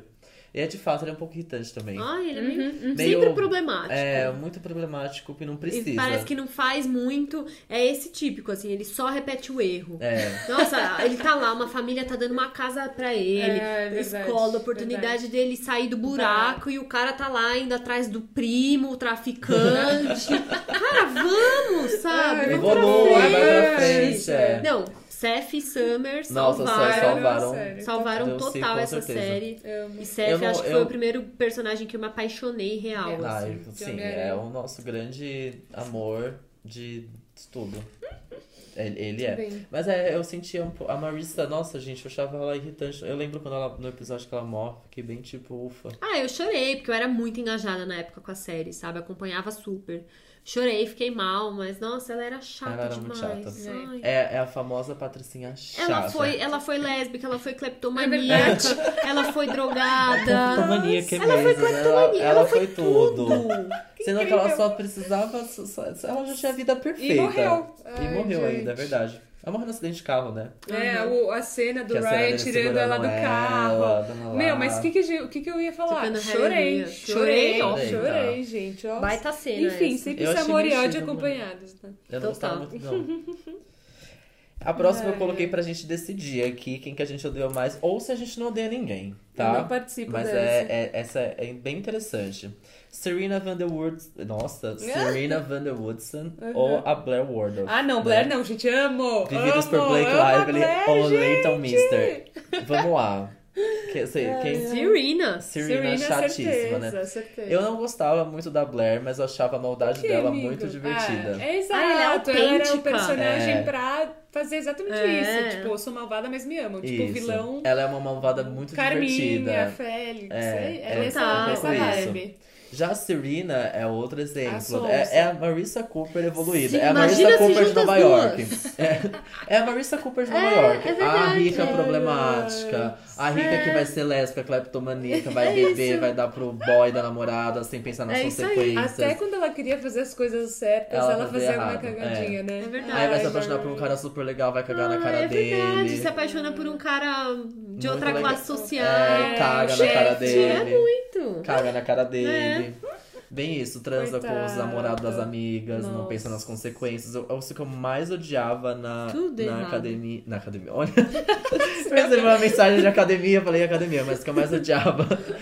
E é de fato, ele é um pouco irritante também. Ai, ele é meio, Uhum, uhum. Meio- sempre problemático. É, muito problemático e não precisa. E parece que não faz muito. É esse típico, assim, ele só repete o erro. É. Nossa, ele tá lá, uma família tá dando uma casa pra ele, É, é verdade, escola, oportunidade dele sair do buraco e o cara tá lá indo atrás do primo, traficante. Cara, vamos, sabe? Ai, Vamos pra Evolui, vai pra frente. frente. É. Não, Seth e Summer Nossa, salvaram, salvaram. sério. salvaram Deu sim, total com essa certeza. série. Amo. E Seth, Eu não- acho que eu- foi o primeiro personagem que eu me apaixonei real. É. Ai, assim. sim, Homem-Aranha. é o nosso grande amor de tudo. Ele, ele é. Bem. Mas é, eu sentia um pouco. A Marissa, nossa, gente, eu achava ela irritante. Eu lembro quando ela, no episódio que ela morre, fiquei bem tipo, ufa. Ah, eu chorei, porque eu era muito engajada na época com a série, sabe? Acompanhava super. Chorei, fiquei mal, mas nossa, ela era chata Ela era demais. muito chata. Ai. É, é a famosa Patricinha chata. Ela foi, ela foi lésbica, ela foi É cleptomaníaca, ela foi drogada. Cleptomaníaca Ela foi mesmo, né? cleptomaníaca, Ela, ela foi tudo. tudo. Sendo que ela só precisava. só- só- ela já tinha a vida perfeita. E morreu. E Ai, morreu gente. ainda, é verdade. Ela morreu no acidente de carro, né? É, o- a cena do Que a cena Ryan dele tirando ela do segurando carro. ela, dando lá. Meu, mas o que, que, a gente- o que, que eu ia falar? Tocando Chorei, Hallelujah. chorei, Chorei, ó, ó. chorei, gente. Ó. Baita cena Enfim, essa. sempre Eu esse achei amor e meio ódio chique, acompanhados. Né? Eu não Total. gostava muito, não. A próxima eu Ai, coloquei ai. pra gente decidir aqui quem que a gente odeia mais, ou se a gente não odeia ninguém, tá? Eu não participo Mas dessa. é, é- essa é bem interessante. Serena Van der Woods, nossa, Serena Van der Woodson ou a Blair Waldorf. Ah, não, Blair não, gente, amo! Vividos amo, por Blake amo a Lively Blair, ou gente. Leighton Mister. Vamos lá. Que, sei, quem... Serena. Serena, chatíssima, certeza, né? certeza. Eu não gostava muito da Blair, mas eu achava a maldade Que, dela amigo? muito divertida. Ah, é exato, Ah, ela é ela era o autêntica. personagem É. pra fazer exatamente É. isso. Tipo, eu sou malvada, mas me amam. Tipo, o Isso. vilão Ela é uma malvada muito Carminha, divertida. Félix. É, É, é, é essa, é essa isso. vibe. Já a Serena é outro A exemplo. sonsa. É, é a Marissa Cooper evoluída. Sim, é a imagina Marissa se Cooper de junta Nova as York. duas. É, é a Marissa Cooper de Nova É, York. é a verdade. rica É. problemática. A rica É. que vai ser lésbica, cleptomaníaca, vai É beber, isso. vai dar pro boy da namorada sem pensar nas É isso aí. consequências. Até quando ela queria fazer as coisas certas, Ela ela, fazia fazia uma errado, cagadinha, é. né? É verdade. Aí vai se Ai, apaixonar por um cara super legal, vai cagar na Ah, cara é verdade, dele. se apaixona por um cara de Muito outra legal. classe social. É, caga na gente, cara É dele. muito. Caga na cara dele. Bem isso, transa com os Coitado. namorados das amigas, não Nossa. pensa nas consequências. Eu, eu, o que eu mais odiava na, Tudo na errado. academia. Na academia, olha. Recebi uma mensagem de academia, eu falei academia, mas o que eu mais odiava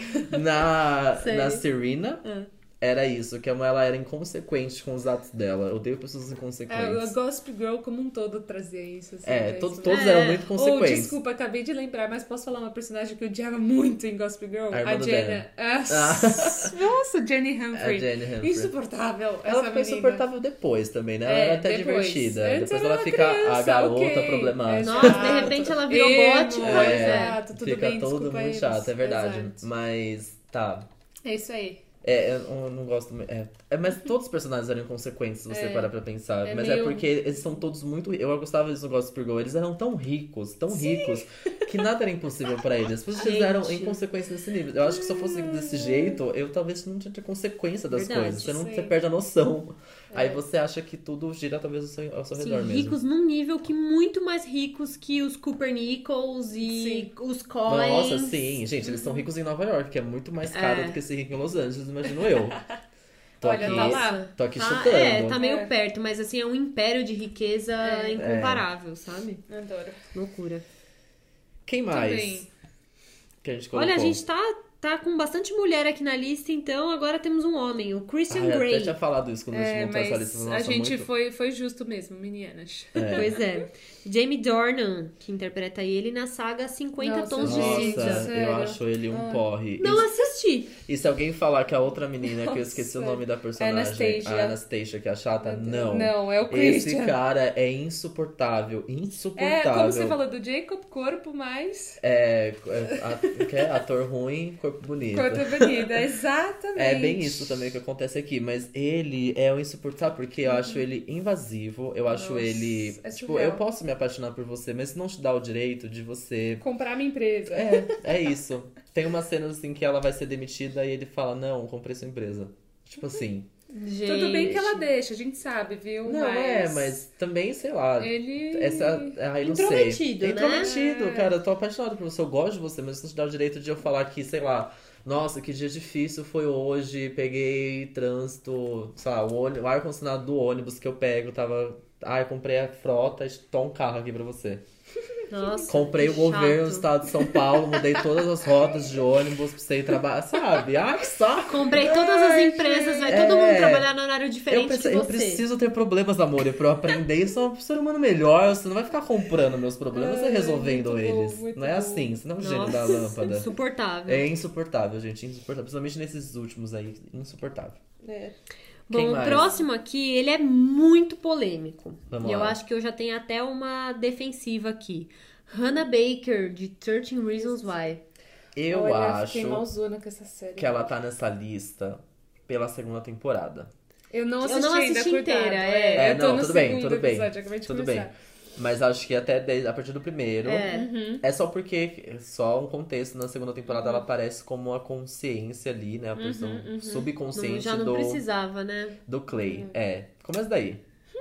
na, Sei. na Serena É. era isso, que ela era inconsequente com os atos dela. Eu odeio pessoas É, inconsequentes. o Gossip Girl como um todo trazia isso. Assim, É, né? todos, Isso- todos É. eram muito Ou, consequentes. desculpa, acabei de lembrar, mas posso falar uma personagem que eu odiava muito em Gossip Girl? A irmã do Jenna. Ah, Ah. Nossa, Jenny A Humphrey. Jenny Humphrey. Insuportável. Ela essa ficou menina. insuportável depois também, né? Ela É, era até depois. divertida. Antes Depois era ela uma fica a criança, garota ok. problemática. Nossa, de repente ela virou Emo, gótica. É, Exato, tudo fica bem, todo desculpa muito eles. chato, é verdade. Exato. Mas, tá. É isso aí. É, eu não- não gosto muito. É, é, mas todos os personagens eram inconsequentes, se você É. parar pra pensar. É mas é meio- porque eles são todos muito. Eu gostava disso no Gossip Girl. Eles eram tão ricos, tão ricos, que nada era impossível pra eles. Por isso eles eram Gente. inconsequentes nesse nível. Eu acho que se eu fosse desse jeito, eu talvez não tinha consequência das Verdade, coisas. Você não sim. você perde a noção. É. Aí você acha que tudo gira talvez ao seu, ao seu Sim, redor mesmo. ricos num nível que muito mais ricos que os Cooper Nichols e Sim. os Coens. Nossa, sim. Gente, eles são ricos em Nova York, que é muito mais caro É. do que ser rico em Los Angeles, imagino eu. Tô Olha, aqui, tá lá. tô aqui Tá, chutando. é, tá meio É. perto, mas assim, é um império de riqueza É. incomparável, sabe? Adoro. Loucura. Quem mais Também. que a gente colocou? Olha, a gente tá, tá com bastante mulher aqui na lista, então agora temos um homem, o Christian Ah, eu Grey. até tinha falado isso quando a gente É, montou essa lista. mas Nossa, a gente muito... foi, foi justo mesmo, meninas. É. Pois é. Jamie Dornan, que interpreta ele na saga cinquenta Nossa, Tons de Nossa, Cinza. sério? eu acho ele um Ah. porre. Não E, assisti. e se alguém falar que a outra menina, que eu esqueci o Nossa. nome da personagem, Anastasia. a Anastasia, que é a chata, não. Não, é o Esse Christian. cara é insuportável, É, insuportável. como você falou do Jacob, corpo mais É, é, a- que é ator ruim, corpo bonito. corpo bonito. Exatamente. É bem isso também que acontece aqui, mas ele é o insuportável porque eu acho ele invasivo, eu acho Nossa, ele. é tipo, surreal. eu posso me apaixonar por você, mas isso não te dá o direito de você. Comprar minha empresa. É, é isso. Tem uma cena assim que ela vai ser demitida e ele fala: Não, comprei sua empresa. Tipo assim. Gente. Tudo bem que ela deixa, a gente sabe, viu? Não, mas... é, mas também, sei lá. Ele... Essa, ai, não Intrometido, sei. né? Intrometido, É. cara. Eu tô apaixonado por você. Eu gosto de você, mas isso não te dá o direito de eu falar que, sei lá, nossa, que dia difícil foi hoje. Peguei trânsito, sei lá, o, ônibus, o ar-condicionado do ônibus que eu pego tava. Ah, eu comprei a frota, estou um carro aqui pra você. Nossa, Comprei que o governo do chato. estado de São Paulo, mudei todas as rotas de ônibus pra você ir trabalhar, sabe? Ai, que saco! Comprei todas as empresas, vai todo É. mundo trabalhar no horário Eu, diferente preciso, de eu você. preciso ter problemas, amor, e pra eu aprender e ser um ser humano melhor. Você não vai ficar comprando meus problemas e Ai, resolvendo muito bom, eles. muito Não é bom. assim, você não é um gênio da Nossa, lâmpada. insuportável. É insuportável, gente, insuportável. Principalmente nesses últimos aí, insuportável. É. Quem Bom, o mais? próximo aqui, ele é muito polêmico. Vamos e eu lá. acho que eu já tenho até uma defensiva aqui. Hannah Baker, de treze Reasons Why. Eu Olha, acho fiquei malzona com essa série. que ela tá nessa lista pela segunda temporada. Eu não Eu assisti, não ainda, assisti coitado. inteira, É, é. É, eu tô não, no tudo bem, segundo tudo bem. episódio, acabei de Tudo começar. bem. Mas acho que até desde, a partir do primeiro. É. Uhum. É só porque, só um contexto, na segunda temporada ela aparece como a consciência ali, né? A pessoa uhum. subconsciente Não, já não do, precisava, né? do Clay. É, começa daí.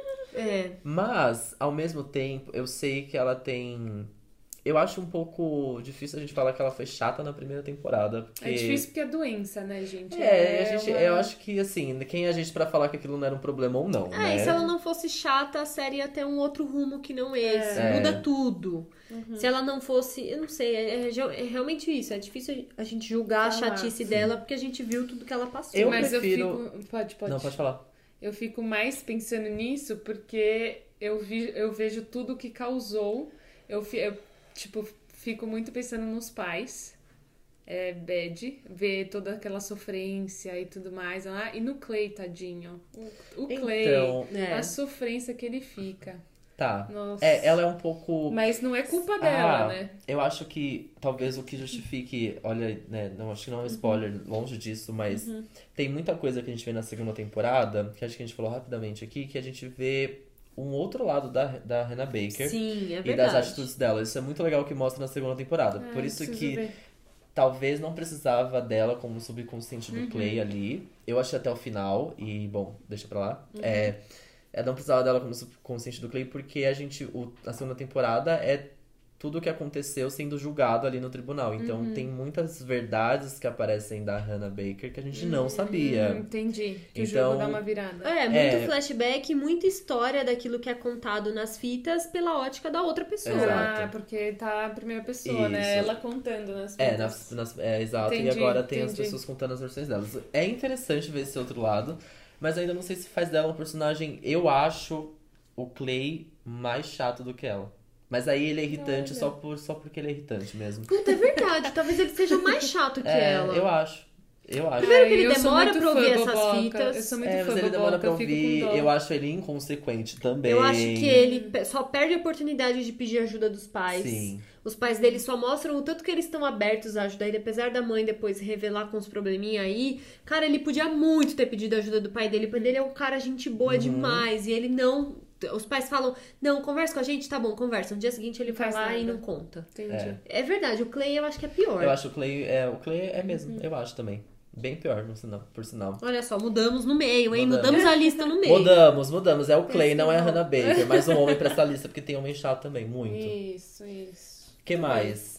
É. Mas, ao mesmo tempo, eu sei que ela tem... Eu acho um pouco difícil a gente falar que ela foi chata na primeira temporada, porque... É difícil porque é doença, né, gente? É, a gente, uma- eu acho que, assim, quem é a gente pra falar que aquilo não era um problema ou não, É, né? e se ela não fosse chata, a série ia ter um outro rumo que não esse. É. Muda tudo. Uhum. Se ela não fosse, eu não sei, é, é- é realmente isso. É difícil a gente julgar a Falar, chatice sim. dela porque a gente viu tudo que ela passou. Eu Mas prefiro- eu fico... Pode, pode. Não, pode falar. Eu fico mais pensando nisso porque eu, vi, eu vejo tudo que causou. Eu, fi- eu, tipo, fico muito pensando nos pais. É, bad. Ver toda aquela sofrência e tudo mais. Ah, e no Clay, tadinho. O, o Clay. Então, É. A sofrência que ele fica. tá. Nossa. É, ela é um pouco... Mas não é culpa dela, Ah, né? Eu acho que talvez o que justifique, olha, né, não acho que não é um spoiler, longe disso, mas tem muita coisa que a gente vê na segunda temporada, que acho que a gente falou rapidamente aqui, que a gente vê um outro lado da, da Hannah Baker Sim, é e verdade. das atitudes dela. Isso é muito legal que mostra na segunda temporada. Ah, Por isso preciso que ver. talvez não precisava dela como subconsciente Uhum. do Clay ali. Eu achei até o final, e bom, deixa pra lá. Uhum. É, é, não precisava dela como subconsciente do Clay, porque a gente, o, a segunda temporada é tudo o que aconteceu sendo julgado ali no tribunal. Então Uhum. tem muitas verdades que aparecem da Hannah Baker que a gente não Hum, sabia. entendi. Que o Então- jogo dá uma virada. É, muito É. flashback, muita história daquilo que é contado nas fitas pela ótica da outra pessoa. Exato. Ah, porque tá a primeira pessoa, né? Isso. Ela contando nas É, vidas. nas, nas- é, exato. Entendi, e agora tem as entendi. pessoas contando as versões delas. É interessante ver esse outro lado, mas ainda não sei se faz dela um personagem. Eu acho o Clay mais chato do que ela. Mas aí ele é irritante Olha. só, por, só porque ele é irritante mesmo. Puta, é verdade. Talvez ele seja mais chato que É, ela. eu acho. Eu acho. Primeiro que ele eu sou demora muito pra fã, ouvir essas boboca. fitas. Eu sou muito É, fã, mas ele demora boboca, pra eu fico ouvir. com dó. Eu acho ele inconsequente também. Eu acho que ele pe- só perde a oportunidade de pedir ajuda dos pais. Sim. Os pais dele só mostram o tanto que eles estão abertos a ajudar ele, apesar da mãe depois revelar com os probleminha aí. Cara, ele podia muito ter pedido ajuda do pai dele. O pai dele é um cara gente boa Uhum. demais. E ele não. Os pais falam, não, conversa com a gente, tá bom, conversa. No dia seguinte ele Não vai faz lá e nada. não conta. Entendi. É. É verdade, o Clay eu acho que é pior. Eu acho o Clay. É, o Clay é mesmo, Uhum. eu acho também. Bem pior, no sinal, por sinal. Olha só, mudamos no meio, hein? Mudamos. Mudamos a lista no meio. Mudamos, mudamos. É o Clay, não é a Esse Hannah Baker. Mais um homem pra essa lista, porque tem homem chato também, muito. Isso, isso. O que mais?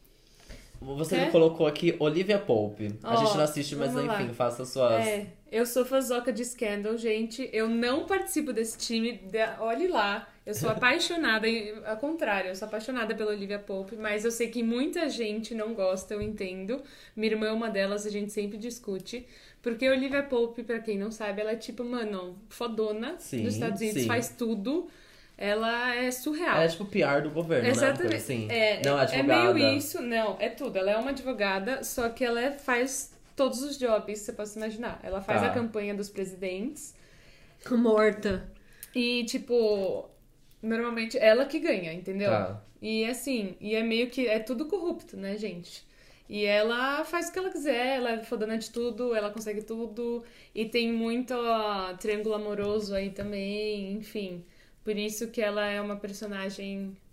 Você Quer? me colocou aqui Olivia Pope. A Ó, gente não assiste, mas vamos lá. enfim, faça suas. É, eu sou fãzoca de Scandal, gente. Eu não participo desse time. de- Olhe lá. Eu sou apaixonada, e- ao contrário, eu sou apaixonada pela Olivia Pope, mas eu sei que muita gente não gosta, eu entendo. Minha irmã é uma delas, a gente sempre discute. Porque a Olivia Pope, pra quem não sabe, ela é tipo, mano, fodona Sim, dos Estados Unidos, sim. faz tudo. Ela é surreal. Ela é tipo P R do governo, né? Uma coisa Exatamente. assim. É, não, é advogada. meio isso, não, é tudo. Ela é uma advogada, só que ela é- faz todos os jobs que você possa imaginar. Ela faz Tá. a campanha dos presidentes Morta. e, tipo, normalmente ela que ganha, entendeu? Tá. E assim, e é meio que é tudo corrupto, né, gente? E ela faz o que ela quiser, ela é fodona de tudo, ela consegue tudo. E tem muito ó, triângulo amoroso aí também, enfim. Por isso que ela é uma personagem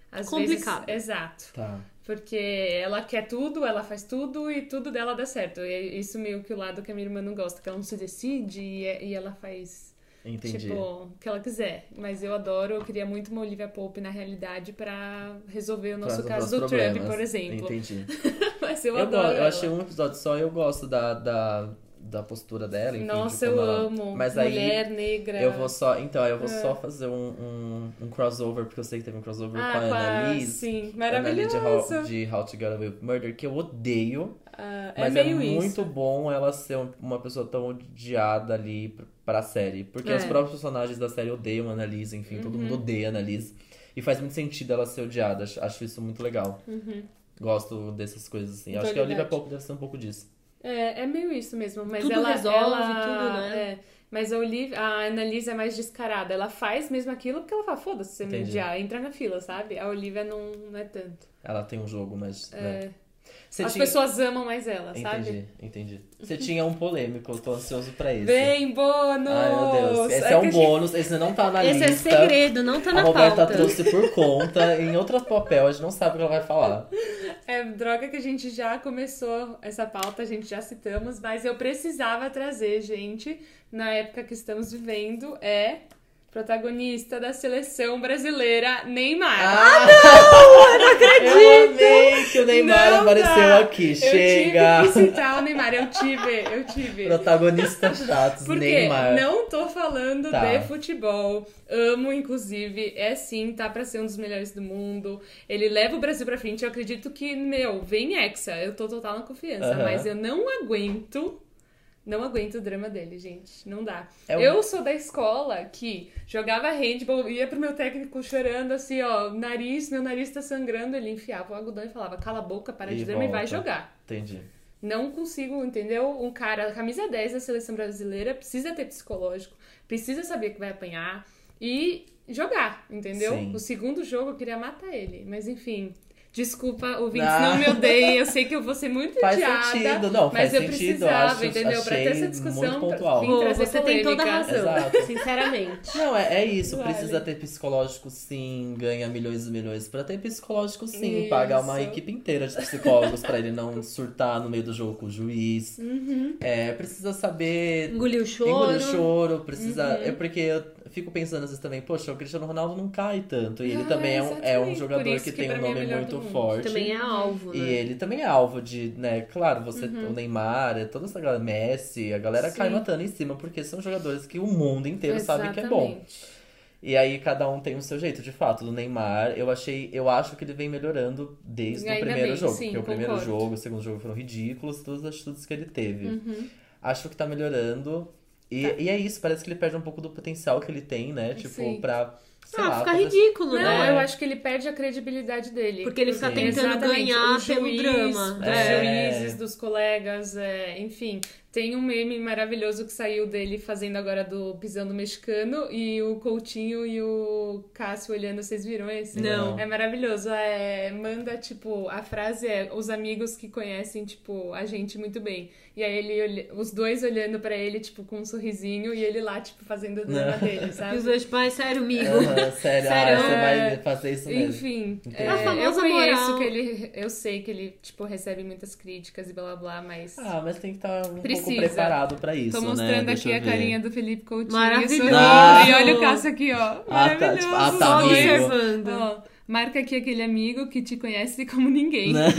às Complicado. vezes... Exato. Tá. Porque ela quer tudo, ela faz tudo e tudo dela dá certo. E é isso meio que o lado que a minha irmã não gosta, que ela não se decide e, e ela faz, Entendi. tipo, o que ela quiser. Mas eu adoro, eu queria muito uma Olivia Pope na realidade pra resolver o nosso Pra caso resolver do os Trump, problemas. por exemplo. Entendi. Mas eu, Eu, adoro go- eu ela. achei um episódio só e eu gosto da, da, da postura dela. Enfim, de Nossa, como eu ela- amo. Mas Mulher aí negra. eu vou só. Então, aí eu vou É. só fazer um, um, um crossover, porque eu sei que teve um crossover Ah, com a com a- Annalise. sim, Annalise de How, maravilhoso. de How to Get Away with Murder, que eu odeio. Ah, é Mas é, meio muito isso. bom ela ser um- uma pessoa tão odiada ali pr- pra série. Porque É. os próprios personagens da série odeiam a Annalise, enfim, todo Uhum. mundo odeia a Annalise. E faz muito sentido ela ser odiada. Acho, acho isso muito legal. Uhum. Gosto dessas coisas assim. Então, Acho que a Olivia verdade. Pope deve ser um pouco disso. É, é meio isso mesmo, mas Tudo ela resolve, ela- tudo, né? é, mas a Olivia, a Annalise é mais descarada. Ela faz mesmo aquilo porque ela fala, foda-se, você me Entendi. odiar, entra na fila, sabe? A Olivia não, não é tanto. Ela tem um jogo, mas. né? É, Você as tinha... pessoas amam mais ela, sabe? Entendi, entendi. Você tinha um polêmico, eu tô ansioso pra esse. Bem, bônus! Ai, meu Deus. Esse é, que um a gente- bônus, esse não tá na Esse é lista. segredo, não tá A na Roberta pauta. trouxe por conta, em outro papel, a gente não sabe o que ela vai falar. É droga que a gente já começou essa pauta, a gente já citamos, mas eu precisava trazer, gente, na época que estamos vivendo, é protagonista da seleção brasileira, Neymar. Ah, não! Eu não acredito! Eu amei que o Neymar Não apareceu dá. aqui. Eu Chega! tive que citar o Neymar, eu tive, eu tive. Protagonistas chatos, Porque Neymar. não tô falando Tá. de futebol. Amo, inclusive. É sim, tá pra ser um dos melhores do mundo. Ele leva o Brasil pra frente. Eu acredito que, meu, vem Hexa. Eu tô total na confiança. Aham. Mas eu não aguento. Não aguento o drama dele, gente. Não dá. É o- Eu sou da escola que jogava handball, ia pro meu técnico chorando assim, ó, nariz, meu nariz tá sangrando. Ele enfiava o algodão e falava, cala a boca, para de E drama e vai volta. jogar. Entendi. Não consigo, entendeu? Um cara, camisa dez da seleção brasileira, precisa ter psicológico, precisa saber que vai apanhar e jogar, entendeu? Sim. O segundo jogo eu queria matar ele, mas enfim. Desculpa, ouvintes, Ah. não me odeiem. Eu sei que eu vou ser muito Faz odiada. sentido, não, mas faz eu sentido, precisava, acho- entendeu? Pra ter achei essa discussão, muito pra pontual. vir Pô, trazer você tem toda a polêmica. razão, Exato. sinceramente. Não, é, é isso. Vale. Precisa ter psicológico, sim. Ganha milhões e milhões pra ter psicológico, sim. Isso. Pagar uma equipe inteira de psicólogos pra ele não surtar no meio do jogo com o juiz. Uhum. É, precisa saber Engoliu o choro. engolir o choro. Precisa... Uhum. É porque eu fico pensando às vezes também, poxa, o Cristiano Ronaldo não cai tanto. E ele Ah, também é um, é um exatamente. jogador Por isso que, que tem pra um mim é nome melhor muito do mundo. forte. Também é alvo, E né? ele também é alvo de, né? Claro, você, Uhum. o Neymar, é toda essa galera, Messi, a galera cai Sim. matando em cima, porque são jogadores que o mundo inteiro sabe que é bom. Exatamente. E aí cada um tem o seu jeito, de fato. Do Neymar, eu achei, eu acho que ele vem melhorando desde o Ainda primeiro bem, jogo. sim, porque o primeiro concordo. jogo, o segundo jogo foram ridículos, todas as atitudes que ele teve. Uhum. Acho que tá melhorando. E, Tá. e é isso, parece que ele perde um pouco do potencial que ele tem, né? Tipo, Sim. pra. Sei Ah, lá, fica fazer- ridículo, Não, né? eu acho que ele perde a credibilidade dele. Porque ele fica Sim. tentando Exatamente, ganhar o pelo juiz, drama. Dos É. juízes, dos colegas, é, enfim. Tem um meme maravilhoso que saiu dele fazendo agora do pisando mexicano e o Coutinho e o Cássio olhando. Vocês viram esse? Não. É maravilhoso. É, manda, tipo, a frase é os amigos que conhecem, tipo, a gente muito bem. E aí ele, olha- os dois olhando pra ele, tipo, com um sorrisinho e ele lá, tipo, fazendo o drama Não. dele, E sabe? os dois pais, sério, amigo. Aham, sério, Sério, ah, você é. vai fazer isso mesmo. Enfim, Entendi. é, A famosa eu conheço moral. que ele. Eu sei que ele, tipo, recebe muitas críticas e blá blá blá, mas. Ah, mas tem que estar um Precisa. pouco preparado pra isso, Tô né? mostrando Deixa aqui eu a ver. carinha do Felipe Coutinho. Maravilhoso. sorrindo. Ah. E olha o Cássio aqui, ó. Ah, tá, Maravilhoso. tipo, ah, tá, Só amigo. observando. Ó, marca aqui aquele amigo que te conhece como ninguém. Né?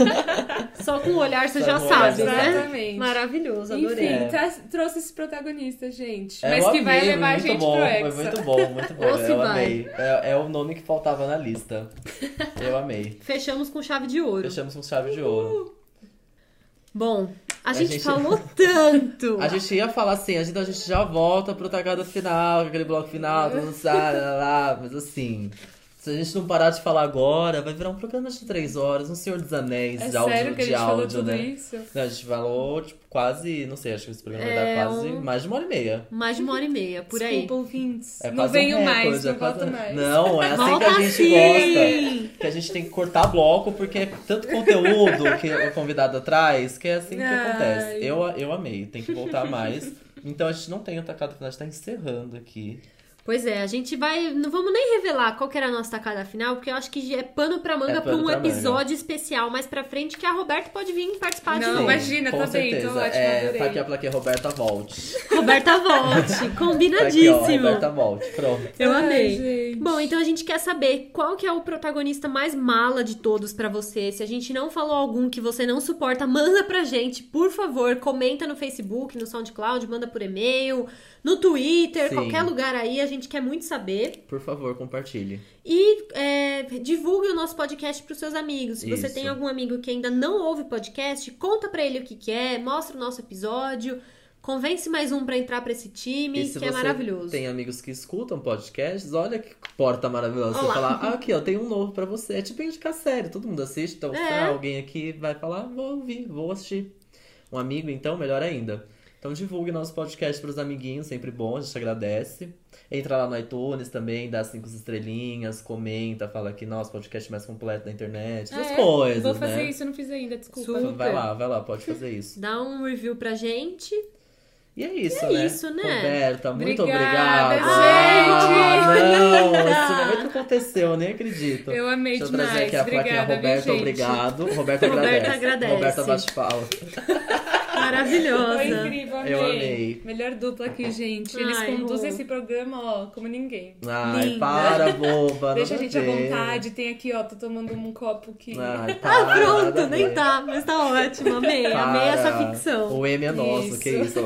Só com o olhar você Só já com o olhar, sabe, né? Exatamente. Maravilhoso, Enfim, adorei. É. tra- trouxe esse protagonista, gente. É, mas eu que vai amei, levar a muito gente bom, pro foi Hexa. muito bom, muito bom. Ou se Eu vai. amei. É, é o nome que faltava na lista. Eu amei. Fechamos com chave de ouro. Fechamos com chave de ouro. Bom, a, gente, gente- falou tanto. A gente ia falar assim, a gente, a gente já volta pro tacada final, aquele bloco final, todo mundo sabe, lá, lá, mas assim, se a gente não parar de falar agora, vai virar um programa de três horas, um Senhor dos Anéis É de áudio, sério que a de gente falou áudio, tudo né? isso? Não, a gente falou, tipo, quase, não sei, acho que esse programa vai É dar quase um- mais de uma hora e meia. Mais de uma hora e meia, por aí. Desculpa, ouvintes. É não quase venho um mais, recorde, não é quase- volto mais. Não, é assim Volta que a gente sim! gosta. Que a gente tem que cortar bloco, porque é tanto conteúdo que o convidado traz, que é assim que Ai. acontece. Eu, eu amei, tem que voltar mais. Então a gente não tem o tacado final, a gente tá encerrando aqui. Pois é, a gente vai... Não vamos nem revelar qual que era a nossa tacada final, porque eu acho que é pano pra manga É pra pano um pra episódio manga. especial mais pra frente, que a Roberta pode vir participar de Não, novo. imagina, com tá bem, certeza. tô ótima, é, adorei. tá aqui a plaquinha Roberta Volte. Roberta volte, Tá aqui, ó, combinadíssimo. Roberta Volte. Pronto. Eu Ai, amei. gente. Bom, então a gente quer saber qual que é o protagonista mais mala de todos pra você. Se a gente não falou algum que você não suporta, manda pra gente, por favor. Comenta no Facebook, no SoundCloud, manda por e-mail, no Twitter, Sim. qualquer lugar aí. A gente quer muito saber. Por favor, compartilhe. E é, divulgue o nosso podcast pros seus amigos. Se você Isso. tem algum amigo que ainda não ouve podcast, conta pra ele o que que é, mostra o nosso episódio. Convence mais um pra entrar pra esse time, E se que é você maravilhoso. tem amigos que escutam podcasts, olha que porta maravilhosa. Você Olá. falar, ah, aqui, ó, tem um novo pra você. É tipo indicar série, todo mundo assiste. Então, se É. alguém aqui vai falar, vou ouvir, vou assistir. Um amigo, então, melhor ainda. Então, divulgue nosso podcast pros amiguinhos, sempre bom, a gente agradece. Entra lá no iTunes também, dá cinco estrelinhas, comenta, fala que nosso podcast mais completo da internet, essas Ah, é? coisas, Vou fazer né? isso, eu não fiz ainda, desculpa. Super. Vai lá, vai lá, pode fazer isso. Dá um review pra gente. E é isso, E é né? isso, né? Roberta, muito Obrigada, obrigado. gente! Ah, não, esse momento aconteceu, eu nem acredito. Eu amei Deixa eu demais. trazer aqui a plaquinha Obrigada, Roberta, viu, gente? obrigado. Roberta Roberta agradece. agradece. Roberta bate palma. Maravilhosa. Foi incrível, amei. Eu amei. Melhor dupla aqui, gente. Eles Ai, conduzem Rô. esse programa, ó, como ninguém. Ai, Linda. para, boba. Deixa a nada gente à ver. vontade. Tem aqui, ó, tô tomando um copo que... Ai, Ah, para, nada pronto, a nem ver. tá, mas tá ótimo. Amei, amei Para. essa ficção. O M é nosso, Isso. que isso.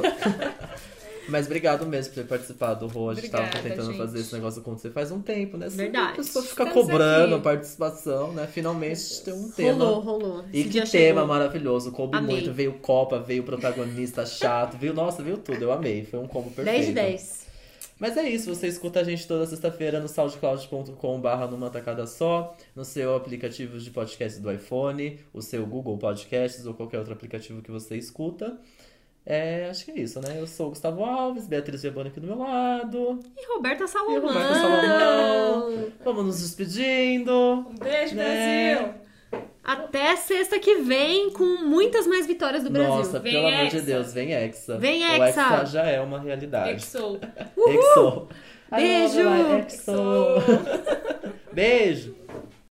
Mas obrigado mesmo por ter participado, Rô. A gente tava Obrigada, tentando gente. fazer esse negócio acontecer faz um tempo, né? Sempre Verdade. A pessoa fica Estamos cobrando aqui. a participação, né? Finalmente tem um tema. Rolou, rolou. E Esse que dia tema chegou. maravilhoso, coube Amei. muito. Veio Copa, veio protagonista chato, veio, nossa, veio tudo. Eu amei, foi um combo perfeito. dez de dez. Mas é isso, você escuta a gente toda sexta-feira no soundcloud ponto com barra numa tacada só, no seu aplicativo de podcast do iPhone, o seu Google Podcasts ou qualquer outro aplicativo que você escuta. É, acho que é isso, né? Eu sou o Gustavo Alves, Beatriz Viaboni aqui do meu lado. E Roberta Salomão. E Roberta Salomão. Vamos nos despedindo. Um beijo, Né? Brasil! Até sexta que vem com muitas mais vitórias do Brasil. Nossa, Vem pelo amor de Hexa. Deus, vem Hexa. Vem O Hexa. Hexa já é uma realidade. Exou. Exo. Beijo. I love it, Exo. Beijo.